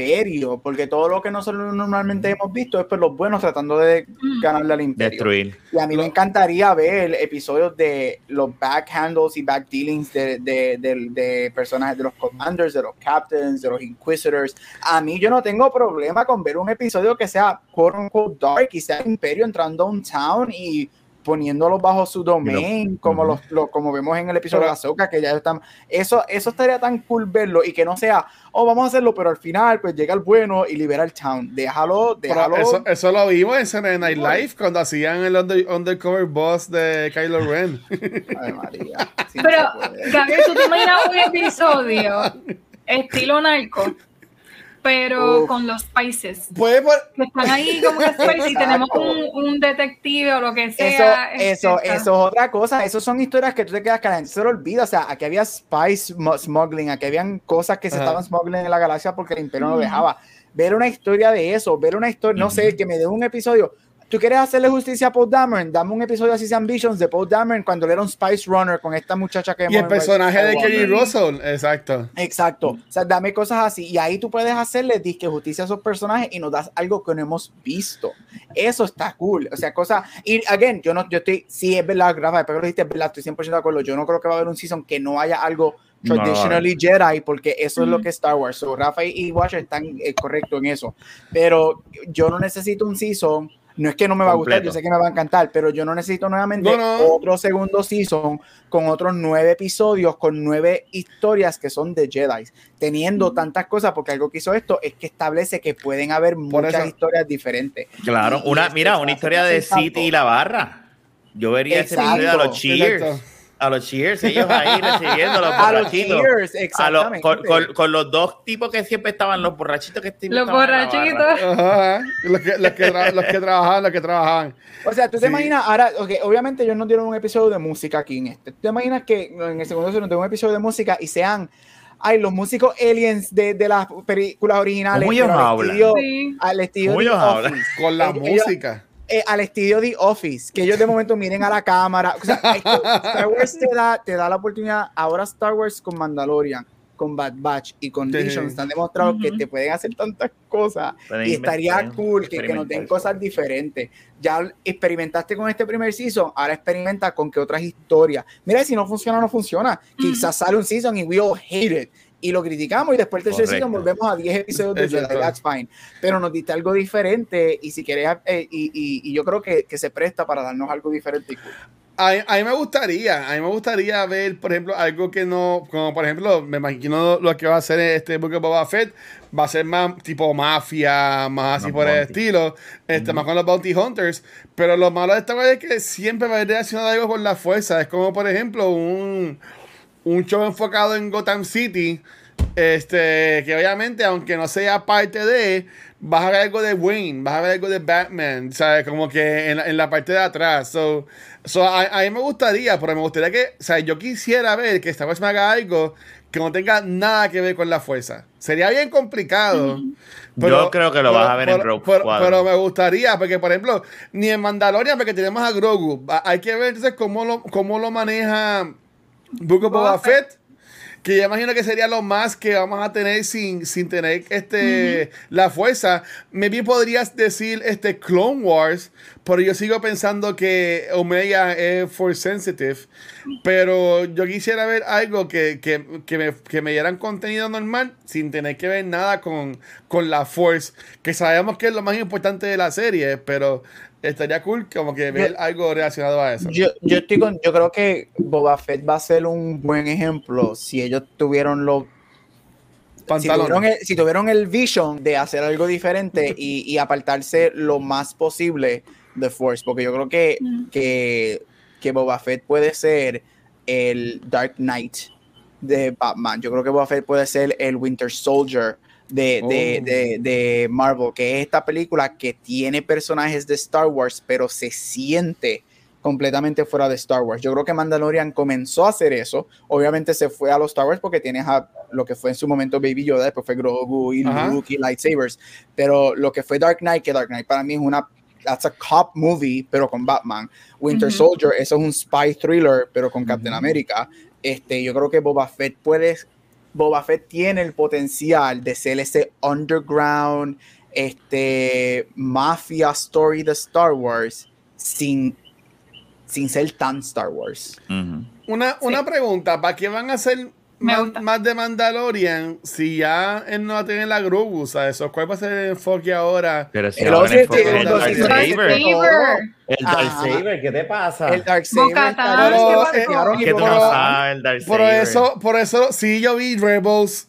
porque todo lo que nosotros normalmente hemos visto es pues los buenos tratando de ganarle al Imperio. Destruir. Y a mí me encantaría ver episodios de los backhandles y backdealings de, de, de, de personajes, de los commanders, de los captains, de los inquisitors. A mí yo no tengo problema con ver un episodio que sea quote unquote dark y sea el Imperio entrando a un town y poniéndolos bajo su domain, como, uh-huh. los, los, como vemos en el episodio de Ahsoka, que ya están, eso, eso estaría tan cool verlo, y que no sea, oh, vamos a hacerlo, pero al final, pues llega el bueno y libera el town, déjalo, déjalo. Eso, eso lo vimos en Saturday Night Live, cuando hacían el under, undercover boss de Kylo Ren. Ay, María. Sí, pero, no Gabriel, ¿tú te imaginas un episodio estilo narco? Pero Uf. con los spices. Puede por... que están ahí como que spicy y tenemos un, un detective o lo que sea. Eso, eso, eso es otra cosa. Esas son historias que tú te quedas que la gente se lo olvida. O sea, aquí había spice smuggling, aquí habían cosas que se uh-huh. estaban smuggling en la galaxia porque el Imperio uh-huh. no dejaba. Ver una historia de eso, ver una historia, uh-huh. no sé, que me dé un episodio. ¿Tú quieres hacerle justicia a Poe Dameron? Dame un episodio así, Ambitions de Poe Dameron cuando él era un Spice Runner con esta muchacha que... Y el personaje de Kerry Russell, exacto. Exacto. O sea, dame cosas así. Y ahí tú puedes hacerle disque justicia a esos personajes y nos das algo que no hemos visto. Eso está cool. O sea, cosas... Y, again, yo no, yo estoy... Sí, es verdad, Rafa, pero lo dijiste, es verdad, estoy cien por ciento de acuerdo. Yo no creo que va a haber un season que no haya algo traditionally no, Jedi, porque eso mm-hmm. es lo que es Star Wars. So, Rafa y Watcher están eh, correctos en eso. Pero yo no necesito un season... No es que no me va a gustar, yo sé que me va a encantar, pero yo no necesito nuevamente no, no. otro segundo season con otros nueve episodios, con nueve historias que son de Jedi, teniendo mm. tantas cosas, porque algo que hizo esto es que establece que pueden haber Por muchas eso. historias diferentes. Claro, y, una, y mira, una historia de City y la barra. Yo vería ese episodio de los Cheers. Exacto. A los Cheers, ellos ahí recibiendo los borrachitos. A los Cheers, exactamente. A lo, con, con, con los dos tipos que siempre estaban, los borrachitos que siempre Los borrachitos. Ajá, los, que, los, que tra- los que trabajaban, los que trabajaban. O sea, tú te sí. imaginas, ahora, okay, obviamente ellos no dieron un episodio de música aquí en este. ¿Tú te imaginas que en el segundo season tengo un episodio de música y sean, ay, los músicos aliens de, de las películas originales? ¿Cómo ellos hablan? Sí. Al estilo ¿Cómo ellos hablan? Con la ellos, música. Eh, al estilo The Office, que ellos de momento miren a la cámara. O sea, esto, Star Wars te da, te da la oportunidad. Ahora Star Wars con Mandalorian, con Bad Batch y con sí. Visions están demostrados uh-huh. que te pueden hacer tantas cosas. Pueden y estaría cool que, que nos den cosas diferentes. Ya experimentaste con este primer season, ahora experimenta con que otras historias. Mira, si no funciona, no funciona. Uh-huh. Quizás sale un season y we all hate it. Y lo criticamos y después del tercer season volvemos a diez episodios de Jedi, that's fine. Pero nos diste algo diferente y si querés, eh, y, y, y yo creo que, que se presta para darnos algo diferente y cool. A, a mí me gustaría, a mí me gustaría ver, por ejemplo, algo que no, como por ejemplo, me imagino lo que va a hacer este Book of Boba Fett, va a ser más tipo mafia, más así no, por bounty. el estilo, este, mm-hmm. más con los Bounty Hunters, pero lo malo de esta vez es que siempre va a ir relacionado algo con la fuerza, es como por ejemplo un... un show enfocado en Gotham City Este, que obviamente, aunque no sea parte de, vas a ver algo de Wayne, vas a ver algo de Batman, ¿sabes? Como que en, en la parte de atrás. So, so a, a mí me gustaría, pero me gustaría que, o sea, yo quisiera ver que Star Wars me haga algo que no tenga nada que ver con la fuerza. Sería bien complicado. Mm. Pero, yo creo que lo pero, vas a ver pero, en Rogue pero, Squadron. Pero me gustaría, porque por ejemplo, ni en Mandalorian, porque tenemos a Grogu. Hay que ver entonces cómo lo, cómo lo maneja Book of Boba Fett. Que yo imagino que sería lo más que vamos a tener sin, sin tener este uh-huh. la fuerza. Maybe podrías decir este Clone Wars, pero yo sigo pensando que Omega es force sensitive. Pero yo quisiera ver algo que, que, que, me, que me dieran contenido normal sin tener que ver nada con, con la force. Que sabemos que es lo más importante de la serie, pero estaría cool como que ver yo, algo relacionado a eso. Yo, yo estoy con, yo creo que Boba Fett va a ser un buen ejemplo si ellos tuvieron los si tuvieron, el, si tuvieron el vision de hacer algo diferente y, y apartarse lo más posible de Force, porque yo creo que, mm. que, que Boba Fett puede ser el Dark Knight de Batman. Yo creo que Boba Fett puede ser el Winter Soldier De, oh. de, de, de Marvel, que es esta película que tiene personajes de Star Wars, pero se siente completamente fuera de Star Wars. Yo creo que Mandalorian comenzó a hacer eso. Obviamente se fue a los Star Wars porque tienes a lo que fue en su momento Baby Yoda, después fue Grogu y uh-huh. Luke y lightsabers, pero lo que fue Dark Knight, que Dark Knight para mí es una that's a cop movie, pero con Batman. Winter uh-huh. Soldier, eso es un spy thriller, pero con uh-huh. Captain America. Este, yo creo que Boba Fett puede Boba Fett tiene el potencial de ser ese underground, este, mafia story de Star Wars sin, sin ser tan Star Wars. Uh-huh. Una, sí. una pregunta, ¿para qué van a hacer más, más de Mandalorian si ya él no va a tener la Grogu? ¿Sabes? ¿Cuál va a ser el enfoque ahora? Pero si el ahora el enfoque el el Dark Saber. El Dark Ajá. Saber, ¿qué te pasa? El Dark Saber. ¿Qué tú no sabes el Dark Saber? Por eso, por eso, sí, yo vi Rebels.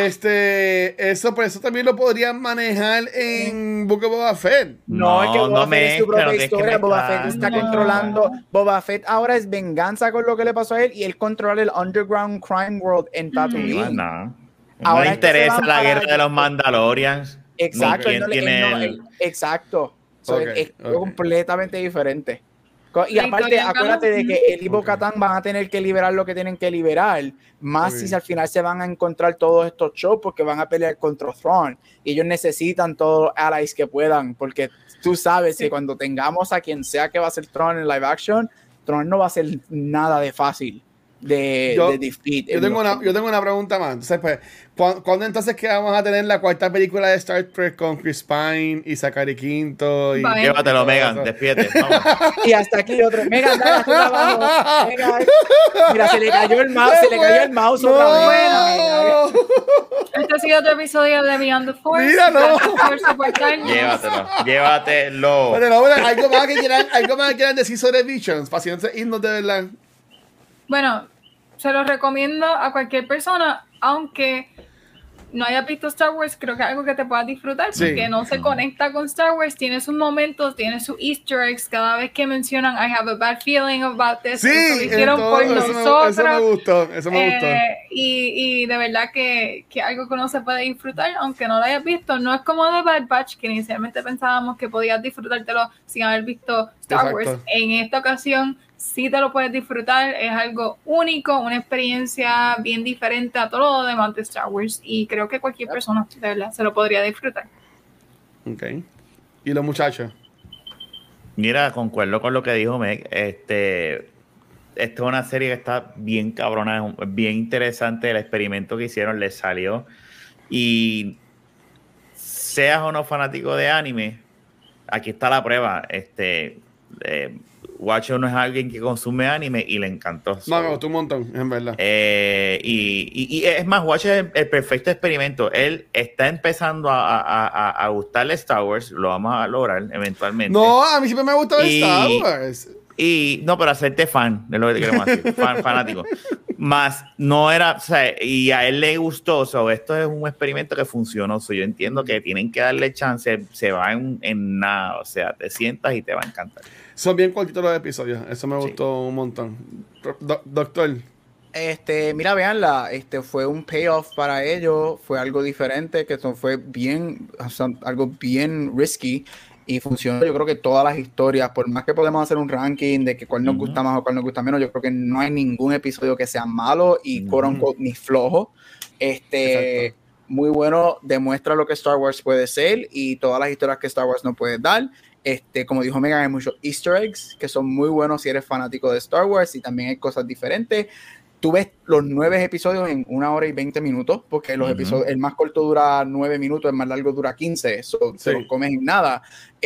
Este, eso, por eso también lo podrían manejar en Book of Boba Fett. No, no es que Boba no Fett es su propia no historia. Boba Fett está no. controlando. Boba Fett ahora es venganza con lo que le pasó a él y él controla el underground crime world en Tatooine. Mm. No, no. no le interesa la guerra de los Mandalorians. Exacto. Él no, tiene él no, el... él, exacto. So, okay, es okay. completamente diferente. Y aparte, acuérdate de que el y Bo-Katan okay. van a tener que liberar lo que tienen que liberar, más okay. si al final se van a encontrar todos estos shows porque van a pelear contra Thrawn y ellos necesitan todos los allies que puedan, porque tú sabes sí. que cuando tengamos a quien sea que va a ser Thrawn en live action, Thrawn no va a ser nada de fácil de, yo, de defeat. Yo tengo, una, yo tengo una pregunta más. Entonces, pues, ¿cuándo, ¿cuándo entonces que vamos a tener la cuarta película de Star Trek con Chris Pine y Zachary Quinto? Y llévatelo, Megan, despídete. Y hasta aquí otro. Megan, dale hasta abajo. Megan. Mira, se le cayó el mouse, se le cayó el mouse no. otra vez. Bueno, este ha sido otro episodio de Beyond the Force. Míralo. Llévatelo, llévatelo. Pero no, bueno, algo más que quieran, algo más que quieran decir sobre Visions, pacientes irnos de verdad. Bueno, se los recomiendo a cualquier persona, aunque no haya visto Star Wars, creo que es algo que te puedas disfrutar, sí. porque no se conecta con Star Wars, tiene sus momentos, tiene sus easter eggs, cada vez que mencionan I have a bad feeling about this, sí, eso lo hicieron todo, por eso nosotros. Me, eso me gustó, eso me eh, gustó. Y, y de verdad que, que algo que uno se puede disfrutar, aunque no lo hayas visto, no es como The Bad Batch, que inicialmente pensábamos que podías disfrutártelo sin haber visto Star Exacto. Wars. En esta ocasión sí te lo puedes disfrutar, es algo único, una experiencia bien diferente a todo lo demás de Star Wars y creo que cualquier persona de verdad se lo podría disfrutar. Ok. ¿Y los muchachos? Mira, concuerdo con lo que dijo Meg. Este, esta es una serie que está bien cabrona, es bien interesante. El experimento que hicieron les salió y seas o no fanático de anime, aquí está la prueba. Este, eh, Watcher no es alguien que consume anime y le encantó. No, me gustó un montón, en verdad. Eh, y, y, y es más, Watcher es el, el perfecto experimento. Él está empezando a, a, a, a gustarle Star Wars, lo vamos a lograr eventualmente. No, a mí siempre me ha gustado y, Star Wars. Y no, pero hacerte fan de lo que queremos decir, fan, fanático. Más no era, o sea, y a él le gustó, so, esto es un experimento que funcionó. So, yo entiendo que tienen que darle chance, se va en, en nada, o sea, te sientas y te va a encantar. Son bien cortitos los episodios, eso me gustó sí. un montón. Do- doctor. Este, mira, veanla, este fue un payoff para ellos, fue algo diferente, que eso fue bien, o sea, algo bien risky y funcionó. Yo creo que todas las historias, por más que podemos hacer un ranking de que cuál nos Ujú. gusta más o cuál nos gusta menos, yo creo que no hay ningún episodio que sea malo y Ujú. quote unquote ni flojo. Este, Exacto. muy bueno, demuestra lo que Star Wars puede ser y todas las historias que Star Wars no puede dar. Este, como dijo Megan, hay muchos Easter eggs que son muy buenos si eres fanático de Star Wars y también hay cosas diferentes. Tú ves los nueve episodios en una hora y veinte minutos, porque los Ujú. episodios, el más corto dura nueve minutos, el más largo dura quince, eso Sí. te los comes en nada.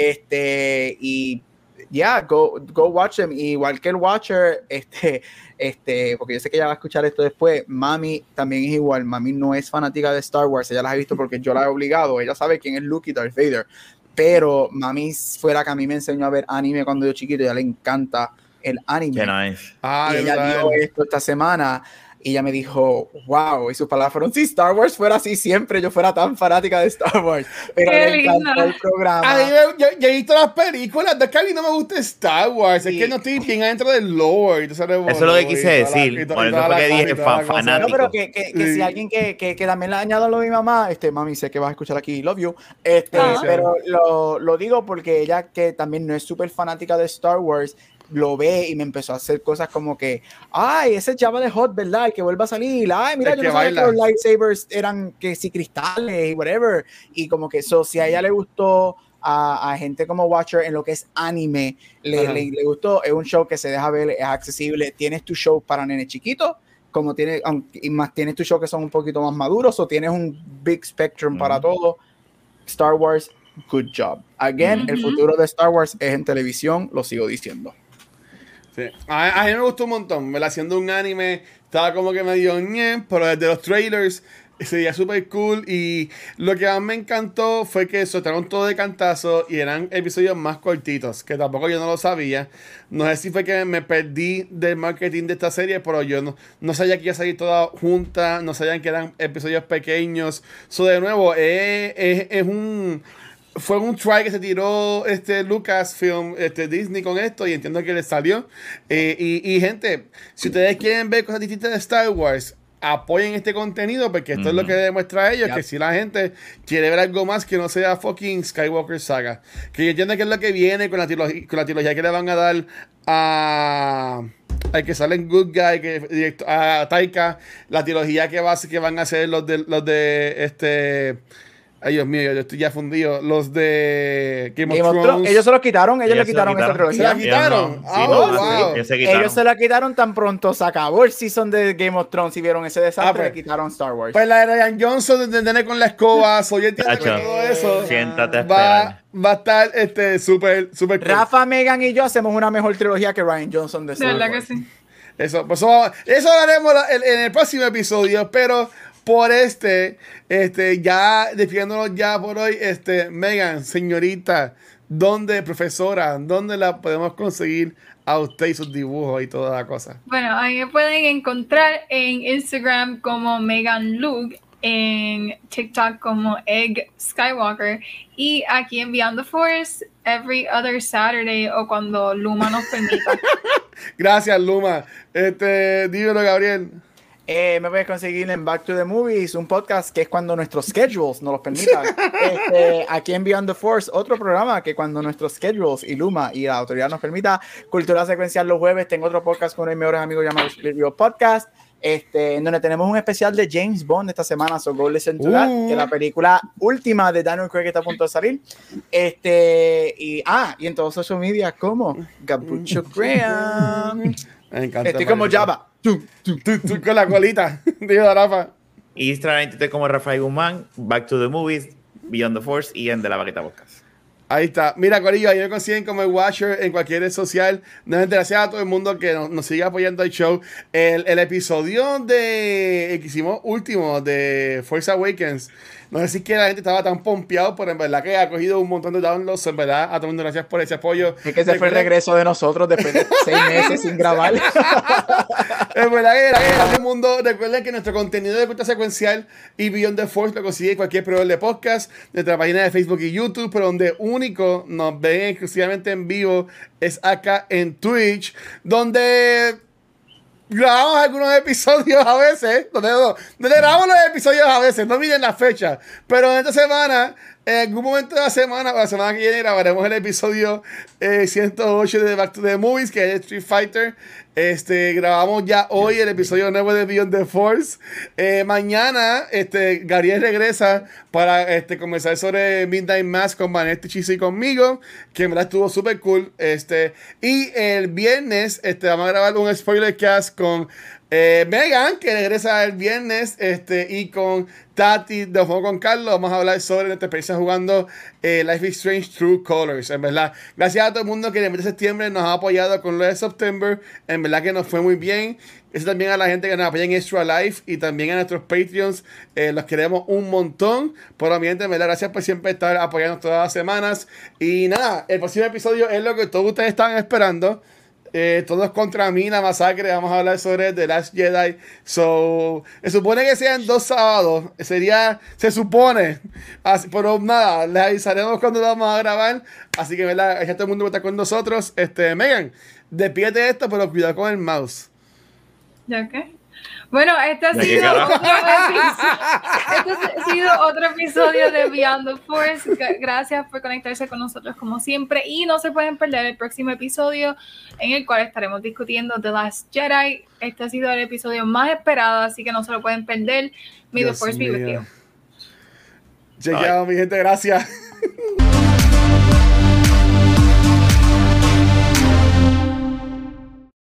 Este, y ya, yeah, go, go watch them. Igual que el Watcher, este, este, porque yo sé que ella va a escuchar esto después, Mami también es igual. Mami no es fanática de Star Wars, ella las ha visto porque yo la he obligado, ella sabe quién es Luke y Darth Vader, pero Mami fuera que a mí me enseñó a ver anime cuando yo chiquito, ella le encanta el anime. Qué nice. Ah, Y ella brutal. vio esto esta semana y ella me dijo, wow, y sus palabras fueron, si Star Wars fuera así siempre, yo fuera tan fanática de Star Wars. Pero Qué le encantó linda. el programa. A mí me- yo, yo he visto las películas, de que a mí no me gusta Star Wars, es Sí. que no estoy bien adentro del lore. Eso Eso es lo que quise decir, por eso fue que dije fa- No, fanático. pero que, que, que Sí. si alguien que, que, que también le ha añadido lo de mi mamá, este, mami, sé que vas a escuchar aquí, love you, este, Ah. pero lo, lo digo porque ella que también no es súper fanática de Star Wars, lo ve y me empezó a hacer cosas como que, ay, ese Jabba de Hot, ¿verdad? El que vuelva a salir, ay, mira, El yo que no sabía que baila. los lightsabers eran que si cristales y whatever, y como que eso, si a ella le gustó a, a gente como Watcher en lo que es anime, le, Ajá. le, le gustó, es un show que se deja ver, es accesible, tienes tu show para nenes chiquitos, como tienes, aunque- y más tienes tu show que son un poquito más maduros, o tienes un big spectrum Ujú. para todo. Star Wars, good job. Again, el Ujú. futuro de Star Wars es en televisión, lo sigo diciendo. Sí. A, a mí me gustó un montón, ¿verdad? Haciendo un anime, estaba como que medio ñe, pero desde los trailers se veía súper cool. Y lo que más me encantó fue que soltaron todo de cantazo y eran episodios más cortitos, que tampoco yo no lo sabía. No sé si fue que me perdí del marketing de esta serie, pero yo no, no sabía que iba a salir toda junta, no sabían que eran episodios pequeños. So, de nuevo, es, es, es un... Fue un try que se tiró este Lucasfilm, este Disney con esto y entiendo que le salió. Eh, y, y gente, si ustedes quieren ver cosas distintas de Star Wars, apoyen este contenido porque esto es lo Ujú. que demuestra a ellos Yep. que si la gente quiere ver algo más que no sea fucking Skywalker Saga. Que yo entiendo que es lo que viene con la, trilogía, con la trilogía que le van a dar a... al que sale en Good Guy, que directo, a Taika, la trilogía que va a ser- que van a hacer los de los de este ay Dios mío, yo estoy ya fundido, los de Game, Game of of Thrones. Thrones, ellos se lo quitaron, ellos Ellos le se lo quitaron esa quitaron. ¿Se la trilogía. quitaron? Ellos no, Ah, sí, no, oh, sí, wow. ellos se quitaron. Ellos se la quitaron tan pronto, se acabó el season de Game of Thrones y vieron ese desastre, Ah, pues. le quitaron Star Wars. Pues la de Ryan Johnson de tener con la escoba, so yo entiendo que Tacho, todo eso siéntate a va, esperar. va a estar este súper súper cool. Rafa, Megan y yo hacemos una mejor trilogía que Ryan Johnson de De Star verdad que Wars. sí. Eso, pues eso, eso lo haremos la- en, en el próximo episodio, pero por este, este, ya despidiéndonos ya por hoy, este, Megan, señorita, ¿dónde, profesora, dónde la podemos conseguir a usted y sus dibujos y toda la cosa? Bueno, ahí me pueden encontrar en Instagram como Megan Luke, en TikTok como Egg Skywalker y aquí en Beyond the Force every other Saturday o cuando Luma nos permita. Gracias, Luma. Este, dímelo, Gabriel. Eh, me puedes conseguir en Back to the Movies, un podcast que es cuando nuestros schedules nos los permitan. Este, aquí en Beyond the Force, otro programa que cuando nuestros schedules y Luma y la autoridad nos permita. Cultura Secuencial los jueves, tengo otro podcast con uno de mis mejores amigos llamado Split Reel Podcast, este, en donde tenemos un especial de James Bond esta semana, so go listen to that, Uh. que la película última de Daniel Craig está a punto de salir. Este, y, ah, y en todos los social media como Gabucho Graham. Me encanta. Estoy como Marisa. Java. Tum, tum. Tú, tú con la colita. Digo, Rafa. Instagram y Twitter como Rafael Guzmán, Back to the Movies, Beyond the Force y en De la Baqueta Podcast. Ahí está. Mira, Corillo, ahí me consiguen como el Watcher en cualquier red social. Nuevamente, gracias a todo el mundo que nos, nos sigue apoyando el show. El, el episodio de el que hicimos último de Force Awakens. No sé si es que la gente estaba tan pompeado, pero en verdad que ha cogido un montón de downloads. En verdad, a todo el mundo gracias por ese apoyo. Es que ese fue el regreso de nosotros después de seis meses sin grabar. Es verdad que gracias a todo el mundo. Recuerden que nuestro contenido de cuenta secuencial y Beyond the Force lo consigue en cualquier proveedor de podcast, nuestra página de Facebook y YouTube, pero donde único nos ven exclusivamente en vivo es acá en Twitch, donde grabamos algunos episodios a veces. No, no, no grabamos los episodios a veces, no miren la fecha. Pero en esta semana, en algún momento de la semana, o la semana que viene, grabaremos el episodio eh, ciento ocho de Back to the Movies, que es Street Fighter. Este, grabamos ya hoy el episodio nuevo de Beyond the Force. Eh, mañana, este, Gabriel regresa para este, conversar sobre Midnight Mass con Vanetti, Chisi y conmigo, que en verdad estuvo súper cool. Este, y el viernes este, vamos a grabar un spoiler cast con eh, Megan, que regresa el viernes, este, y con Tati de Juego con Carlos. Vamos a hablar sobre nuestra experiencia jugando eh, Life is Strange True Colors. En verdad, gracias a todo el mundo que en el mes de septiembre nos ha apoyado con lo de September. En verdad que nos fue muy bien. Eso también a la gente que nos apoya en Extra Life y también a nuestros Patreons. Eh, los queremos un montón. Por mi gente, en verdad, gracias por siempre estar apoyando todas las semanas. Y nada, el próximo episodio es lo que todos ustedes estaban esperando. Eh, todos contra mí, la masacre. Vamos a hablar sobre The Last Jedi. So, se supone que sean dos sábados. Sería, se supone. Así, pero nada, les avisaremos cuando lo vamos a grabar. Así que, ¿verdad? Ya todo el mundo está con nosotros. Este, Megan, despídete de esto, pero cuidado con el mouse. ¿Ya qué? Bueno, este ha, sido otro este ha sido otro episodio de Beyond the Force. Gracias por conectarse con nosotros como siempre. Y no se pueden perder el próximo episodio en el cual estaremos discutiendo The Last Jedi. Este ha sido el episodio más esperado, así que no se lo pueden perder. May the Force be with you. Chequeado, mi gente. Gracias.